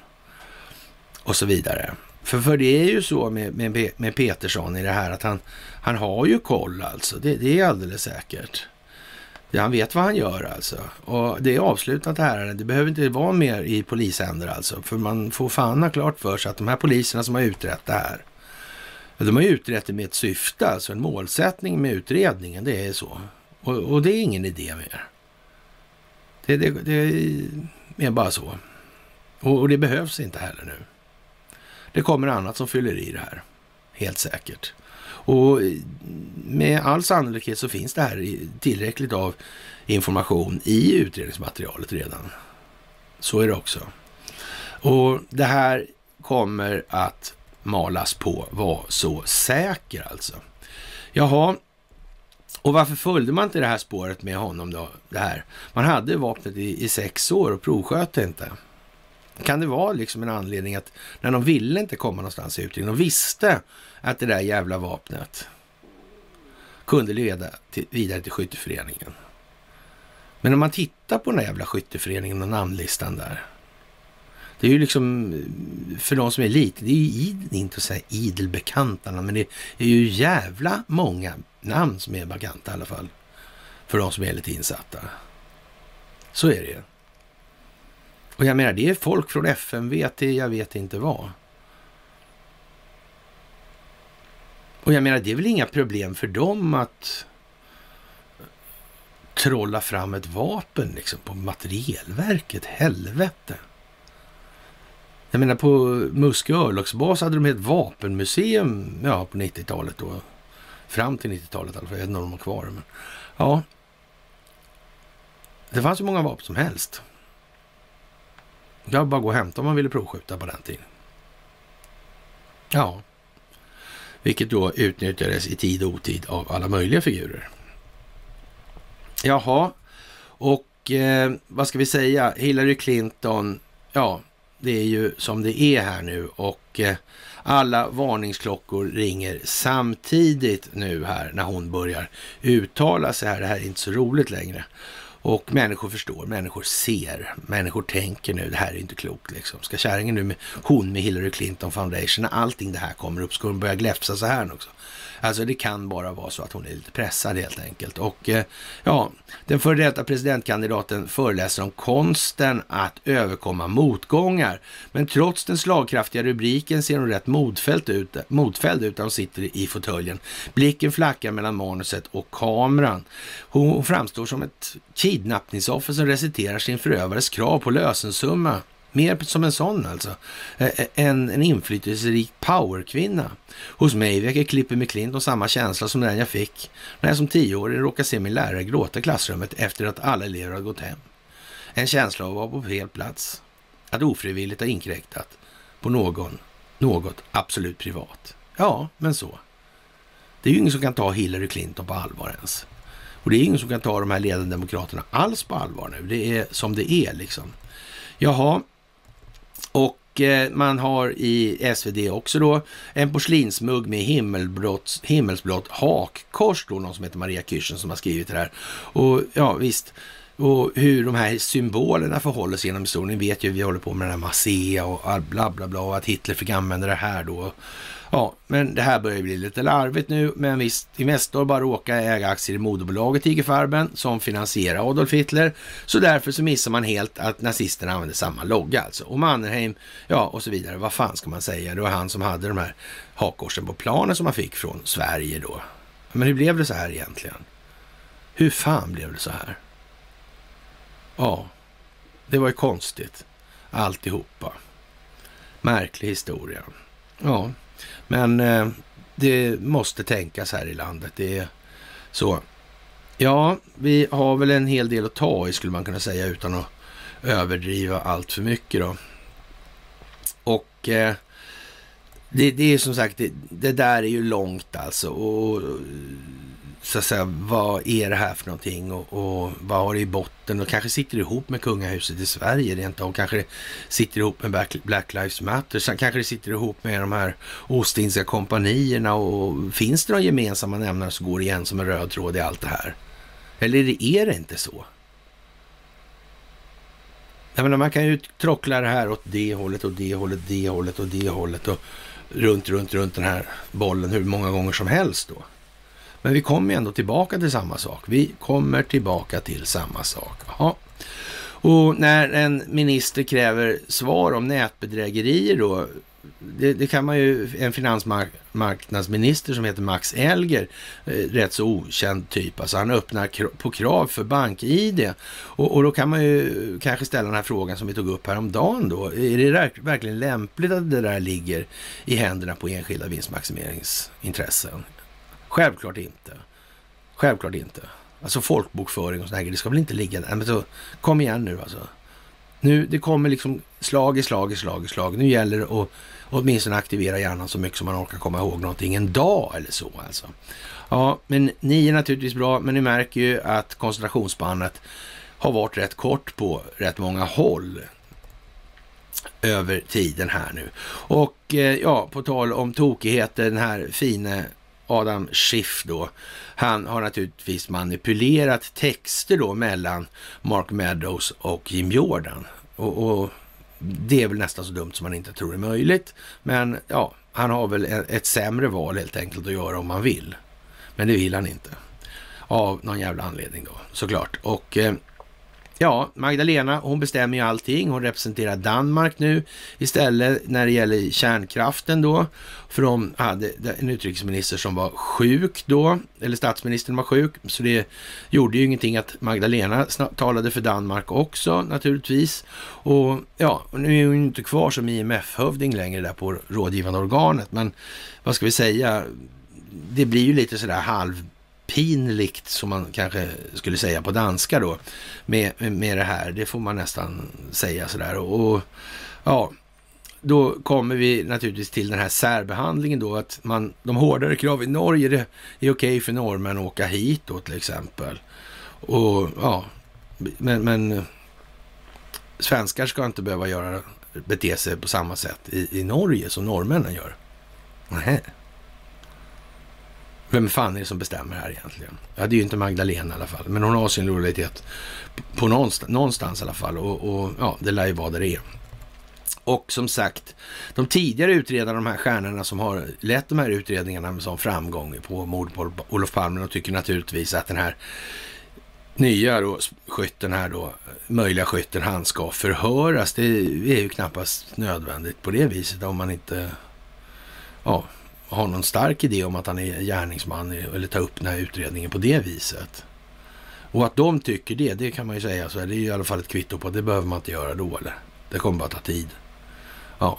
och så vidare. För, för det är ju så med, med, med Peterson i det här att han, han har ju koll alltså, det, det är alldeles säkert. Det, han vet vad han gör alltså. Och det är avslutat det här, det behöver inte vara mer i polishänder alltså. För man får fan ha klart för sig att de här poliserna som har utrett det här, de har ju utrett det med ett syfte, alltså en målsättning med utredningen, det är så. Och, och det är ingen idé mer. Det, det, det är bara så. Och, och det behövs inte heller nu. Det kommer annat som fyller i det här. Helt säkert. Och med all sannolikhet så finns det här tillräckligt av information i utredningsmaterialet redan. Så är det också. Och det här kommer att malas på, var så säker alltså. Jaha, och varför följde man inte det här spåret med honom då? Det här. Man hade vapnet i, i sex år och provsköt inte. Kan det vara liksom en anledning att när de ville inte komma någonstans i utredningen, de visste att det där jävla vapnet kunde leda till, vidare till skytteföreningen. Men om man tittar på den där jävla skytteföreningen och namnlistan där, det är ju liksom, för de som är lite, det är ju inte att säga idelbekantarna, men det är ju jävla många namn som är bekanta i alla fall, för de som är lite insatta. Så är det ju. Och jag menar, det är folk från F M V till jag vet inte vad. Och jag menar, det är väl inga problem för dem att trolla fram ett vapen liksom på materielverket, helvete. Jag menar, på Muskö örlogsbas hade de ett vapenmuseum, ja, på nittiotalet då. Fram till nittiotalet i alla fall, jag vet inte om de var kvar. Men ja, det fanns ju många vapen som helst. Jag bara gå och hämta om man ville provskjuta på den tiden. Ja. Vilket då utnyttjades i tid och otid av alla möjliga figurer. Jaha. Och eh, vad ska vi säga? Hillary Clinton, ja, det är ju som det är här nu. Och eh, alla varningsklockor ringer samtidigt nu här när hon börjar uttala sig här. Det här är inte så roligt längre. Och människor förstår, människor ser, människor tänker nu, det här är inte klokt liksom. Ska kärringen nu med hon med Hillary Clinton Foundation, när allting det här kommer upp, ska hon börja gläfsa så här också. Alltså det kan bara vara så att hon är lite pressad helt enkelt. Och eh, ja, den före detta presidentkandidaten föreläser om konsten att överkomma motgångar. Men trots den slagkraftiga rubriken ser hon rätt modfälld ut, modfälld ut när hon sitter i fåtöljen. Blicken flackar mellan manuset och kameran. Hon framstår som ett kidnappningsoffer som reciterar sin förövares krav på lösensumma. Mer som en sån alltså. En, en inflytelserik powerkvinna. Hos mig väcker klippet med Clinton samma känsla som den jag fick när jag som tioåring råkade se min lärare gråta i klassrummet efter att alla elever hade gått hem. En känsla av att vara på fel plats. Att ofrivilligt ha inkräktat på någon, något absolut privat. Ja, men så. Det är ju ingen som kan ta Hillary Clinton på allvar ens. Och det är ingen som kan ta de här ledande demokraterna alls på allvar nu. Det är som det är liksom. Jaha. Och eh, man har i S V D också då en porslinsmugg med himmelblått, himmelsblått hakkors då, någon som heter Maria Kirchen som har skrivit det här. Och ja visst, Och hur de här symbolerna förhåller sig genom historien. Ni vet ju, vi håller på med den här Masea och bla bla bla och att Hitler fick använda det här då. Ja, men det här börjar bli lite larvigt nu. Men visst, Investor bara råkar äga aktier i moderbolaget Tigerfarben som finansierar Adolf Hitler. Så därför så missar man helt att nazisterna använde samma logga alltså. Och Mannerheim, ja och så vidare. Vad fan ska man säga? Det var han som hade de här hakkorsen på planen som man fick från Sverige då. Men hur blev det så här egentligen? Hur fan blev det så här? Ja, det var ju konstigt. Alltihopa. Märklig historia. Ja, men eh, det måste tänkas här i landet. Det är så. Ja, vi har väl en hel del att ta i skulle man kunna säga utan att överdriva allt för mycket då. Och eh, det, det är som sagt, det, det där är ju långt alltså. Och så att säga, vad är det här för någonting och, och vad har det i botten och kanske sitter det ihop med kungahuset i Sverige rent och kanske det sitter ihop med Black, Black Lives Matter, sen kanske det sitter ihop med de här Ostindiska kompanierna och finns det några gemensamma nämnare som går igen som en röd tråd i allt det här? Eller är det inte så? Jag menar, man kan ju trockla det här åt det hållet och det hållet, det hållet och det hållet och runt, runt, runt den här bollen hur många gånger som helst då. Men vi kommer ändå tillbaka till samma sak. Vi kommer tillbaka till samma sak. Jaha. Och när en minister kräver svar om nätbedrägerier då, det, det kan man ju, en finansmarknadsminister som heter Max Elger, eh, rätt så okänd typ, alltså han öppnar kr- på krav för bank-I D och, och då kan man ju kanske ställa den här frågan som vi tog upp här om dagen då, är det verk- verkligen lämpligt att det där ligger i händerna på enskilda vinstmaximeringsintressen? Självklart inte. Självklart inte. Alltså folkbokföring och sådär, det ska väl inte ligga där. Men så, kom igen nu alltså. Nu, det kommer liksom slag i slag i slag i slag. Nu gäller det att åtminstone aktivera hjärnan så mycket som man orkar komma ihåg någonting en dag eller så alltså. Ja, men ni är naturligtvis bra, men ni märker ju att koncentrationsspannet har varit rätt kort på rätt många håll över tiden här nu. Och eh, ja, på tal om tokigheter, den här fine Adam Schiff då, han har naturligtvis manipulerat texter då mellan Mark Meadows och Jim Jordan. Och, och det är väl nästan så dumt som man inte tror är möjligt. Men ja, han har väl ett sämre val helt enkelt att göra om man vill. Men det vill han inte. Av någon jävla anledning då, såklart. Och eh, ja, Magdalena, hon bestämmer ju allting. Hon representerar Danmark nu istället när det gäller kärnkraften då. För de hade en utrikesminister som var sjuk då, eller statsministern var sjuk. Så det gjorde ju ingenting att Magdalena talade för Danmark också naturligtvis. Och ja, nu är hon inte kvar som I M F-hövding längre där på rådgivande organet. Men vad ska vi säga, det blir ju lite sådär halv pinligt som man kanske skulle säga på danska då med, med det här. Det får man nästan säga sådär. Och, och ja, då kommer vi naturligtvis till den här särbehandlingen då att man, de hårdare krav i Norge, det är okej för norrmän att åka hit då till exempel. Och ja, men, men svenskar ska inte behöva göra bete sig på samma sätt i, i Norge som norrmännen gör. Nej. Vem fan är det som bestämmer här egentligen? Ja, det är ju inte Magdalena i alla fall. Men hon har sin lojalitet på någonstans, någonstans i alla fall. Och, och ja, det lär ju vara där det är. Och som sagt, de tidigare utredarna, de här stjärnorna som har lett de här utredningarna med sån framgång på mord på Olof Palme, och tycker naturligtvis att den här nya då, skytten här då, möjliga skytten, han ska förhöras. Det är ju knappast nödvändigt på det viset om man inte ja, har någon stark idé om att han är gärningsman eller ta upp den här utredningen på det viset. Och att de tycker det, det kan man ju säga så här, det är ju i alla fall ett kvitto på att det behöver man inte göra då, eller? Det kommer bara ta tid. Ja.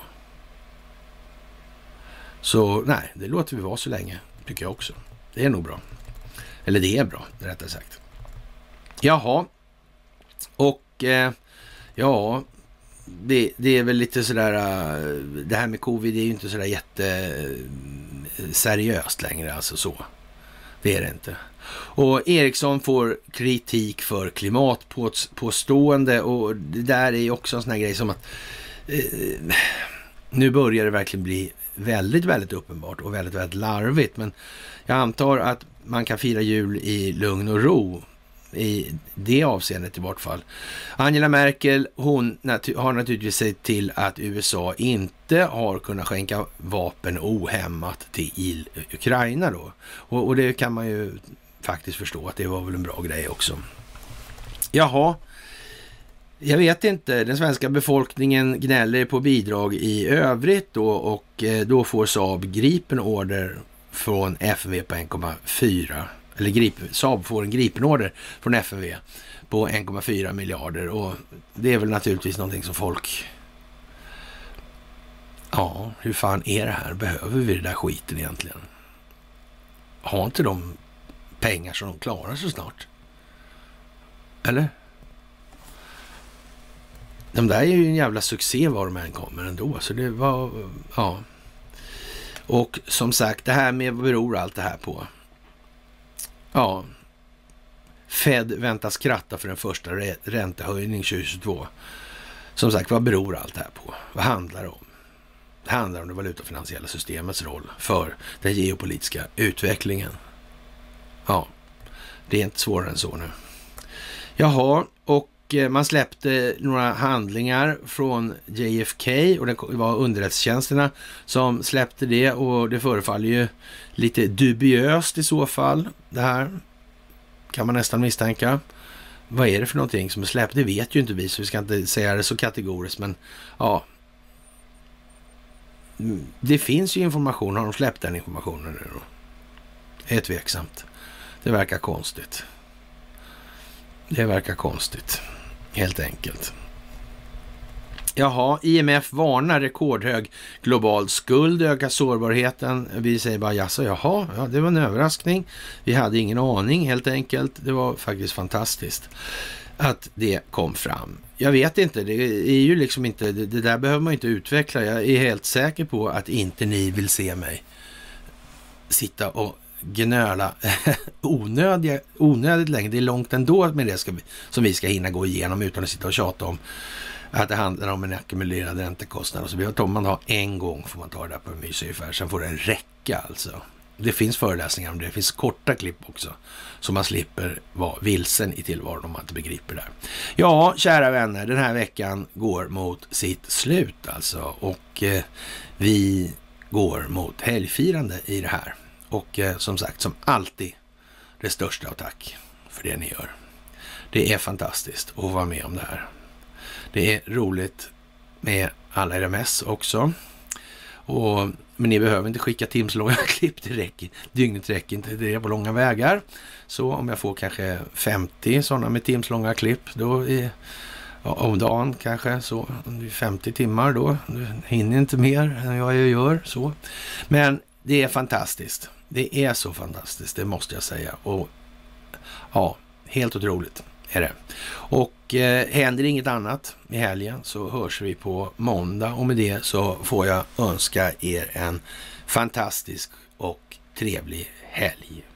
Så nej, det låter vi vara så länge, tycker jag också. Det är nog bra. Eller det är bra, rättare sagt. Jaha. Och eh, ja, det, det är väl lite sådär, uh, det här med covid är ju inte sådär jätte uh, seriöst längre, alltså så. Det är det inte. Och Ericsson får kritik för klimatpåstående, och det där är ju också en sån här grej som att uh, nu börjar det verkligen bli väldigt, väldigt uppenbart och väldigt, väldigt larvigt. Men jag antar att man kan fira jul i lugn och ro i det avseendet i vart fall. Angela Merkel, hon nat- har naturligtvis sett till att U S A inte har kunnat skänka vapen ohämmat till Ukraina då. Och, och det kan man ju faktiskt förstå att det var väl en bra grej också. Jaha, jag vet inte. Den svenska befolkningen gnäller på bidrag i övrigt då, och då får Saab Gripen order från F M V på en komma fyra. Eller grip, Saab får en Gripen-order från F M V på en komma fyra miljarder, och det är väl naturligtvis någonting som folk... Ja, hur fan är det här? Behöver vi det där skiten egentligen? Har inte de pengar som de klarar så snart? Eller? De där är ju en jävla succé var de än kommer ändå, så det var... Ja. Och som sagt, det här med vad beror allt det här på? Ja, Fed väntas kratta för den första räntehöjning tjugohundratjugotvå. Som sagt, vad beror allt det här på? Vad handlar det om? Det handlar om det valutafinansiella systemets roll för den geopolitiska utvecklingen. Ja, det är inte svårare än så nu. Jaha, och man släppte några handlingar från J F K, och det var underrättelsetjänsterna som släppte det, och det förefaller ju lite dubiöst i så fall. Det här kan man nästan misstänka. Vad är det för någonting som är släppt? Det vet ju inte vi, så vi ska inte säga det så kategoriskt, men ja. Det finns ju information. Har de släppt den informationen nu då? Det är tveksamt. Det verkar konstigt. Det verkar konstigt. Helt enkelt. Jaha, I M F varnar rekordhög global skuld, ökar sårbarheten. Vi säger bara jaså, jaha, ja, det var en överraskning. Vi hade ingen aning helt enkelt. Det var faktiskt fantastiskt att det kom fram. Jag vet inte, det är ju liksom inte, det, det där behöver man inte utveckla. Jag är helt säker på att inte ni vill se mig sitta och gnöla onödiga, onödigt länge. Det är långt ändå med det ska vi, som vi ska hinna gå igenom utan att sitta och tjata om att det handlar om en ackumulerad räntekostnad. Och så behöver man ha en gång, får man ta det där på en mysig ungefär. Sen får det räcka alltså. Det finns föreläsningar om det. Det finns korta klipp också. Så man slipper vara vilsen i tillvaron om man inte begriper det. Ja, kära vänner. Den här veckan går mot sitt slut alltså. Och eh, vi går mot helgfirande i det här. Och eh, som sagt, som alltid, det största av tack för det ni gör. Det är fantastiskt att vara med om det här. Det är roligt med alla R M S också. Och, men ni behöver inte skicka timslånga klipp, det räcker. Dygnet räcker inte, det är på långa vägar. Så om jag får kanske femtio sådana med timslånga klipp, då är, ja, om dagen kanske, så femtio timmar då. Du hinner inte mer än jag gör så. Men det är fantastiskt. Det är så fantastiskt, det måste jag säga. Och ja, helt otroligt är det. Och eh, händer inget annat i helgen så hörs vi på måndag. Och med det så får jag önska er en fantastisk och trevlig helg.